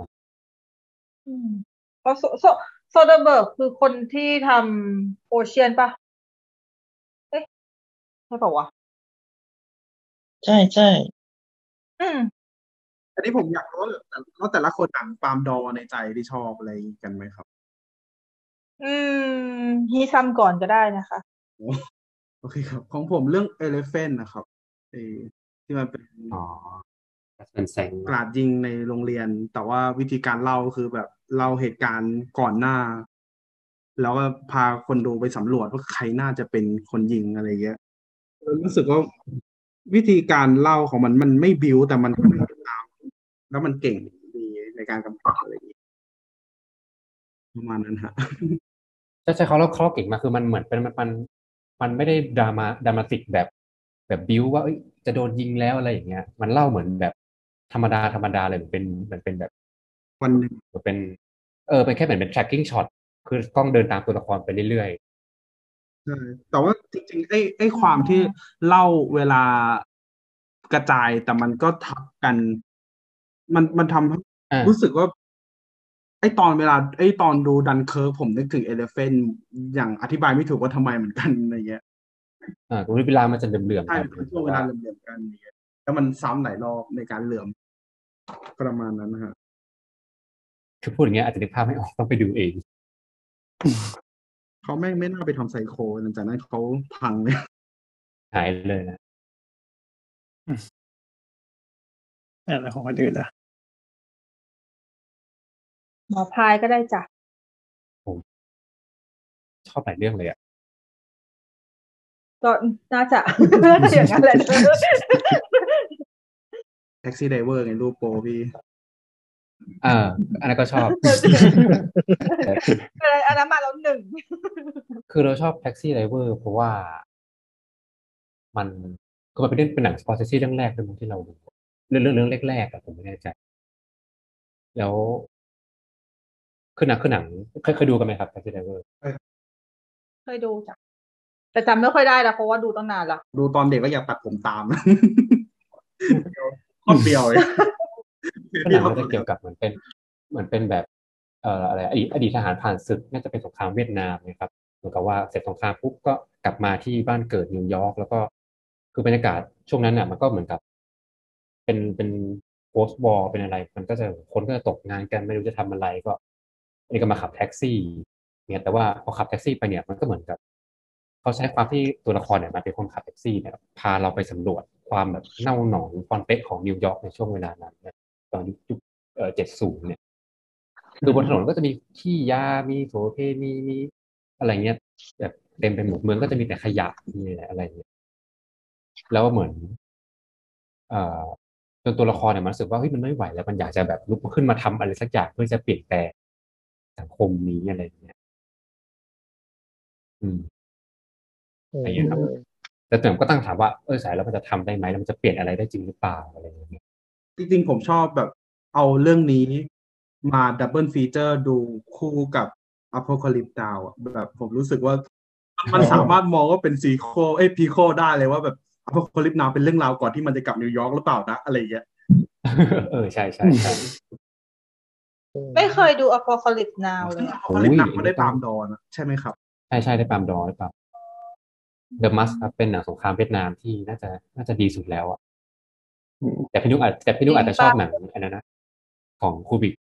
Speaker 4: เพราะโซเดอร์เบิร์กคือคนที่ทำโอเชียนป่ะเอ๊ะใช่ป่าววะ
Speaker 3: ใช่ใช่
Speaker 4: อืม
Speaker 5: อันนี้ผมอยากรู้ว่าแต่ละคนหนังปาล์มดอในใจที่ชอบอะไรกันไหมครับ
Speaker 4: อืฮีซัมก่อนก็ได้นะคะ
Speaker 5: โอเคครับของผมเรื่อง Elephant นะครับเออที่มันเป็น
Speaker 6: อ๋อเป็นแสง
Speaker 5: กราดยิงในโรงเรียนแต่ว่าวิธีการเล่าคือแบบเล่าเหตุการณ์ก่อนหน้าแล้วก็พาคนดูไปสำรวจว่าใครน่าจะเป็นคนยิงอะไรเงี้ยรู้สึกว่าวิธีการเล่าของมันไม่บิ้วแต่มันก็ไม่ตามแล้วมันเก่งดีในการกำกับอะไรอย่างเงี้ยประมาณนั้นฮะ
Speaker 6: ใช่เขาเก่งมากคือมันเหมือนเป็นมันไม่ได้ดรามาติกแบบบิ้วว่าเอ้ยจะโดนยิงแล้วอะไรอย่างเงี้ยมันเล่าเหมือนแบบธรรมดาเลยเหมือนเป็นแบบ
Speaker 5: วันหนึ่ง
Speaker 6: เหมือนเป็นเป็นแค่เหมือนเป็น tracking shot คือกล้องเดินตามตัวละครไปเรื่อย
Speaker 5: ใช่แต่ว่าจริงๆไอ้ความที่เล่าเวลากระจายแต่มันก็ทับกันมันทำให้
Speaker 6: ๆ
Speaker 5: รู้สึกว่า ไอ้ตอนดูดันเคิร์กผมนึกถึงเอเลฟเฟนอย่างอธิบายไม่ถูกว่าทำไมเหมือนกันอะไรเงี้ย
Speaker 6: ตรงนี้เวลามันจะเหลื่อม
Speaker 5: ใช่
Speaker 6: ๆกัน
Speaker 5: เป็นช่วง
Speaker 6: แต่ว่า
Speaker 5: เวลาเหลื่อมๆกันอย่างเงี้ยแล้วมันซ้ำหลายรอบในการเหลื่อมประมาณนั้นนะฮะ
Speaker 6: คือพูดอย่างเงี้ยอาจจะนึกภาพไม่ออกต้องไปดูเอง
Speaker 5: เขาไม่น่าไปทำไซโคหลังจากนั้นเขาพังเลย
Speaker 6: หายเลยนะ
Speaker 2: แล้วของคนอื่นล่ะ
Speaker 4: หมอพายก็ได้จ้ะ
Speaker 6: ผมชอบหลายเรื่องเลยอ่ะ
Speaker 4: ก็น่าจะอย่างนั้นแหละ
Speaker 5: แท็กซี่ไดเวอร์ไงรูปโปรพี่
Speaker 6: อันนั้นก็ชอบ
Speaker 4: อันนั้นมาแล้วหนึ่ง
Speaker 6: คือเราชอบแท็กซี่ไดเวอร์เพราะว่ามันคือมันเป็นหนังสปอร์ตซี่เรื่องแรกเลยมั้งที่เราดูเรื่องแรกๆอะผมไม่แน่ใจแล้วคือหนังเคยดูกันไหมครับแท็กซี่ไดเวอร์
Speaker 4: เคยดูจ้ะแต่จำไม่ค่อยได้แล้วเพราะว่าดูตั้งนานละ
Speaker 5: ดูตอนเด็กก็อยากตัดผมตามข้อเดียวเลย
Speaker 6: ก็หนังมันจะเกี่ยวกับเหมือนเป็นแบบอะไรอดีตทหารผ่านศึกน่าจะเป็นสงครามเวียดนามนะครับเหมือนกับว่าเสร็จสงครามปุ๊บก็กลับมาที่บ้านเกิดนิวยอร์กแล้วก็คือบรรยากาศช่วงนั้นน่ะมันก็เหมือนกับเป็นโพสต์วอร์เป็นอะไรมันก็จะคนก็จะตกงานกันไม่รู้จะทำอะไรก็อันนี้ก็มาขับแท็กซี่เนี่ยแต่ว่าพอขับแท็กซี่ไปเนี่ยมันก็เหมือนกับเขาใช้ความที่ตัวละครเนี่ยมาเป็นคนขับแท็กซี่เนี่ยพาเราไปสำรวจความแบบเน่าหนองฟอนเป๊ะของนิวยอร์กในช่วงเวลานั้นนะตอนยุค70เนี่ยคือบนถนนก็จะมีขี้ยามีโสเพมีอะไรเงี้ยแบบเต็มไปหมดเมืองก็จะมีแต่ขยะมีอะไรเงี้ยแล้วเหมือนเอ่อจนตัวละครเนี่ยมันรู้สึกว่าเฮ้ยมันไม่ไหวแล้วมันอยากจะแบบลุกขึ้นมาทำอะไรสักอย่างเพื่อจะเปลี่ยนแปลงสังคมนี้อะไรอย่างเงี้ยอืมอะไรอย่างเงี้ยครับแต่ผมก็ตั้งถามว่าสายแล้วมันจะทำได้ไหมแล้วมันจะเปลี่ยนอะไรได้จริงหรือเปล่าอะไรอย่างเงี้ย
Speaker 5: จริงๆผมชอบแบบเอาเรื่องนี้มาดับเบิลฟีเจอร์ดูคู่กับ Apocalypse Now อะแบบผมรู้สึกว่ามันสามารถมองว่าเป็นซีโคพีโคได้เลยว่าแบบ Apocalypse Now เป็นเรื่องราวก่อนที่มันจะกลับนิวยอร์กหรือเปล่านะอะไรอย่างเงี้ย
Speaker 6: ใช่ใช่ใช่
Speaker 4: ไม่เคยดู Apocalypse Now เลยอะ
Speaker 5: Apocalypse Now เขาได้ปาล์มดอร์นะใช่ไหมครับ
Speaker 6: ใช่ใช่ได้ปาล์มดอร์ได้ปาล์มเดอะมัสครับเป็นหนังสงครามเวียดนามที่น่าจะดีสุดแล้วอ่ะแต่พี่นุ๊กอาจจะชอบหนังอันนั้นนะของคูบิก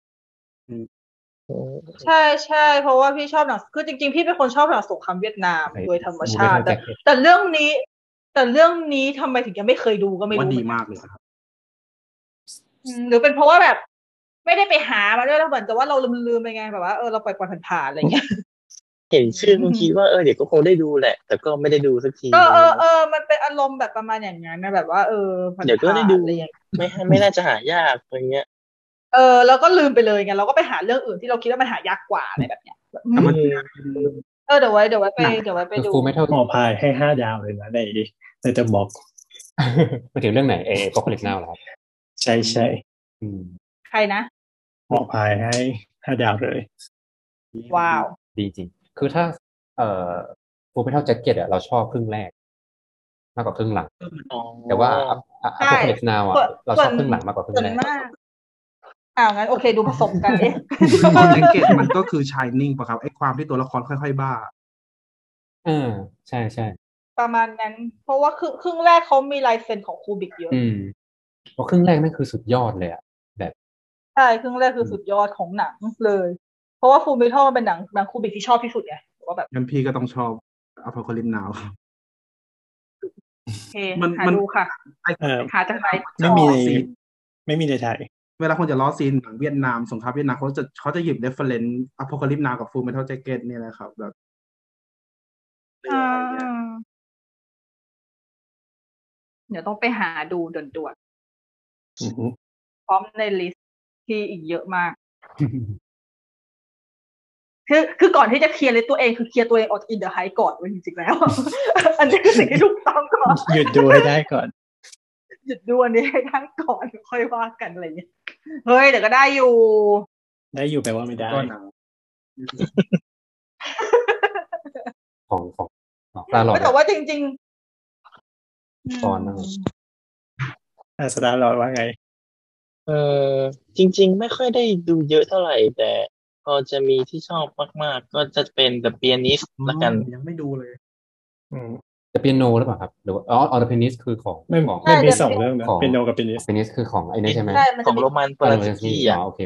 Speaker 4: ใช่ใช่เพราะว่าพี่ชอบหนังคือจริงๆพี่เป็นคนชอบหนังสงครามเวียดนามโดยธรรมชาติแต่เรื่องนี้ทำไมถึงยังไม่เคยดูก็ไม่รู้
Speaker 5: ว่าดีมากเลยครับ
Speaker 4: หรือเป็นเพราะว่าแบบไม่ได้ไปหามาด้วยแล้วเหมือนกับว่าเราลืมไปไงแบบว่าเราปล่อยผ่านๆอะไรเงี้ย
Speaker 3: เห็นชื่อคงคิดว่าเดี๋ยวก็คงได้ดูแหละแต่ก็ไม่ได้ดูสักที
Speaker 4: มันเป็นอารมณ์แบบประมาณอย่างนั้นนะแบบว่า
Speaker 3: เดี๋ยวก็ได้ดูอะไรอย่างไม่น่าจะหายากอะไรเงี้ย
Speaker 4: แล้วก็ลืมไปเลยไงเราก็ไปหาเรื่องอื่นที่เราคิดว่ามันหายากกว่าอะไรแบบเนี้ยเดี๋ยวไว้ไปดู
Speaker 2: หมอพายให้5 ดาวเลยนะในเดอะบ็อก
Speaker 6: มาถึงเรื่องไหนApocalypse Now เหรอครับ
Speaker 2: ใช่ใช่
Speaker 4: ใครนะ
Speaker 2: หมอพายให้5 ดาวเลย
Speaker 4: ว้าว
Speaker 6: ดีจริงคือถ้าFullmetal Jacket เราชอบครึ่งแรกมากกว่าครึ่งหลังแต่ว่า Apocalypse Now เราชอบครึ่งหลังมากกว่าครึ่งแรก
Speaker 4: งั้นโอเคดูผสมกัน
Speaker 5: Fullmetal Jacket มันก็คือ Shining ป่ะครับไอ้ความที่ตัวละครค่อยๆบ้า
Speaker 6: ใช่ใช่
Speaker 4: ประมาณนั้นเพราะว่าครึ่งแรกเขามีลายเซ็นของคูบิกเยอะ
Speaker 6: เพราะครึ่งแรกนั่นคือสุดยอดเลยอะแบบ
Speaker 4: ใช่ครึ่งแรกคือสุดยอดของหนังเลยเพราะว่าฟูลเมทัลมันเป็นหนังคูบิกที่ชอบที่สุดไงว่าแบบ
Speaker 5: งั้นพี่ก็ต้องชอบ Apocalypse Now
Speaker 4: โอเคหาดูค่ะหาจากไหน
Speaker 2: ไม่มีในไทย
Speaker 5: เวลาคนจะล้อซีนหนังเวียดนามสงครามเวียดนามเขาจะหยิบ reference Apocalypse Now กับ Fullmetal Jacket นี่แหละครับแบบ
Speaker 4: เดี๋ยวต้องไปหาดูด่วนๆพร้อมในลิสต์ที่อีกเยอะมากคือก่อนที่จะเคลียร์เลยตัวเองคือเคลียร์ตัวเองออกจากอินเดอะไฮก่อนจริงๆแล้วอันนี้คือสิ่งที่ถูกต้องก่อน
Speaker 2: หยุดดูให้ได้ก่อน
Speaker 4: หยุดดูอันนี้ให้ได้ก่อนค่อยว่ากันอะไรเงี้ยเฮ้ยเดี๋ยวก็ได้อยู่
Speaker 2: แปลว่าไม่ได้
Speaker 6: ของตาหลอด
Speaker 4: แต่ว่าจริง
Speaker 6: ๆตอนนั้น
Speaker 2: สตาร์ลอดว่าไง
Speaker 3: จริงๆไม่ค่อยได้ดูเยอะเท่าไหร่แต่พอจะมีที่ชอบมากๆก็จะเป็น The Pianist ละกัน
Speaker 5: ยังไม่ดูเลย
Speaker 6: The Piano หรือเปล่าครับหรือว่าThe Pianist คือของ
Speaker 2: ไม่มี2เรื่องนะ Piano กับ Pianist
Speaker 6: Pianist คือของไอ้นี่ใช่ไหม
Speaker 3: ของโรมันโพลานสกี้
Speaker 6: โอเค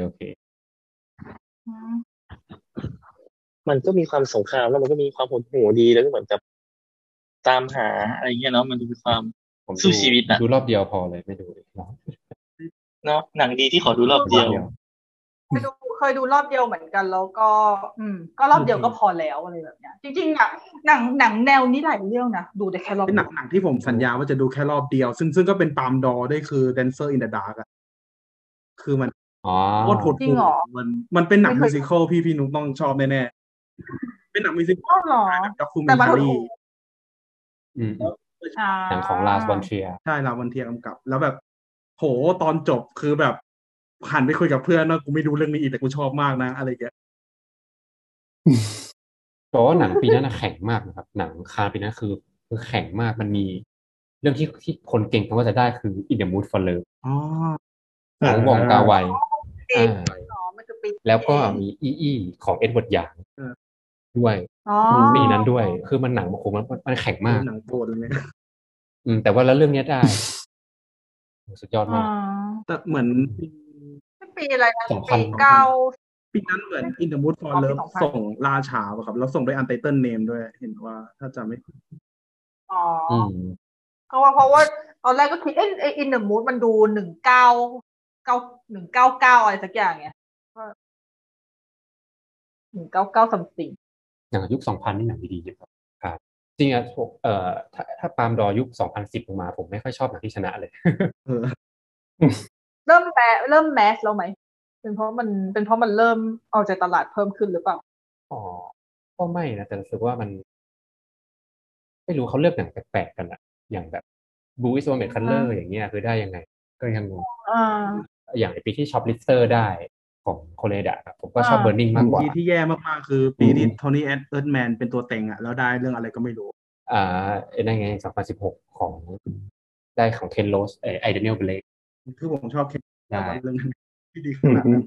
Speaker 3: มันก็มีความสงครามแล้วมันก็มีความโหดหู่ดีแล้วก็เหมือนกับตามหาอะไรเงี้ยเนาะมันมีความสู้ชีวิต
Speaker 6: ดูรอบเดียวพอเลยไม่ดู
Speaker 3: เนาะหนังดีที่ขอดูรอบเดียว
Speaker 4: เคยดูรอบเดียวเหมือนกันแล้วก็รอบเดียวก็พอแล้วอะไรแบบเนี้ยจริงๆอ่ะหนังแนวนี้หลายเรื่องนะดูแต่แค่รอบ
Speaker 5: เป็นหนังที่ผมสัญญาว่าจะดูแค่รอบเดียวซึ่งก็เป็นปาล์มดอร์ได้คือ Dancer in the Dark อ่ะคือมันโคตรโหดหู่มันเป็นหนังมิวสิคอลพี่นุ๊กต้องชอบแน่ๆเป็นหนังมิวสิคอลด็อกคูเมนทารี
Speaker 6: หนังของลาส วอนเทีย
Speaker 5: ใช่ลาส วอนเทียกำกับแล้วแบบโหตอนจบคือแบบหันไปคุยกับเพื่อนนะกูไม่ดูเรื่องนี้อีกแต่กูชอบมากนะอะไรอย่างเงี้ย
Speaker 6: เพราะว่าหนังปีนั้นแข็งมากนะครับหนังคานปีนั้นคือแข็งมากมันมีเรื่องที่คนเก่งเขาก็จะได้คือ In the Mood for Love ของวองกาไวแล้วก็มีอีของเอ็ดเวิร์ดหยางด้วยปีนั้นด้วยคือมันหนังมันแข็งมาก
Speaker 5: หนังโปรดเลย
Speaker 6: แต่ว่าแล้วเรื่องนี้ได้สุดยอดมาก
Speaker 5: แต่เหมือน
Speaker 4: ปีอะไรนะ
Speaker 5: ปีนั้นเหมือน In the Mood for Love ส่งล่าช้าป่ะครับแล้วส่งด้วย Untitled Name ด้วยเห็นว่าถ้าจำไม่ผิด
Speaker 4: เพราะว่าตอนแรกก็คิดIn the Mood มันดู1999อะไรสักอย่างไง1999 something
Speaker 6: อย่างยุค 2000 นี่หนังดีๆเยอะครับจริงถ้าปาล์มดอยุค 2010 ลงมาผมไม่ค่อยชอบหนังที่ชนะเลย
Speaker 4: เริ่มแมสแล้วไหมเป็นเพราะมันเริ่มเอาใจตลาดเพิ่มขึ้นหรือเปล่า
Speaker 6: อ๋อก็ไม่นะแต่รู้สึกว่ามันไม่รู้เขาเลือกหนังแปลกๆกันอะอย่างแบบบูอิสโอเมทคัลเลอร์อย่างเงี้ยคือได้ยังไงก็ยังงงอย่างในปีที่ช็อปลิสเตอร์ได้ของโคเรดะผมก็ชอบเบอร์นิงมากกว่า
Speaker 5: ปีที่แย่มากๆคือปีที่โทนี่เอิร์ธแมนเป็นตัวเต็งอ่ะแล้วได้เรื่องอะไรก็ไม่รู้
Speaker 6: นั่นไง2016ของได้ของเคนโรสไอเดนิเอลเบลก
Speaker 5: คือผมชอบเคน
Speaker 6: ได้
Speaker 5: เรื่องที่ดีขนาดนั้น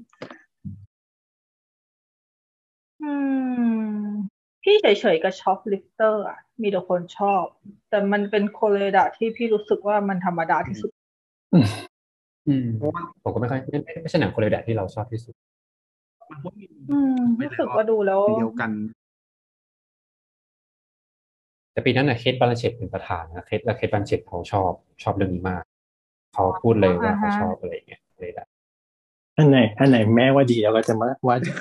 Speaker 4: พี่เฉยๆกับช็อปลิฟเตอร์อ่ะมีแต่คนชอบแต่มันเป็นโคเรดะที่พี่รู้สึกว่ามันธรรมดาที่สุด
Speaker 6: ผมก็ไม่ใช่หนังโคเรดะที่เราชอบที่สุด
Speaker 4: รู้สึกว่าดูแล้ว
Speaker 5: เดียวกัน
Speaker 6: แต่ปีนั้นนะเคทบาลันเชตเป็นประธานนะเคทบาลันเชตเขาชอบเรื่องนี้มากเขาพูดเลยว่าเขาชอบอะไรอย่างเงี้ยเลยได้
Speaker 2: อันไหนแม่ว่าดีเราก็จะมาว่าดี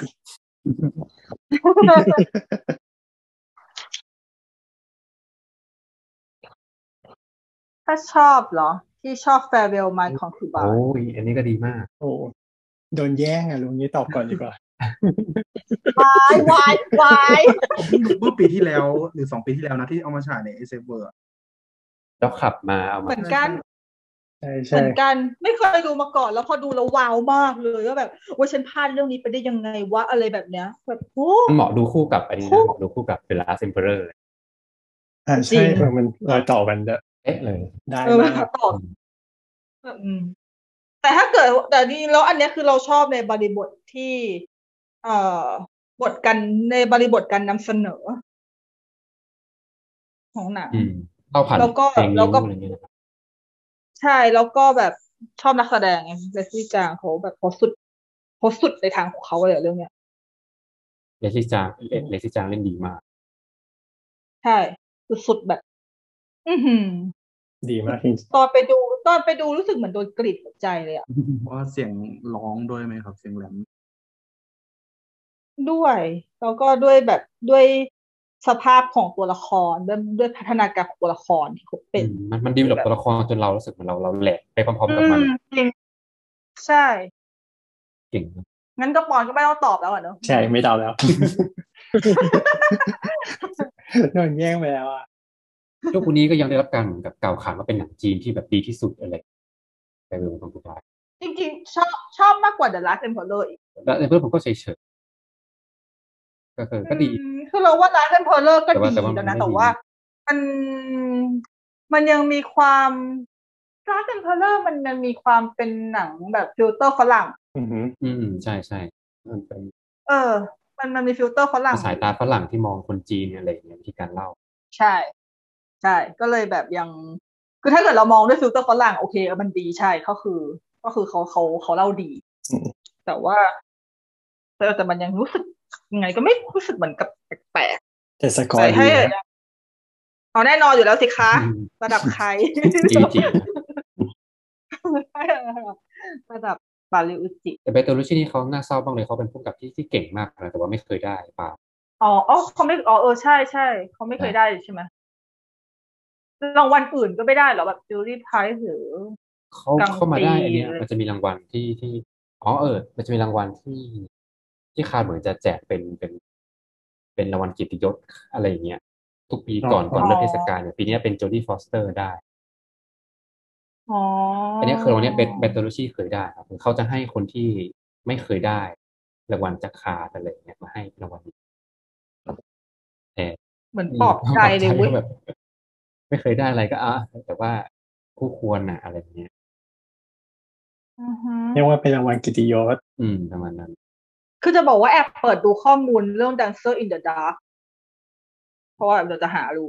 Speaker 4: ถ้าชอบเหรอที่ชอบ Farewell My Concubine
Speaker 6: โอ้ยอันนี้ก็ดีมาก
Speaker 2: โอ้โดนแย่งอ่ะลุงนี้ตอบก่อนดีกว่า
Speaker 4: วาย
Speaker 5: เมื่อปีที่แล้วหรือ2 ปีที่แล้วนะที่เอามาฉายในเอเซเวอร์
Speaker 6: แล้วขับมาเอามา
Speaker 4: เหมือนกัน
Speaker 2: ใช่
Speaker 4: เหมือนกันไม่เคยดูมาก่อนแล้วพอดูแล้วว้าวมากเลยว่าแบบว่าฉันพลาดเรื่องนี้ไปได้ยังไงวะอะไรแบบเนี้ยแบบโอ้
Speaker 6: เหมาะดูคู่กับอันนี้นะเหมาะดูคู่กับ The Last Emperor
Speaker 2: ใช่มันรอยต่อกัน
Speaker 6: เลย
Speaker 2: ได้มาก
Speaker 4: ต่อแต่ถ้าเกิดแต่นี่แล้วอันนี้คือเราชอบในบริบทที่บทกันในบริบทการนำเสนอของหนัง
Speaker 6: แล้วก็
Speaker 4: ใช่แล้วก็แบบชอบนักแสดงไงเลสลี่จางเขาแบบเขาสุดในทางของเขาเลยเรื่องเนี้ย
Speaker 6: เลสลี่จางเล่นดีมาก
Speaker 4: ใช่สุดแบบ
Speaker 2: ดีมากจริง
Speaker 4: ตอนไปดูรู้สึกเหมือนโดนกรีดหัวใจเลยอ่ะ
Speaker 5: ว่าเสียงร้องด้วยไหมครับเสียงแหลม
Speaker 4: ด้วยแล้วก็ด้วยสภาพของตัวละครด้วยพัฒนาการของตัวละครที่เขาเป็น
Speaker 6: มันดีแบบตัวละครจนเรารู้สึกเหมือนเราแหลกไปพร้อมๆกับมัน
Speaker 4: จริงใช่
Speaker 6: เก่ง
Speaker 4: งั้นก็ปอนก็ไม่ต้องตอบแล้วอ่ะเนอะ
Speaker 2: ใช่ไม่ตอบแล้วโดนแย่งไปแล้วอ่ะ
Speaker 6: ช่วงนี้ก็ยังได้รับการเหมือนกับกล่าวขานว่าเป็นหนังจีนที่แบบดีที่สุดอะไรแต่เรื่องของทุกราย
Speaker 4: จริงๆชอบมากกว่า The Last Emperor อีก
Speaker 6: The Last Emperor ผมก็เฉยก็ดี
Speaker 4: คือเราว่า Last Emperor ก็ดีแล้วนะแต่ว่ามันยังมีความ Last Emperor มันยังมีความเป็นหนังแบบฟิลเตอร์ฝรั่ง
Speaker 6: ใช่มันเป็น
Speaker 4: มันมีฟิลเตอร์ฝรั่ง
Speaker 6: สายตาฝรั่งที่มองคนจีนอะไรอย่างเงี้ยที่การเล่า
Speaker 4: ใช่ก็เลยแบบยังคือถ้าเกิดเรามองด้วยฟิลเตอร์ฝรั่งโอเคมันดีใช่ก็คือเขาเล่าดีแต่ว่าแต่มันยังรู้สึกยังไงก็ไม่รู้สึกเหมือนกับแปลก
Speaker 2: ๆแต่สกอร์ดี
Speaker 4: เอาแน่นอนอยู่แล้วสิคะระดับใคร
Speaker 6: จริง
Speaker 4: ระดับบาริอุจิ
Speaker 6: แต่เบโตรุชินี่เขาน่าเศร้าบ้างเลยเขาเป็นผู้กำกับที่เก่งมากนะแต่ว่าไม่เคยได้ป่าว
Speaker 4: เขาไม่ใช่เขาไม่เคยได้ใช่ไหมรางวัลอื่นก็ไม่ได้หรอแบบจูรี่ไพรส์หรือ
Speaker 6: เข้ามาได้อันนี้มันจะมีรางวัลที่มันจะมีรางวัลที่คาดเหมือนจะแจกเป็นรางวัลเกียรติยศอะไรอย่างเงี้ยทุกปีก่อนเลิกเทศกาลเนี่ยปีนี้เป็นโจดี้ฟอสเตอร์ได้อันนี้คือวันนี้เบโตรุชิเคยได้ครับเขาจะให้คนที่ไม่เคยได้รางวัลจากคาอะไรอย่างเงี้ยมาให้รางวัล
Speaker 4: เหมือนปลอบใจเลยเว้ย
Speaker 6: แบบไม่เคยได้อะไรก็แต่ว่าคู่ควรอะไรอย่างเงี้ย
Speaker 2: เรียกว่าเป็นรางวัลเกียรติยศ
Speaker 6: ประมาณนั้น
Speaker 4: คือจะบอกว่าแอบเปิดดูข้อมูลเรื่อง Dancer in the Dark เพราะว่าเราจะหาดู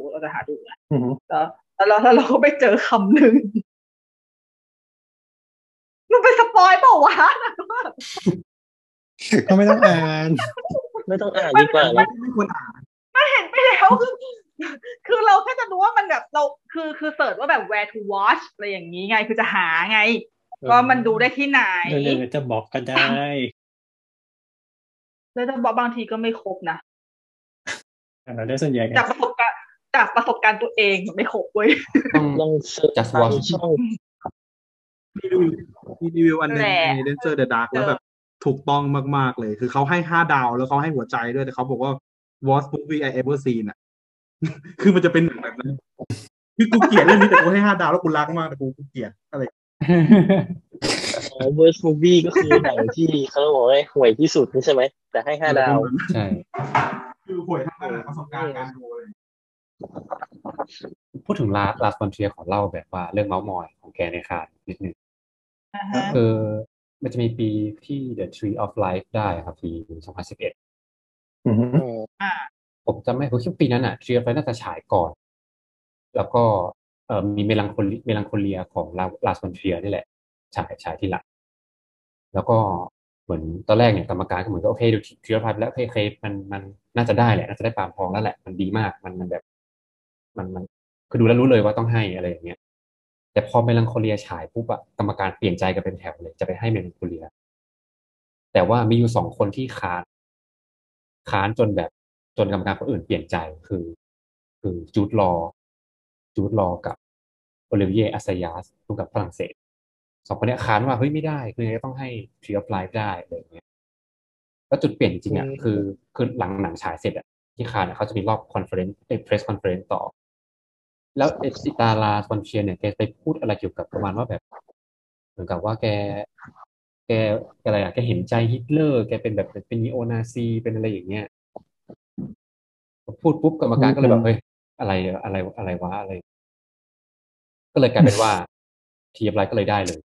Speaker 4: แล้วเราก็ไปเจอคำหนึ่งมันเป็นสปอยเปล่าวะ
Speaker 2: ก็ไม่ต้องอ่าน
Speaker 3: ดีกว่าแล้ว
Speaker 5: ไม่ควรอ่าน
Speaker 4: ไม่เห็นไปแล้วคือเราแค่จะดูว่ามันแบบเราคือเสิร์ชว่าแบบ where to watch อะไรอย่างนี้ไงคือจะหาไงว่ามันดูได้ที่ไหน
Speaker 2: จะบอกก็ได้
Speaker 4: แล้วจะบอกบางทีก็ไม่ครบนะ
Speaker 2: เราได้ส่วนใหญ่
Speaker 4: จากประสบการณ์ตัวเองไม่ครบเว้ย
Speaker 3: ลองเสิร์ชช่อง
Speaker 5: มีรีวิวอันนึงใน Dancer the Dark แล้วแบบถูกต้องมากๆเลยคือเขาให้5 ดาวแล้วเขาให้หัวใจด้วยแต่เขาบอกว่า worst movie I ever seen อ่ะ คือมันจะเป็นหนังแบบนั้นคือกูเกลียดเรื่องนี้แต่กูให้5 ดาวแล้วกูรักมากแต่กูเกลียดอะไร
Speaker 3: worst movie ก็คือหนังที่เขาบอกว่าห่วยที่สุดนี่ใช่ไหมแต่ให้5 ดาว
Speaker 6: ใช่
Speaker 5: คือห่วยทั้งด้านประสบการณ์การดูเลย
Speaker 6: พูดถึงลาสฟอนเทียขอเล่าแบบว่าเรื่องเมาส์มอยของแกในคานนิดนึง
Speaker 4: อ่าฮะ
Speaker 6: คือมันจะมีปีที่ The Tree of Life ได้ครับปี2011
Speaker 2: อือฮึ
Speaker 6: ผมจำไม่ผมคิดว่าปีนั้นอ่ะ Tree of Life น่าจะฉายก่อน แล้วก็มีเมลังโคเลียของลาสฟอนเทียนี่แหละฉายที่หลังแล้วก็เหมือนตอนแรกเนี่ยกรรมการก็เหมือนก็โอเคดู Tree of Life แล้วโอเคมันน่าจะได้แหละน่าจะได้ปาล์มทองแล้วแหละมันดีมากมันแบบมันคือดูแล้วรู้เลยว่าต้องให้อะไรอย่างเงี้ยแต่พอเมลังโคเลียฉายปุ๊บอะกรรมการเปลี่ยนใจกันเป็นแถวเลยจะไปให้เมลังโคเลียแต่ว่ามีอยู่2 คนที่ค้านจนแบบจนกรรมการคนอื่นเปลี่ยนใจคือจูดลอกับโอลิเวียอัสซายาสผู้กับฝรั่งเศส2 คนเนี้ยค้านว่าเฮ้ยไม่ได้คือยังไงก็ต้องให้ Tree of Life ได้อะไรอย่างเงี้ยแล้วจุดเปลี่ยนจริงๆอ่ะคือหลังหนังฉายเสร็จอ่ะที่คานเขาจะมีรอบคอนเฟอเรนซ์เพรสคอนเฟอเรนซ์ต่อแล้วเอซิตาลาฟอนเชียเนี่ยแกไปพูดอะไรเกี่ยวกับประมาณว่าแบบเหมือนกับว่าแกอะไรอ่ะแกเห็นใจฮิตเลอร์แกเป็นแบบเป็นนีโอนาซีเป็นอะไรอย่างเงี้ยพูดปุ๊บกรรมการก็เลยแบบเฮ้ยอะไรวะอะไรก็เลยกลายเป็นว่าทีมไลท์ก็เลยได้เลย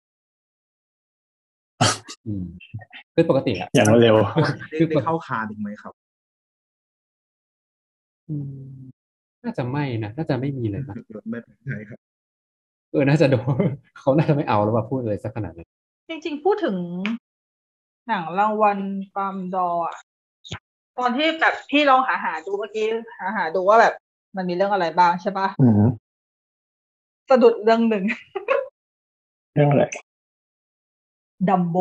Speaker 6: คือปกติอ่ะ
Speaker 2: อย่างเร็ว
Speaker 5: ได้เข้าคานอีกไหมครับ
Speaker 6: น่าจะไม่นะน่าจะไม่มีเลยนะ
Speaker 5: ไม่เป็นไรครับ
Speaker 6: น่าจะโดน เขาน่าจะไม่เอาแล้วมาพูดเลยสักขนาดนั้น
Speaker 4: จริงๆพูดถึงหนังรางวัลปาล์มดอร์อะตอนที่แบบพี่ลองหาดูเมื่อกี้หาดูว่าแบบมันมีเรื่องอะไรบ้างใช่ปะ
Speaker 2: อือฮึ
Speaker 4: สะดุดเรื่องหนึ่ง
Speaker 2: เรื่องอะไร
Speaker 4: ดัมโบ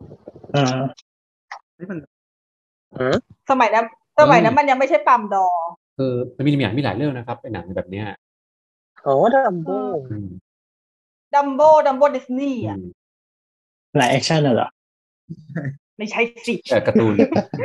Speaker 5: นี่มัน
Speaker 4: สมัยนั้นมันยังไม่ใช่ปาล์มดอร์
Speaker 6: มันมีหลายเรื่องนะครับไอ้หนังแบบเนี้ย
Speaker 3: ดัมโบ
Speaker 4: ดัมโบดิสนีย์อ่ะ
Speaker 2: หลายแอคชั่นน่ะเหรอ
Speaker 4: ไม่ใช่สิ
Speaker 6: การ์ตูน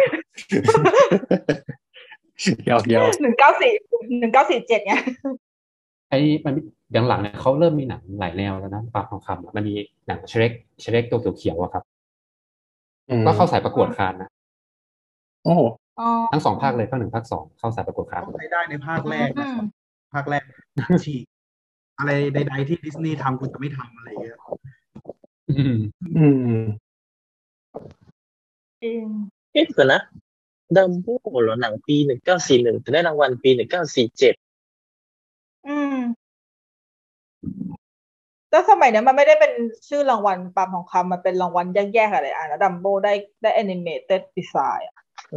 Speaker 2: หยอก
Speaker 4: 1947ไง
Speaker 6: ไอ้มันหลังๆเนี่ยเขาเริ่มมีหนังหลายแนวแล้วนะปากทองคำมันมีหนังเชเร็กตัวเขียวๆอะครับก็เข้าสายประกวดคานนะ
Speaker 2: โอ้
Speaker 6: ทั้ง2 ภาคเลยภาค 1ภาค 2เข้าสายประกวดคาน
Speaker 5: ต้องได้ในภาคแรกนะครับภาคแรกฉีกอะไรใดๆที่ดิสนีย์ทำคุณจะไม่ทำอะไรอย่างเงี้ย
Speaker 4: จริง
Speaker 3: เอ๊ะก่อนนะดัมโบเหรอหนังปี1941แต่ได้รางวัลปี1947
Speaker 4: แล้วสมัยนั้นมันไม่ได้เป็นชื่อรางวัลปาล์มทองคำมันเป็นรางวัลแยกๆอะไรแล้วดัมโบได้แอนิเมเต็ดดีไซน์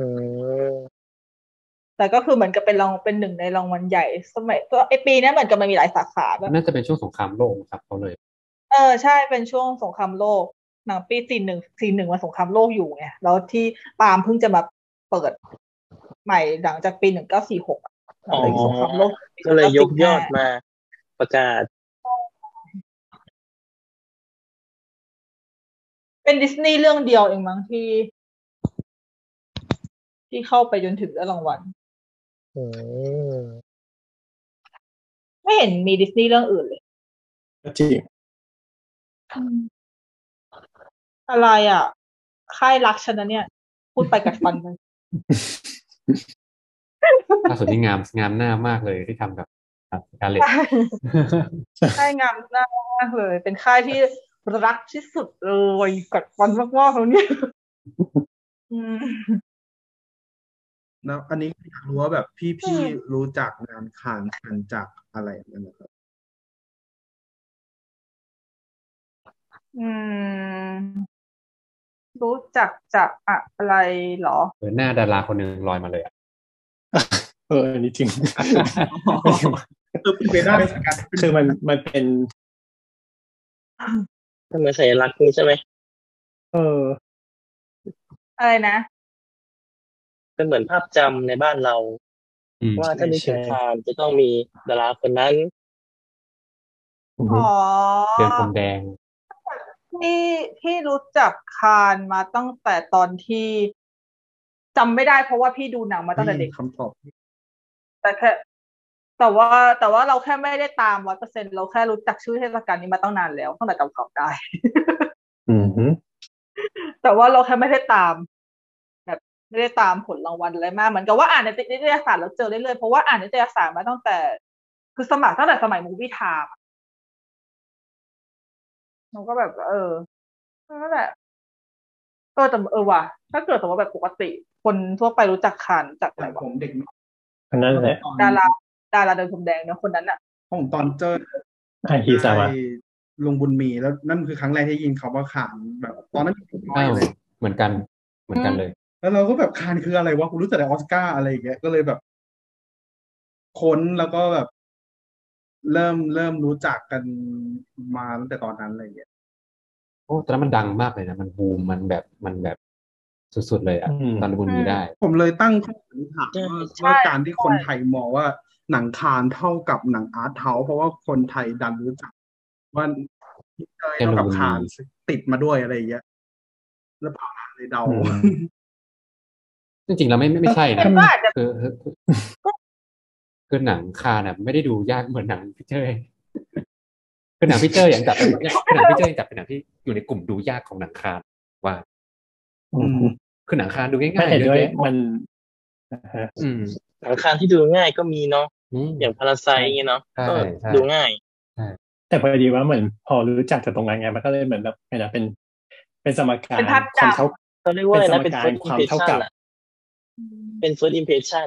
Speaker 4: แต่ก็คือเหมือนกับเป็นหนึ่งในรางวัลใหญ่สมัยก็ไอปีนั้นเหมือนกับมันมีหลายสาขาแบบ
Speaker 6: น่าจะเป็นช่วงสงครามโลกครับเขาเลย
Speaker 4: ใช่เป็นช่วงสงครามโลกหนังปี41มันสงครามโลกอยู่ไงแล้วที่ปาล์มเพิ่งจะมาเปิดใหม่หลังจากปี1946เลยสงครามโลก
Speaker 3: ก็เลยยกยอดมาประกาศ
Speaker 4: เป็นดิสนีย์เรื่องเดียวเองมั้งที่เข้าไปจนถึงได้รางวัลไม่เห็นมีดิสนีย์เรื่องอื่นเลย
Speaker 2: จริง
Speaker 4: อะไรอ่ะค่ายรักฉันนะเนี่ยพูดไปกัดฟันเลย
Speaker 6: ล่าสุดนี่งามหน้ามากเลยที่ทำกับการเล่น
Speaker 4: ค่ายงามหน้ามากเลยเป็นค่ายที่รักที่สุดเลยกัดฟันมากๆแล้วเนี่ย
Speaker 5: แล้วอันนี้อยากรู้ว่าแบบพี่รู้จักงานคานจากอะไรนะครับ
Speaker 4: รู้จักจากอะไรเหรอ
Speaker 6: หน้าดาราคนหนึ่งลอยมาเลยอ่ะ
Speaker 2: นี่จริง
Speaker 5: เป็นไปได้
Speaker 2: คือมันเป็น
Speaker 3: ทำไมสัญลักษณ์นี้ใช่ไหม
Speaker 4: อะไรนะ
Speaker 3: เป็นเหมือนภาพจำในบ้านเราว่าถ้ามีถึงคานจะต้องมีดาราคนนั้น
Speaker 6: เดินพรมแดง
Speaker 4: พี่พี่รู้จักคานมาตั้งแต่ตอนที่จำไม่ได้เพราะว่าพี่ดูหนังมาตั้งแต่เด็ก
Speaker 5: คำตอบ
Speaker 4: แต่แค่แต่ว่าเราแค่ไม่ได้ตาม100%เราแค่รู้จักชื่อเทศกาลนี้มาตั้งนานแล้วตั้งแต่จำความได้
Speaker 2: อืมฮึ
Speaker 4: แต่ว่าเราแค่ไม่ได้ตามแบบไม่ได้ตามผลรางวัลอะไรมากเหมือนกับว่าอ่านในนิตยสารแล้วเจอเรื่อยๆเพราะว่าอ่านนิตยสารมาตั้งแต่คือสมัครตั้งแต่สมัยมูฟี่ไทม์มันก็แบบนั่นแหละแต่ว่ะถ้าเกิดสมมติแบบปกติคนทั่วไปรู้จักคานจากอะไรวะ
Speaker 5: ผมเด็กน้อย
Speaker 2: อันนั้นแหละ
Speaker 4: ดาราเดินพรมแดงเนอะคนนั้นอะ
Speaker 5: ผมตอนเจอ
Speaker 2: อาฮิซาวะ
Speaker 5: ลุงบุญมีแล้วนั่นคือครั้งแรกที่ยินคำว่าขานแบบตอนนั้นน้อยเลย
Speaker 6: เหมือนกันเลย
Speaker 5: แล้วเราก็แบบคานคืออะไรวะกูรู้จักแต่ออสการ์อะไรอย่างเงี้ยก็เลยแบบค้นแล้วก็แบบเริ่มรู้จักกันมาตั้งแต่ตอนนั้นอะไรอย่างเงี้ย
Speaker 6: โอ้ตอนนั้นมันดังมากเลยนะมันบูมมันแบบสุดๆเลยอ่ะ
Speaker 2: อืม
Speaker 6: ตอนบุญมีได้
Speaker 5: ผมเลยตั้งข้อสันนิษฐาน
Speaker 3: ใช่
Speaker 5: ว่าการที่คนไทยมองว่าหนังคานเท่ากับหนังอาร์ตเฮาส์เพราะว่าคนไทยดันรู้จักว่าเคยเท่ากับคานติดมาด้วยอะไรอย่างเงี้ยแล้วพอเลยเดา
Speaker 2: อืม
Speaker 6: จริงๆแล้วไม่ใช่นะ
Speaker 4: ก็อาจจะ
Speaker 6: คือหนังคานอ่ะไม่ได้ดูยากเหมือนหนังพี่เจ้ยคือหนังพี่เจ้ยอย่างจัดคือหนังพี่เจ้ยยังจัดเป็นหนังที่อยู่ในกลุ่มดูยากของหนังคานว่า
Speaker 2: อืม
Speaker 6: คือหนังคานดูง่าย
Speaker 2: ไม่
Speaker 6: ๆ
Speaker 2: เห็น
Speaker 6: เยอะ
Speaker 2: ด้วย
Speaker 6: แยะ
Speaker 2: มันอ่าฮะ
Speaker 3: หนังคานที่ดูง่ายก็มีเนาะ
Speaker 6: นี่
Speaker 3: อย่างพาราไซต์เงี้ยเนาะ
Speaker 6: ใช่
Speaker 3: ก็
Speaker 6: ใช่
Speaker 3: ดูง่าย
Speaker 2: แต่พอดีว่าเหมือนพอรู้จักจากตรงนั้นไงมันก็เลยเหมือนแบบเป็นสมการ
Speaker 4: เป็นภาพ
Speaker 2: ความ
Speaker 4: จำ
Speaker 2: เท่า
Speaker 3: เขาเรียกว่าอะไรนะ
Speaker 2: เป็
Speaker 3: เป็น น
Speaker 2: สมการ
Speaker 3: first
Speaker 2: ความเท่า
Speaker 3: impression
Speaker 2: กับ
Speaker 3: อะเป็น first impression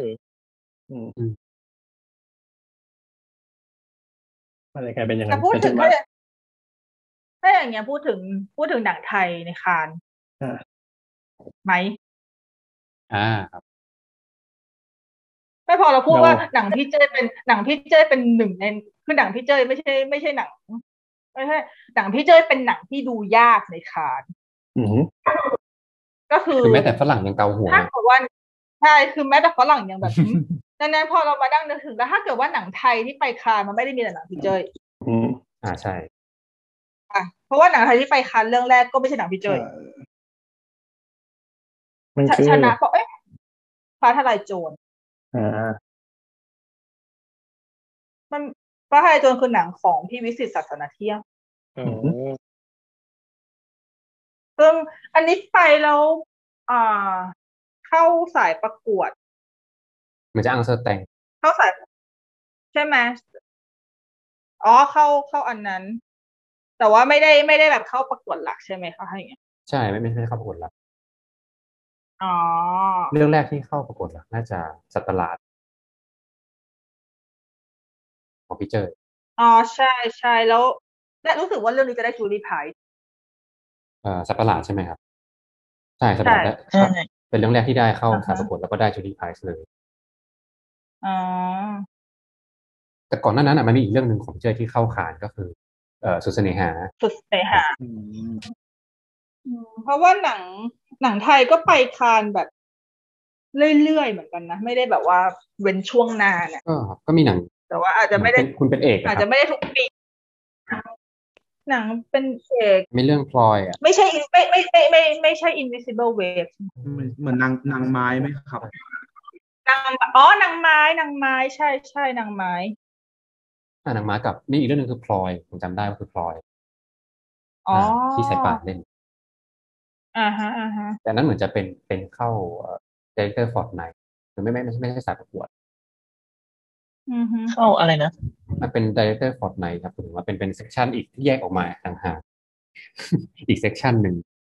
Speaker 2: อะไรกลายเป็นอย่าง
Speaker 4: แต่
Speaker 2: นั้น
Speaker 4: พูดถึง
Speaker 2: ว่า
Speaker 4: ถ้าอย่างเงี้ยพูดถึงหนังไทยในคาน
Speaker 2: อ่า
Speaker 4: ไหม
Speaker 6: ครับ
Speaker 4: ไม่พอเราพูด
Speaker 2: เรา
Speaker 4: ว่าหนังพี่เจ้ยเป็นหนึ่งในคือหนังพี่เจ้ยไม่ใช่หนังไม่ใช่หนังพี่เจ้ยเป็นหนังที่ดูยากในคาน
Speaker 2: อืม
Speaker 4: ก็คือ
Speaker 6: คือแม้แต่ฝรั่งยังเกาหัว
Speaker 4: ถ้าเกิดว่าใช่คือแม้แต่ฝรั่งยังแบบ ดังนั้นพอเรามาดั้งนึกถึงแล้วถ้าเกิดว่าหนังไทยที่ไปคานมันไม่ได้มีแต่หนังพี่เจ้ย
Speaker 2: อืม
Speaker 6: ใช่
Speaker 4: เพราะว่าหนังไทยที่ไปคานเรื่องแรกก็ไม่ใช่หนังพี่เจ้ย
Speaker 2: มันคือ
Speaker 4: ชนะเพราะฟ้าทลายโจร
Speaker 2: อ่า
Speaker 4: มันฟ้าทลายโจรคือหนังของพี่วิสิตศาสนาเที่ยง
Speaker 3: อืม
Speaker 4: ซึ่งอันนี้ไปแล้วเข้าสายประกวด
Speaker 6: เหมือนจะอังเซอร์แตง
Speaker 4: เข้าสายใช่ไหมอ๋อเข้าอันนั้น แต่ว่าไม่ได้แบบเข้าประกวดหลักใช่ไหมคะอย่างเงี้ย
Speaker 6: ใช่ไม่ใช่เข้าประกวดหลัก
Speaker 4: อ๋อ
Speaker 6: เรื่องแรกที่เข้าประกวดหลักน่าจะสัตว์ประหลาดของพี่เจอ
Speaker 4: อ๋อใช่แล้วและรู้สึกว่าเรื่องนี้จะได้จูลี่ไพรส์
Speaker 6: สัตว์ประหลาดใช่ไหมครับใช่สัตว์ประหลาด
Speaker 3: ใช่
Speaker 6: เป็นเรื่องแรกที่ได้เข้า
Speaker 4: อ่าฮะ
Speaker 6: สายประกวดแล้วก็ได้จูดี้ไพรส์เลย
Speaker 4: อ๋อ
Speaker 6: แต่ก่อนหน้านั้นมันมีอีกเรื่องหนึ่งของพี่เจอที่เข้าขานก็คือสุดเสน่หา
Speaker 4: สุดเสหาเพราะว่าหนังไทยก็ไปคานแบบเรื่อยๆเหมือนกันนะไม่ได้แบบว่าเว้นช่วงนานเนี่ย
Speaker 6: ก็มีหนัง
Speaker 4: แต่ว่าอาจจะไม่ได้
Speaker 6: คุณเป็นเอก
Speaker 4: อาจ
Speaker 6: ครั
Speaker 4: จะ
Speaker 6: บ
Speaker 4: ไม่ได้ทุกปีหนังเป็นเอก
Speaker 6: มีเรื่องพลอยอ่ะ
Speaker 4: ไม่ใช่ไม่ใช่ Invisible Wave
Speaker 5: เหมือนนางไม้ไหมครับ
Speaker 4: นางไม้ใช่นางไม้
Speaker 6: หนังม้ากับมีอีกเรื่องหนึงคือพลอยผมจำได้ว่าคือพลอย
Speaker 4: อ๋อ
Speaker 6: ที่สายป่านเล่น
Speaker 4: อ่าฮะ
Speaker 6: แต่นั้นเหมือนจะเป็นเข้าDirector Fortnite คือไม่ใช่สายประกวด
Speaker 4: อือฮึ
Speaker 3: เข้าอะไรนะ
Speaker 6: มันเป็น Director Fortnite ครับถึงว่าเป็นเซกชันอีกที่แยกออกมาต่างหาก อีกเซกชันหนึ่ง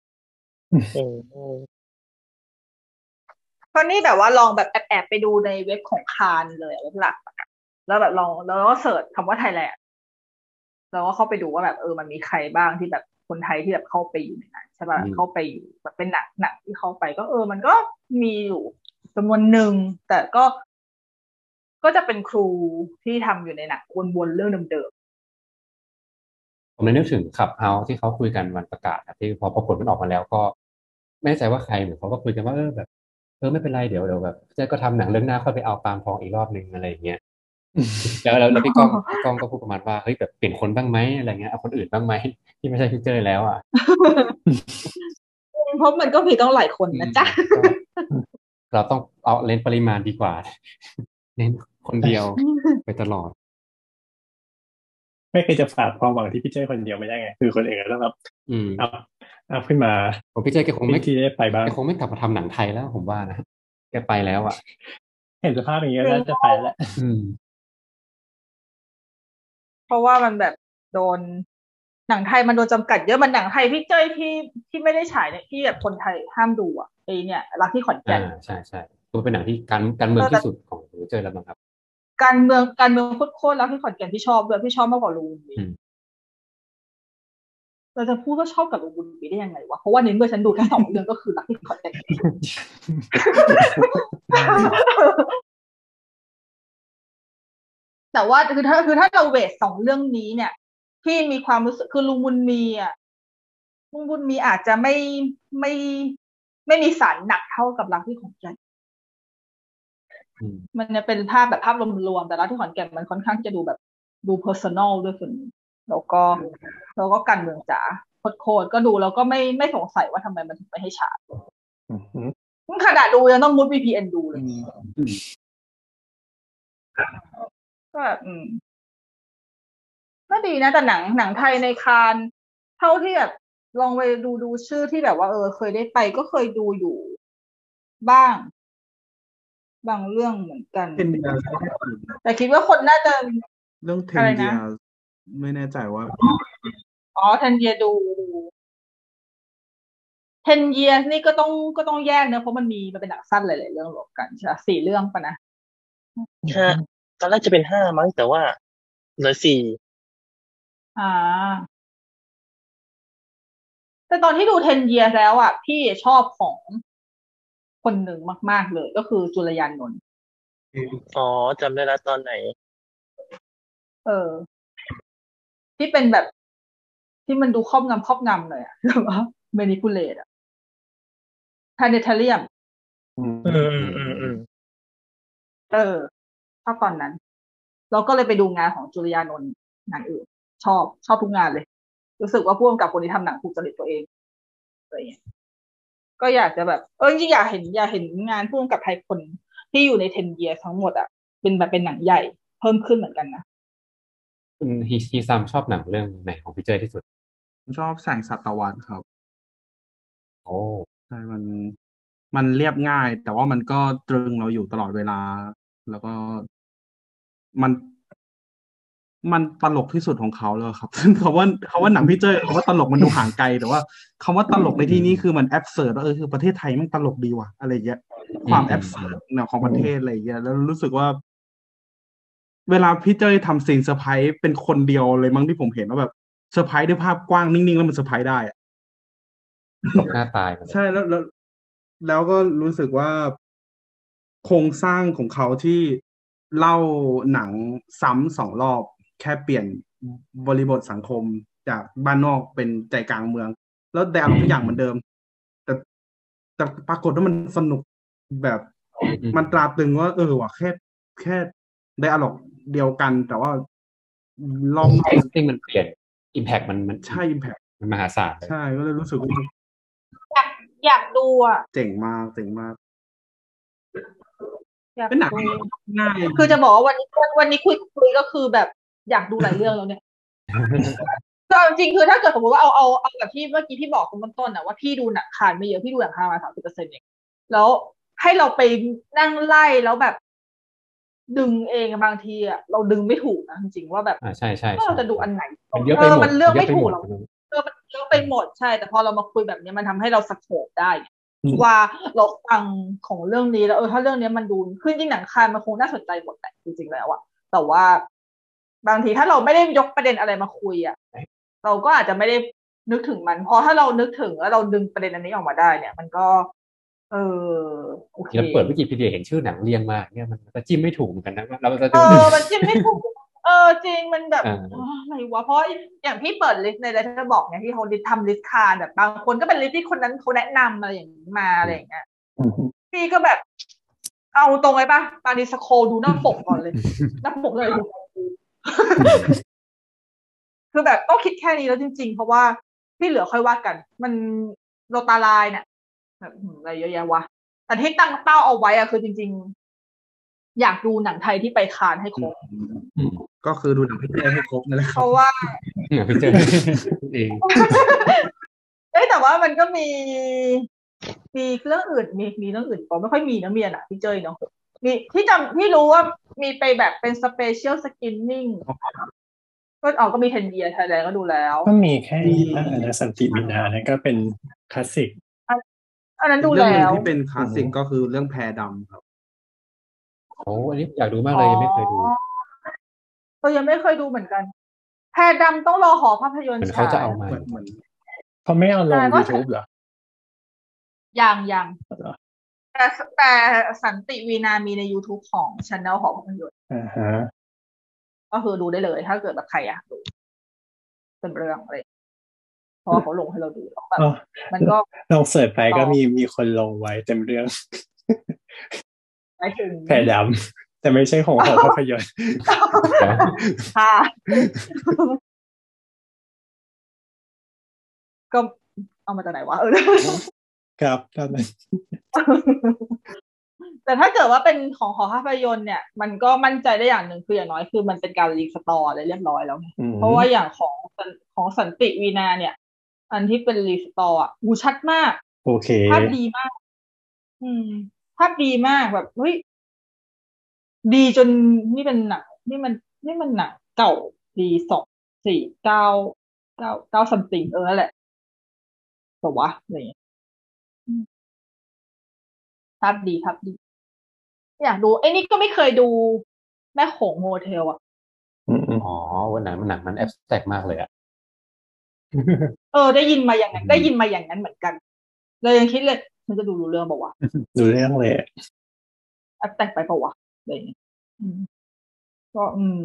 Speaker 4: เพราะนี่แบบว่าลองแบบแอบไปดูในเว็บของคานเลยเว็บหลักอะแล้วแบบลองแล้วก็เสิร์ชคำว่าไทยแลนด์แล้วก็เข้าไปดูว่าแบบมันมีใครบ้างที่แบบคนไทยที่แบบเข้าไปอยู่ในนั้นใช่ป่ะเข้าไปอยู่แบบเป็นหนังที่เข้าไปก็มันก็มีอยู่จำนวนหนึ่งแต่ก็จะเป็นครูที่ทำอยู่ในหนังวนๆเรื่องเดิม
Speaker 6: ผมเลยนึกถึงขับเฮาที่เขาคุยกันวันประกาศที่พอผลมันออกมาแล้วก็ไม่แน่ใจว่าใครเหมือนเขาก็คุยกันว่าแบบไม่เป็นไรเดี๋ยวแบบเจ๊ก็ทำหนังเรื่องหน้าค่อยไปเอาปาล์มทองอีกรอบนึงอะไรอย่างเงี้ยแล้วพี่ก้องก็พูดประมาณว่าเฮ้ยแบบเปลี่ยนคนบ้างไหมอะไรเงี้ยเอาคนอื่นบ้างไหมที่ไม่ใช่พี่เจอแล้วอ่ะ
Speaker 4: เพราะมันก็มีต้องหลายคนนะจ๊ะ
Speaker 6: เราต้องเอาเน้นปริมาณดีกว่า เน้นคนเดียวไปตลอด
Speaker 2: ไม่เคยจะฝากความหวังที่พี่เจ้คนเดียวไม่ได้ไงคือคนอื่นแล้วแบบอัพขึ้นมา
Speaker 6: ผมพี่เจแกคงไม่
Speaker 2: ที่ได้ไปบ้าง
Speaker 6: แกคงไม่กลับมาทำหนังไทยแล้วผมว่านะแกไปแล้วอ่ะ
Speaker 2: เห็นสภาพอย่างเงี้ยน่าจะไปแล้ว
Speaker 4: เพราะว่ามันแบบโดนหนังไทยมันโดนจำกัดเยอะมันหนังไทยพี่เจ้ยที่ไม่ได้ฉายเนี่ยที่แบบคนไทยห้ามดูอ่ะไอเนี่ยรักที่ขอนแก่น
Speaker 6: ใช่ตัวเป็นหนังที่การเมืองที่สุดของเจอแล้วมั้งครับ
Speaker 4: การเมืองโคตรรักที่ขอนแก่นที่ชอบด้วยพี่ชอบมากกว่าลุงบุญมีเราจะพูดว่าชอบกับลุงบุญมีได้ยังไงวะเพราะว่าในเมื่อฉันดูแค่2 เรื่องก็คือรักที่ขอนแก่นแต่ว่าคือถ้าเราเวท2 เรื่องนี้เนี่ยพี่มีความรู้สึกคือลุงบุญมีอาจจะไม่มีสารหนักเท่ากับรักที่ขอนแก่นมันจะเป็นภาพแบบภาพรวมๆแต่รักที่ขอนแก่นมันค่อนข้างจะดูแบบดู personal ด้วยส่วนนึงแล้วก็การเมืองจ๋าโคตรก็ดูแล้วก็ไม่สงสัยว่าทำไมมันถึงไม่ให้ฉายขนาดดูยังต้องมุด VPN ดูเลยก็ก็ดีนะแต่หนังไทยในคานเท่าที่แบบลองไปดูชื่อที่แบบว่าเคยได้ไปก็เคยดูอยู่บ้างบางเรื่องเหมือนกันแต่คิดว่าคนน่าจะ
Speaker 5: เรื่อง10 years ไม่แน่ใจว่า
Speaker 4: 10 years ดู10 years นี่ก็ต้องแยกเนอะเพราะมันเป็นหนังสั้นหลายๆเรื่องรวมกันใช่4 เรื่องป่ะนะ
Speaker 3: ตอนแรกจะเป็น5มั้งแต่ว่าเหลือ4
Speaker 4: แต่ตอนที่ดู10 years แล้วอ่ะพี่ชอบของคนหนึ่งมากๆเลยก็คือจุลยานนท์
Speaker 3: จำได้แล้วตอนไหน
Speaker 4: ที่เป็นแบบที่มันดูครอบงำเลยอ่ะแบบว่า manipulate อ่ะ planetarium ชอบตอนนั้นเราก็เลยไปดูงานของจุลยานนท์งานอื่นชอบทุกงานเลยรู้สึกว่าผู้กำกับคนนี้ทำหนังถูกจริตตัวเองอะไรอย่างเงี้ยก็อยากจะแบบจริงๆอยากเห็นงานผู้กำกับไทยคนที่อยู่ใน10 years ทั้งหมดอ่ะเป็นหนังใหญ่เพิ่มขึ้นเหมือนกันนะ
Speaker 6: คุณฮีซัมชอบหนังเรื่องไหนของพี่เจที่สุด
Speaker 5: ชอบแสงสัตวันครับ
Speaker 6: โอ้
Speaker 5: ใช่มันเรียบง่ายแต่ว่ามันก็ตรึงเราอยู่ตลอดเวลาแล้วก็มันตลกที่สุดของเขาเลยครับซึ่งคำว่าหนังพี่เจ้คำว่าตลกมันดูห่างไกลแต่ว่าคำว่าตลกในที่นี้คือมันแอบเสิร์ตว่าคือประเทศไทยมันตลกดีว่ะอะไรเงี้ยความแอบเสิร์ตของประเทศอะไรเงี้ยแล้วรู้สึกว่าเวลาพี่เจ้ทำซีนเซอร์ไพรส์เป็นคนเดียวเลยมั้งที่ผมเห็นว่าแบบเซอร์ไพรส์ด้วยภาพกว้างนิ่งๆแล้วมันเซอร์ไพรส์ได้อะ
Speaker 6: หน้าตาย
Speaker 5: ใช่แล้วก็รู้สึกว่าโครงสร้างของเขาที่เล่าหนังซ้ำ2 รอบแค่เปลี่ยนบริบทสังคมจากบ้านนอกเป็นใจกลางเมืองแล้วแต่ทุกอย่างเหมือนเดิมแต่ปรากฏว่ามันสนุกแบบมันตราตรึงว่าว่ะแค่ไดอะล็อกเดียวกันแต่ว่ารอบ
Speaker 6: ที่มันเปลี่ยนอิมแพคมัน
Speaker 5: ใช่อิมแพค
Speaker 6: มันมหาศาล
Speaker 5: ใช่ก็เลยรู้สึกว่า
Speaker 4: อยากดูอ่ะ
Speaker 5: เจ๋งมากเป็นหนังง่าย
Speaker 4: คือจะบอกว่าวันนี้คุยก็คือแบบอยากดูหลายเรื่องแล้วเนี่ยก็จริงคือถ้าเกิดสมมติว่าเอาแบบที่เมื่อกี้พี่บอกคุณต้นนะว่าพี่ดูหนังคานไม่เยอะพี่ดูหนังคานมา30%เองแล้วให้เราไปนั่งไล่แล้วแบบดึงเองบางทีอ่ะเราดึงไม่ถูกนะจริงๆว่าแบบ
Speaker 6: ใช่
Speaker 4: เราจะดูอันไหน
Speaker 6: มันเยอะไปหมด
Speaker 4: มันเลือกไม่ถูกหรอกมันเยอะไปหมดใช่แต่พอเรามาคุยแบบนี้มันทำให้เราสโคปได้ว่าเราฟังของเรื่องนี้แล้วถ้าเรื่องนี้มันดูขึ้นจริงหนังคานมันคงน่าสนใจหมดแหละจริงๆแล้วอะแต่ว่าบางทีถ้าเราไม่ได้ยกประเด็นอะไรมาคุยอะเราก็อาจจะไม่ได้นึกถึงมันพอถ้าเรานึกถึงแล้วเราดึงประเด็นอันนี้ออกมาได้เนี่ยมันก็โอเค
Speaker 6: เราเปิดวิกิพีเดียเห็นชื่อหนังเรียงมาเนี่ยมันก็จิ้มไม่ถูกเหมือนกันนะเราจะ
Speaker 4: มันจิ้มไม่ถูกจริงมันแบบอะไรวะเพราะอย่างพี่เปิดลิสต์ในอะไรที่จะบอกเนี่ยที่เขาทำลิสต์คานแบบบางคนก็เป็นลิสต์ที่คนนั้นเขาแนะนำอะไรอย่างนี้มาอะไรอย่างเงี้ยพี่ก็แบบเอาตรงไว้ป่ะปานิสโคดูหน้าปกก่อนเลยหน้าปกเลยคือแบบต้องคิดแค่นี้แล้วจริงๆเพราะว่าที่เหลือค่อยว่ากันมันโรตาไลน์เนี่ยแบบอะไรเยอะแยะวะแต่ที่ตั้งเป้าเอาไว้อะคือจริงๆอยากดูหนังไทยที่ไปคานให้ครบ
Speaker 5: ก็คือดูหนังพี่เจให้ครบนั่นแหละค
Speaker 4: เพ
Speaker 5: รับ
Speaker 4: ราะว่า
Speaker 6: พี่เจอเอง
Speaker 4: แต่ว่ามันก็มีเรื่องอื่นมีเรื่องอื่นก็ไม่ค่อยมีนะเมียน่ะพี่เจยเนาะมีที่รู้ว่ามีไปแบบเป็นสเปเชียลสกินนิ่งก็มี10 year Thailand ก็ดูแล้ว
Speaker 2: ก็มีแค่นี้บ้างนะสันติวินาเนี่ยก็เป็นคลาสสิก
Speaker 4: อันนั้นดู
Speaker 5: เรื่องหนึ่
Speaker 4: แล้
Speaker 5: ง
Speaker 4: ว
Speaker 5: ที่เป็นคลาสสิกก็คือเรื่องแพดำครับ
Speaker 6: โอ้อันนี้อยากดูมากเลยยังไม่เคยดู
Speaker 4: ยังไม่เคยดูเหมือนกันแพรดำต้องรอหอภาพยนต
Speaker 6: เหมื
Speaker 4: ร์
Speaker 6: อนเขา
Speaker 4: ฉาย
Speaker 6: จะเอามา
Speaker 5: เหมือน
Speaker 2: เขาไม่เอาลง
Speaker 4: แต่ก็
Speaker 2: YouTube เหรอ
Speaker 4: ยัง
Speaker 2: เหรอ
Speaker 4: แต่สันติวีนามีใน YouTube ของ Channel หอภาพยนตร์
Speaker 2: อ่าฮะ
Speaker 4: ก็คือดูได้เลย ถ้าเกิดแบบใครอยากดูเป็นเรื่องอะไรเพราะว่าเขาลงให้เราดูแล้วแบบ
Speaker 2: อ๋อ
Speaker 4: มันก็
Speaker 2: ลองเสิร์ชไปก็มีคนลงไว้เต็มเรื่อง
Speaker 4: หมายถึง
Speaker 2: แพรดำแต่ไม่ใช่ของหอภาพยนตร์
Speaker 4: ค่ะ ก็เอามาจากไหนวะ
Speaker 2: ครับตอนนั้น
Speaker 4: แต่ถ้าเกิดว่าเป็นของหอภาพยนตร์เนี่ยมันก็มั่นใจได้อย่างหนึ่งคืออย่างน้อยคือมันเป็นการรีสตอร์อะไรเรียบร้อยแล้วไง
Speaker 2: อืม
Speaker 4: เพราะว่าอย่างของสันติวีนาเนี่ย อันที่เป็นรีสตอร์อ่ะชัดมาก
Speaker 2: โอเค
Speaker 4: ภาพดีมาก ภาพดีมากแบบเฮ้ยดีจนนี่เป็นหนังนี่มันหนังเก่าปี2499ซัมติงนั่นแหละแต่วะอะไรอย่างเงี้ยภาพดีอยากดูไอ้นี่ก็ไม่เคยดูแม่โขงโฮเทลอ่ะ
Speaker 6: อ๋อวันนั้นมันหนังมันแอบแตกมากเลยอ่ะ
Speaker 4: ได้ยินมาอย่างนั้นเหมือนกันเลยยังคิดเลยมันจะดูรู้เรื่องบอกว่า
Speaker 2: ดูเรื่องเลย
Speaker 4: แอปแต่งไปเปล่าวะอะไรอย่างเงี้ยก็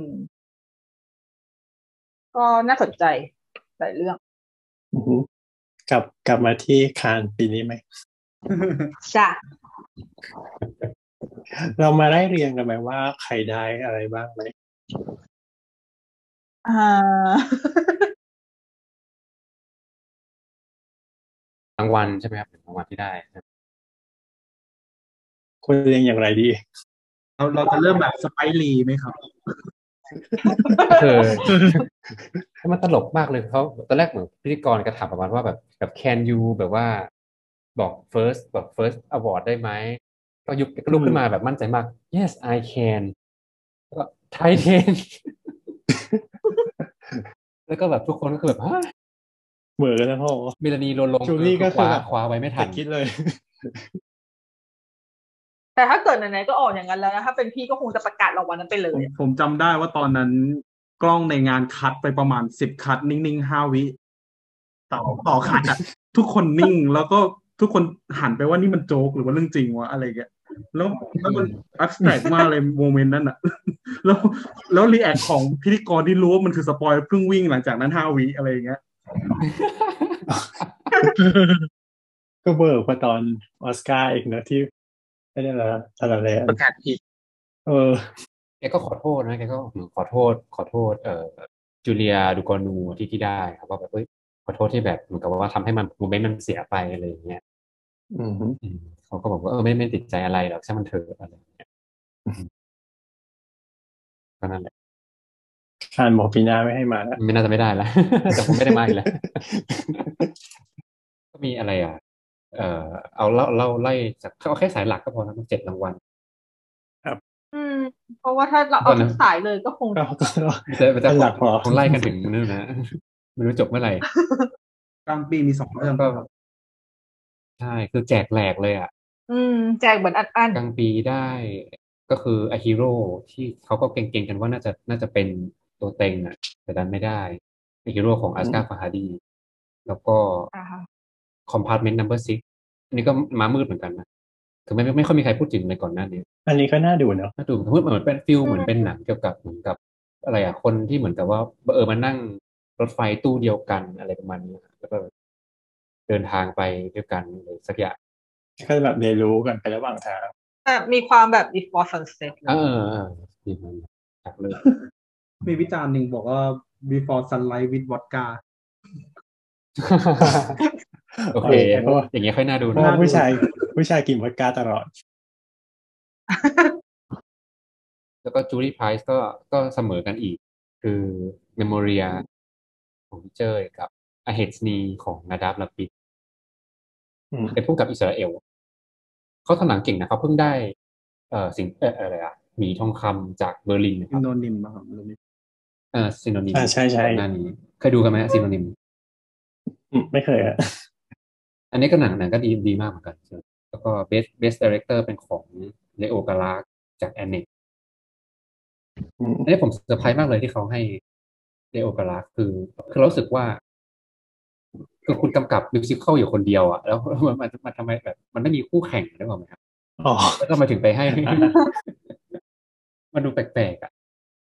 Speaker 4: ก็น่าสนใจหลายเรื่อง
Speaker 2: อือฮึกลับมาที่คานปีนี้ไหม
Speaker 4: จ้ะ
Speaker 2: เรามาไล่เรียงกันไหมว่าใครได้อะไรบ้างไหม
Speaker 6: รางวัลใช่ไหมครับรางวัลที่ได้
Speaker 2: ควรเรียงอย่างไรดี
Speaker 5: เราจะเริ่มแบบสไปรีไหมครับ
Speaker 6: มันตลกมากเลยเขาตอนแรกเหมือนพิธีกรก็ถามประมาณว่าแบบ can you แบบว่าบอก first award ได้ไหมก็ลุกขึ้นมาแบบมั่นใจมาก yes I can แล้วก็ Thai 10 แล้วก็แบบทุกคนก็คือแบบฮะ
Speaker 2: เหมือนกันนะพ่อ
Speaker 6: เมลานีโรลง
Speaker 2: จูลี่ก็คือแบบ
Speaker 6: คว้าไว้ไม่ทัน
Speaker 2: คิดเลย
Speaker 4: แต่ถ้าเกิดไหนๆก็ออกอย่างนั้นแล้วนะถ้าเป็นพี่ก็คงจะประกาศรางวัลนั้นไปเลย
Speaker 5: ผมจำได้ว่าตอนนั้นกล้องในงานคัดไปประมาณ10 คัดนิ่งๆ5 วิต่อคัดอ่ะ ทุกคนนิ่งแล้วก็ทุกคนหันไปว่านี่มันโจ๊กหรือว่าเรื่องจริงวะอะไรเงี้ยแล้วมันอับสแตรกมากเลยโมเมนต์นั้นอ่ะ แล้วรีแอคของพิธีกรที่รู้ว่ามันคือสปอยล์เพิ่งวิ่งหลังจากนั้น5 วิอะไรอย่างเงี้ย
Speaker 2: ก็เบิกว่าตอนออสการ์อีกนะที่ไม่ได้แล้วอะไรเลย
Speaker 3: ประกาศผิด
Speaker 6: แกก็ขอโทษนะแกก็ขอโทษจูเลียดูกอนูที่ได้ครับว่าแบบขอโทษที่แบบเหมือนกับว่าทำให้มันโมเมนต์มันเสียไปอะไรอย่างเงี้ยเขาก็บอกว่าไม่ติดใจอะไรหรอกช่างมันเถอะอะไรอย่างเงี้ยก็นั่นแหละ
Speaker 2: คานบอกปีหน้าไม่ให้มาแล้ว
Speaker 6: ไม่น่าจะไม่ได้แล้ว แต่ผมไม่ได้มาอีกแล้ว ก็มีอะไรเอาเล่าไล่จากเอาแค่สายหลักก็พอนะมัน7 รางวัล
Speaker 4: เพราะว่าถ้าเราเอาทุกสายเลยก็คง
Speaker 6: จะหลักพอคงไล่กันถึงนู่นนะ ไม่รู้จบเมื่อไหร่
Speaker 5: กลางปีมี2 เรื่อง
Speaker 6: ก็ใช่คือแจกแหลกเลยอ่ะ
Speaker 4: แจกเหมือนอัน
Speaker 6: กลางปีได้ก็คืออะฮีโร่ที่เขาก็เก่งๆกันว่าน่าจะเป็นตัวเต็งอ่ะแต่ดันไม่ได้อะฮีโร่ของอัสกาฟาฮาดีแล้วก็คอมพาร์ตเมนต์นัมเบอร์6อันนี้ก็มามืดเหมือนกันนะคือไม่ค่อยมีใครพูดถึงเลยก่อนหน้านี้
Speaker 2: อันนี้ก็น่าดูเนาะ
Speaker 6: น่าดูเหมือนเป็นฟิลเหมือนเป็นหนังเกี่ยวกับเหมือนกับอะไรอ่ะคนที่เหมือนกับว่ามานั่งรถไฟตู้เดียวกันอะไรประมาณนี้แล้วก็เดินทางไปด้วยกันอะไรสักอย่าง
Speaker 2: ก็แบบเรียนรู้กันไประหว่างทาง
Speaker 4: มีความแบบ before sunset เล
Speaker 6: เอย อดีมันจากเลย
Speaker 5: มีวิจารณ์หนึ่งบอกว่า before sunlight with vodka
Speaker 6: โอเค
Speaker 2: เพราะว่า
Speaker 6: อย่างเงี้ยค่อยน่าดู
Speaker 2: เพ
Speaker 6: นะ
Speaker 2: ราะว่าผู้ชายกินวอดก้าตลอด
Speaker 6: แล้วก็จูรี่ไพรส์ก็เสมอกันอีก คือเมโมเรียของพี่เจยกับอาเฮดสนีของนาดาบลาปิด
Speaker 2: อืม
Speaker 6: เป็นผู้กำกับอิสราเอลเขาทำหนังเก่งนะเขาเพิ่งได้สิ่งอะไรอะหมีทองคำจากเบอร์ลินนะค
Speaker 5: อิ
Speaker 6: รับ
Speaker 5: นโนนิมครับ
Speaker 6: ซิโนนิม
Speaker 2: ใช่
Speaker 6: ก่อนหน้านี้เคยดูกันไหมซิโนนิม
Speaker 2: ไม่เคยอะ
Speaker 6: อันนี้ก็หนังก็ดีมากเหมือนกันแล้วก็ Best Director เป็นของเลโอกาลาจากแอนเนก
Speaker 2: อืม
Speaker 6: อันนี้ผมเซอร์ไพรส์มากเลยที่เขาให้เลโอกาลาคือเรารู้สึกว่าคือคุณกำกับมิวสิคัลอยู่คนเดียวอ่ะแล้วมันทำไมแบบมันไม่มีคู่แข่งได้หรือเปล่าครับ
Speaker 2: อ๋อ
Speaker 6: แล้วก็มาถึงไปให้ มันดูแปลกๆอ่ะ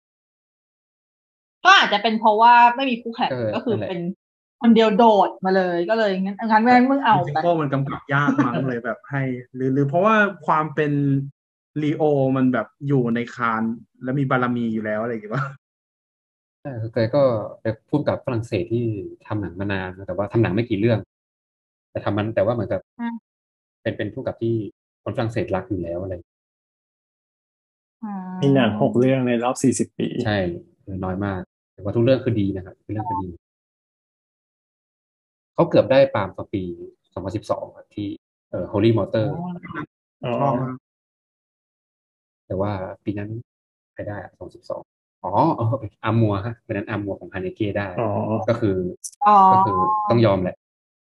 Speaker 4: ก็อาจจะเป็นเพราะว่าไม่มีคู่แข่งก็คือเป็นคนเดียวโดดมาเลยก็เลยงั้นมึงเอา
Speaker 5: มิวสิ
Speaker 4: ไป
Speaker 5: คัลมันกำกับยากมั้งเลยแบบให้ หรือเพราะว่าความเป็นลีโอมันแบบอยู่ในคานแล้วมีบารมีอยู่แล้วอะไรอย่างเงี้ย
Speaker 6: ใช่แกก็เป็นผู้กำกับฝรั่งเศสที่ทำหนังมานานนะแต่ว่าทำหนังไม่กี่เรื่อง แต่ว่าเหมือนกับเป็นผู้กำกับที่คนฝรั่งเศสรักอยู่แล้วอะไร
Speaker 2: มีหนัง6 เรื่องในรอบ40 ปี
Speaker 6: ใช่น้อยมาก แต่ว่าทุกเรื่องคือดีนะครับทุกเรื่องคือดี เขาเกือบได้ปาล์มตอนปี 2012ครับที่Holy Motor
Speaker 2: อ๋อ
Speaker 5: ชอบมาก
Speaker 6: แต่ว่าปีนั้นใครได้อะ2012เป็นอามัวฮะเป็นนั้นอามัวของฮาเนเก้ได้
Speaker 2: อ๋อ
Speaker 6: ก็คือ
Speaker 4: อ๋อ
Speaker 6: ก็คือต้องยอมแหละ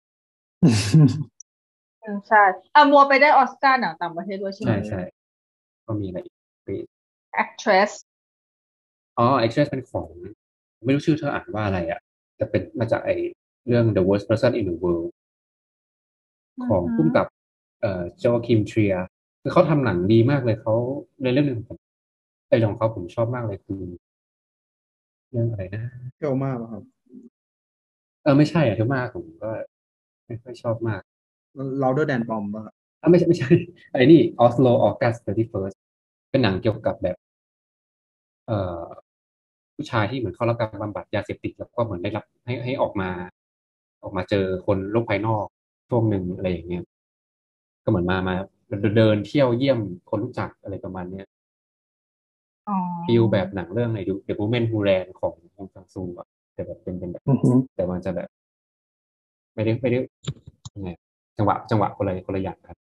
Speaker 4: ใช่มัวไปได้ออสการ์หนังต่างประเทศด้วยใช่ไหม
Speaker 6: ใช่ก็มีอะไรอีกปี
Speaker 4: actress
Speaker 6: Actress เป็นของไม่รู้ชื่อเธออ่านว่าอะไรอ่ะแต่เป็นมาจากไอเรื่อง The Worst Person in the World ของผู้กำกับโจคิมเทรียคือเขาทำหนังดีมากเลยเขาในเรื่องหนึ่งผมไอของเขาผมชอบมากเลยคือเรื่องอะไรนะ
Speaker 5: เที่ยวมากครับ
Speaker 6: ไม่ใช่เทอมากผมก็ไม่ค่อยชอบมาก
Speaker 5: Louder Than Bomb ป่ะครับ
Speaker 6: ไม่ใช่ไอ้นี่ Oslo August 31st เป็นหนังเกี่ยวกับแบบเอ่อผู้ชายที่เหมือนเข้ารับการบำบัดยาเสพติดแล้วก็เหมือนได้รับให้ออกมาเจอคนโลกภายนอกช่วงหนึ่งอะไรอย่างเงี้ยก็เหมือนมาเดินเที่ยวเยี่ยมคนรู้จักอะไรประมาณเนี้ย
Speaker 4: อ๋อ
Speaker 6: ฟีลแบบหนังเรื่องไอ้ The Woman Who Ran ของฮงซังซูอะแต่แบบเป็นแบบ
Speaker 2: อือหือ
Speaker 6: แต่มันจะแบบไม่ได้ยังไงจังหวะคนละอย่างครับ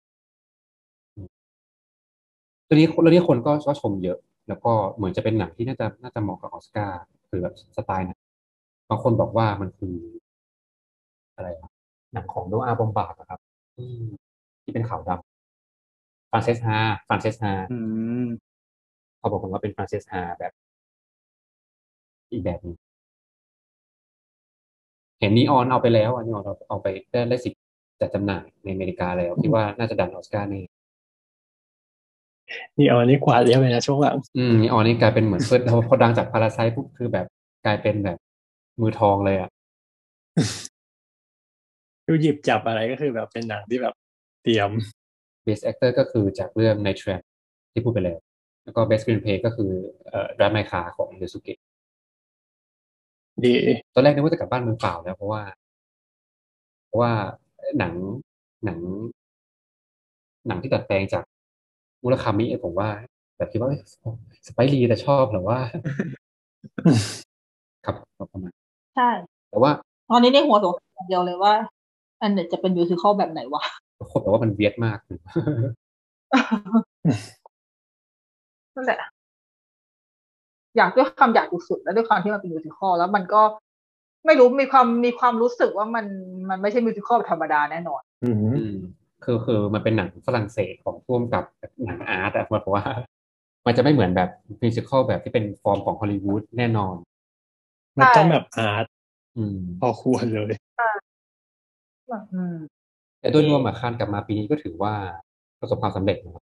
Speaker 6: เรื่องนี้คนก็ชมเยอะ แล้วก็เหมือนจะเป็นหนังที่น่าจะเหมาะกับออสการ์คือแบบสไตล์นะบางคนบอกว่ามันคืออะไรอะหนังของโนอาห์บอมบาร์ดอะครับอืมที่เป็นขาวดำฟรานเซสฮา
Speaker 5: อืม
Speaker 6: เขาบอกผมว่าเป็นฟรานเซสฮาแบบอีกแบบหนึงเห็นนีออนเอาไปแล้วนีออนเอาไปได้สิทธิ์จัดจำหน่ายในอเมริกาแล้วคิดว่าน่าจะดันออสการ์แน่
Speaker 2: นี่เอาอันนี้กวาดเยอะเลยนะช่วงหลัง
Speaker 6: นีออนนี่กลายเป็นเหมือนเพื่อนพอดังจากพาราไซต์ปุ๊บคือแบบกลายเป็นแบบมือทองเลยอ่ะ
Speaker 2: ดูหยิบจับอะไรก็คือแบบเป็นหนังที่แบบเตรียม
Speaker 6: Best Actor ก็คือจากเรื่องใน Trap ที่พูดไปแล้วก็ Best Screenplay ก็คือDrive My Car ของยูสุเกะ
Speaker 2: ดี
Speaker 6: ตอนแรกนึกว่าจะกลับบ้านมือเปล่าแล้วเพราะว่าหนังหนังหนังที่ดัดแปลงจากมุราคามิผมว่าแบบคิดว่าสไปรีแต่ชอบหรือว่า ครับประมาณ
Speaker 4: ใช่
Speaker 6: แต่ว่า
Speaker 4: ตอนนี้ในหัวสงสัยอย่างเดียวเลยว่า อันเนี้ยจะเป็นมิวสิคัลแบบไหนวะ
Speaker 6: คนบอกว่ามันเวียดมาก
Speaker 4: นั่นแหละ อยากด้วยความอยากสุดๆแล้วด้วยความที่มันเป็นมิวสิคัลแล้วมันก็ไม่รู้มีความรู้สึกว่ามันไม่ใช่มิวสิคัลธรรมดาแน่นอน
Speaker 2: อืม
Speaker 6: คือมันเป็นหนังฝรั่งเศสของร่วมกับหนังอาร์ตอะเพราะว่า มันจะไม่เหมือนแบบมิวสิคอลแบบที่เป็นฟอร์มของฮอลลีวูดแน่นอน
Speaker 2: มันต้องแบบอาร์ต
Speaker 6: อืม
Speaker 2: พอควรเลย
Speaker 4: อืม
Speaker 6: แต่โดยรวมอะคานกลับมาปีนี้ก็ถือว่าประสบความสำเร็จนะครับ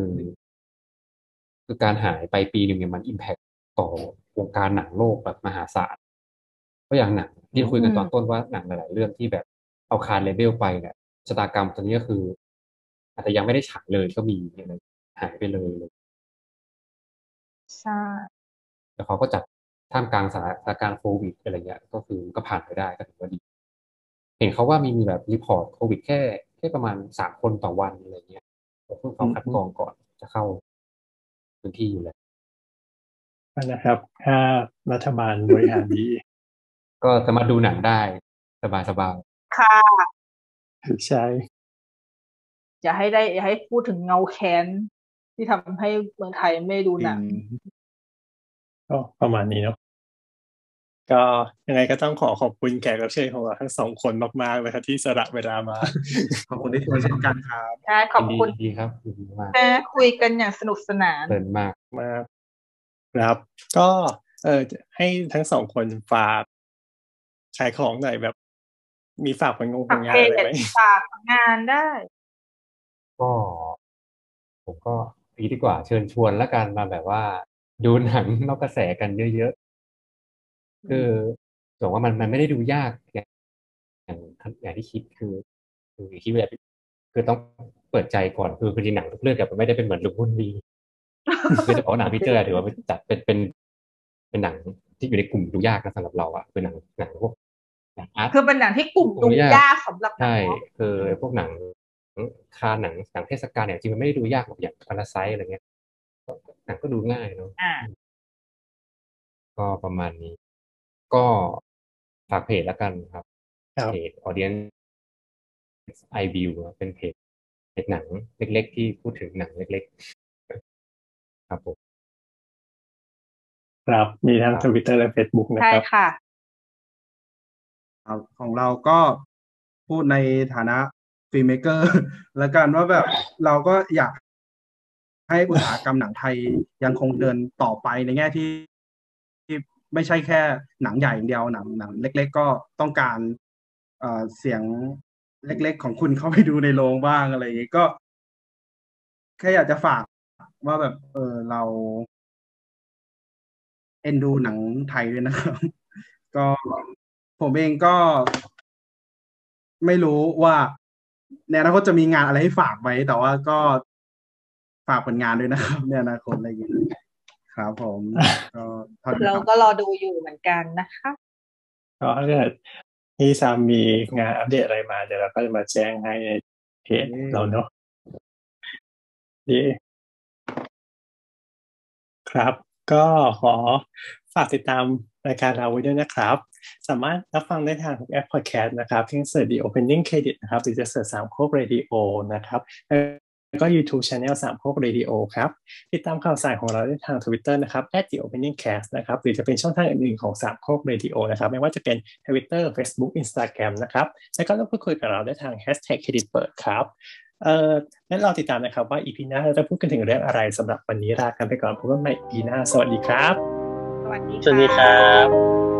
Speaker 6: คือการหายไปปีหนึ่งเนี่ยมันอิมแพคต่อวงการหนังโลกแบบมหาศาลเพราะอย่างหนังที่คุยกันตอนต้นว่าหนังหลายๆเรื่องที่แบบเอาคานเลเบลไปเนี่ยชะตากรรมตอนนี้ก็คือ อาจจะยังไม่ได้ฉายเลยก็มีอะไรหายไปเลย
Speaker 4: ใช่
Speaker 6: แล้วเขาก็จัดท่ามกลางสถานการณ์โควิดอะไรเงี้ยก็คือก็ผ่านไปได้ก็ถือว่าดีเห็นเขาว่ามีแบบรีพอร์ตโควิดแค่ประมาณ3 คนต่อวันอะไรเงี้ยเพิ่งเขาคัดกรองก่อนจะเข้าพื้นที่อยู่แล้ว
Speaker 2: นะครับถ้ารัฐบาลบริหารดี
Speaker 6: ก็สามารถดูหนังได้สบาย
Speaker 4: ค่ะ
Speaker 2: ใช่
Speaker 4: อย่าให้พูดถึงเงาแค้นที่ทำให้เมืองไทยไม่ดูหนัง
Speaker 2: ก็ประมาณนี้เนาะก็ยังไงก็ต้องขอบคุณแขกรับเชิญของเราทั้ง2 คนมากๆเลยครับที่สละเวลามา
Speaker 5: ขอบคุณที่ชวนเช่นกันครับ
Speaker 4: ใช่ขอบคุณ
Speaker 6: ดีครับดีมาก
Speaker 4: คุยกันอย่างสนุกสนาน
Speaker 6: เพลินมาก
Speaker 2: ครับก็ให้ทั้ง2 คนฝากขายของหน่อยแบบมีฝากผลงานอะไรไหม
Speaker 4: ฝากงานได้
Speaker 6: ก็ผมก็ดีกว่าเชิญชวนแล้วกันมาแบบว่าดูหนังนอกกระแสกันเยอะๆคือบอกว่ามันไม่ได้ดูยากอย่างที่คิดคือคิดแบบคือต้องเปิดใจก่อนคือจริงหนังทุกเรื่องแบบมันไม่ได้เป็นเหมือนลูกหุ้นดีคือจะบอกว่าหนังพี่เจอถือว่าจัดเป็นหนังที่อยู่ในกลุ่มดูยากนะสำหรับเราอ่ะคือหนังพวกหนังอาร์ต
Speaker 4: คือเป็นหนังที่กลุ่มดูยากสำหรับ
Speaker 6: ใช่คือพวกหนังคาหนังเทศกาลเนี่ยจริงมันไม่ได้ดูยากแบบอย่างพาราไซต์อะไรเงี้ยหนังก็ดูง่ายเนาะก็ประมาณนี้ก็ฝากเพจแล้วกันครับเพจ Audience I View เป็นเพจหนังเล็กๆที่พูดถึงหนังเล็กๆครับผม
Speaker 2: ครับมีทั้ง Twitter และ Facebook นะครับ
Speaker 4: ใช่ค่ะ
Speaker 5: ของเราก็พูดในฐานะฟิล์มเมกเกอร์แล้วกันว่าแบบเราก็อยากให้อุตสาหกรรมหนังไทยยังคงเดินต่อไปในแง่ที่ไม่ใช่แค่หนังใหญ่อย่างเดียวหนังเล็กๆก็ต้องการเสียงเล็กๆของคุณเข้าไปดูในโรงบ้างอะไรอย่างงี้ก็แค่อยากจะฝากว่าแบบเราเอ็นดูหนังไทยด้วยนะครับก็ผมเองก็ไม่รู้ว่าในอนาคตจะมีงานอะไรให้ฝากไหมแต่ว่าก็ฝากผลงานด้วยนะครับในอนาคตอะไรอย่างนี้ครับผมก็
Speaker 4: เราก็รอดูอยู่เหมือนกันนะคะ
Speaker 2: ก็ถ้าเกิดพี่ซามมีงานอัปเดตอะไรมาเดี๋ยวเราก็จะมาแจ้งให้ในเพจเราเนาะดีครับก็ขอฝากติดตามรายการเราไว้ด้วยนะครับสามารถรับฟังได้ทางทุกแอปพอดแคสต์นะครับเพียงเสิร์ช The Opening Credit นะครับหรือจะเสิร์ชสามโคกเรดิโอนะครับแล้วก็ YouTube Channel สามโคกเรดิโอครับติดตามข่าวสารของเราได้ทาง Twitter นะครับ @theopeningcast นะครับหรือจะเป็นช่องทางอื่นๆของสามโคกเรดิโอนะครับไม่ว่าจะเป็น Twitter Facebook Instagram นะครับแล้วก็พูดคุยกับเราได้ทาง #KreditPert ครับงั้นเราติดตามนะครับว่า EP หน้าเราจะพูดกันถึงเรื่องอะไรสำหรับวันนี้ลากันไปก่อนพบกันใหม่ EP หน้าสวัสดีครับ
Speaker 3: สวัสดีครับ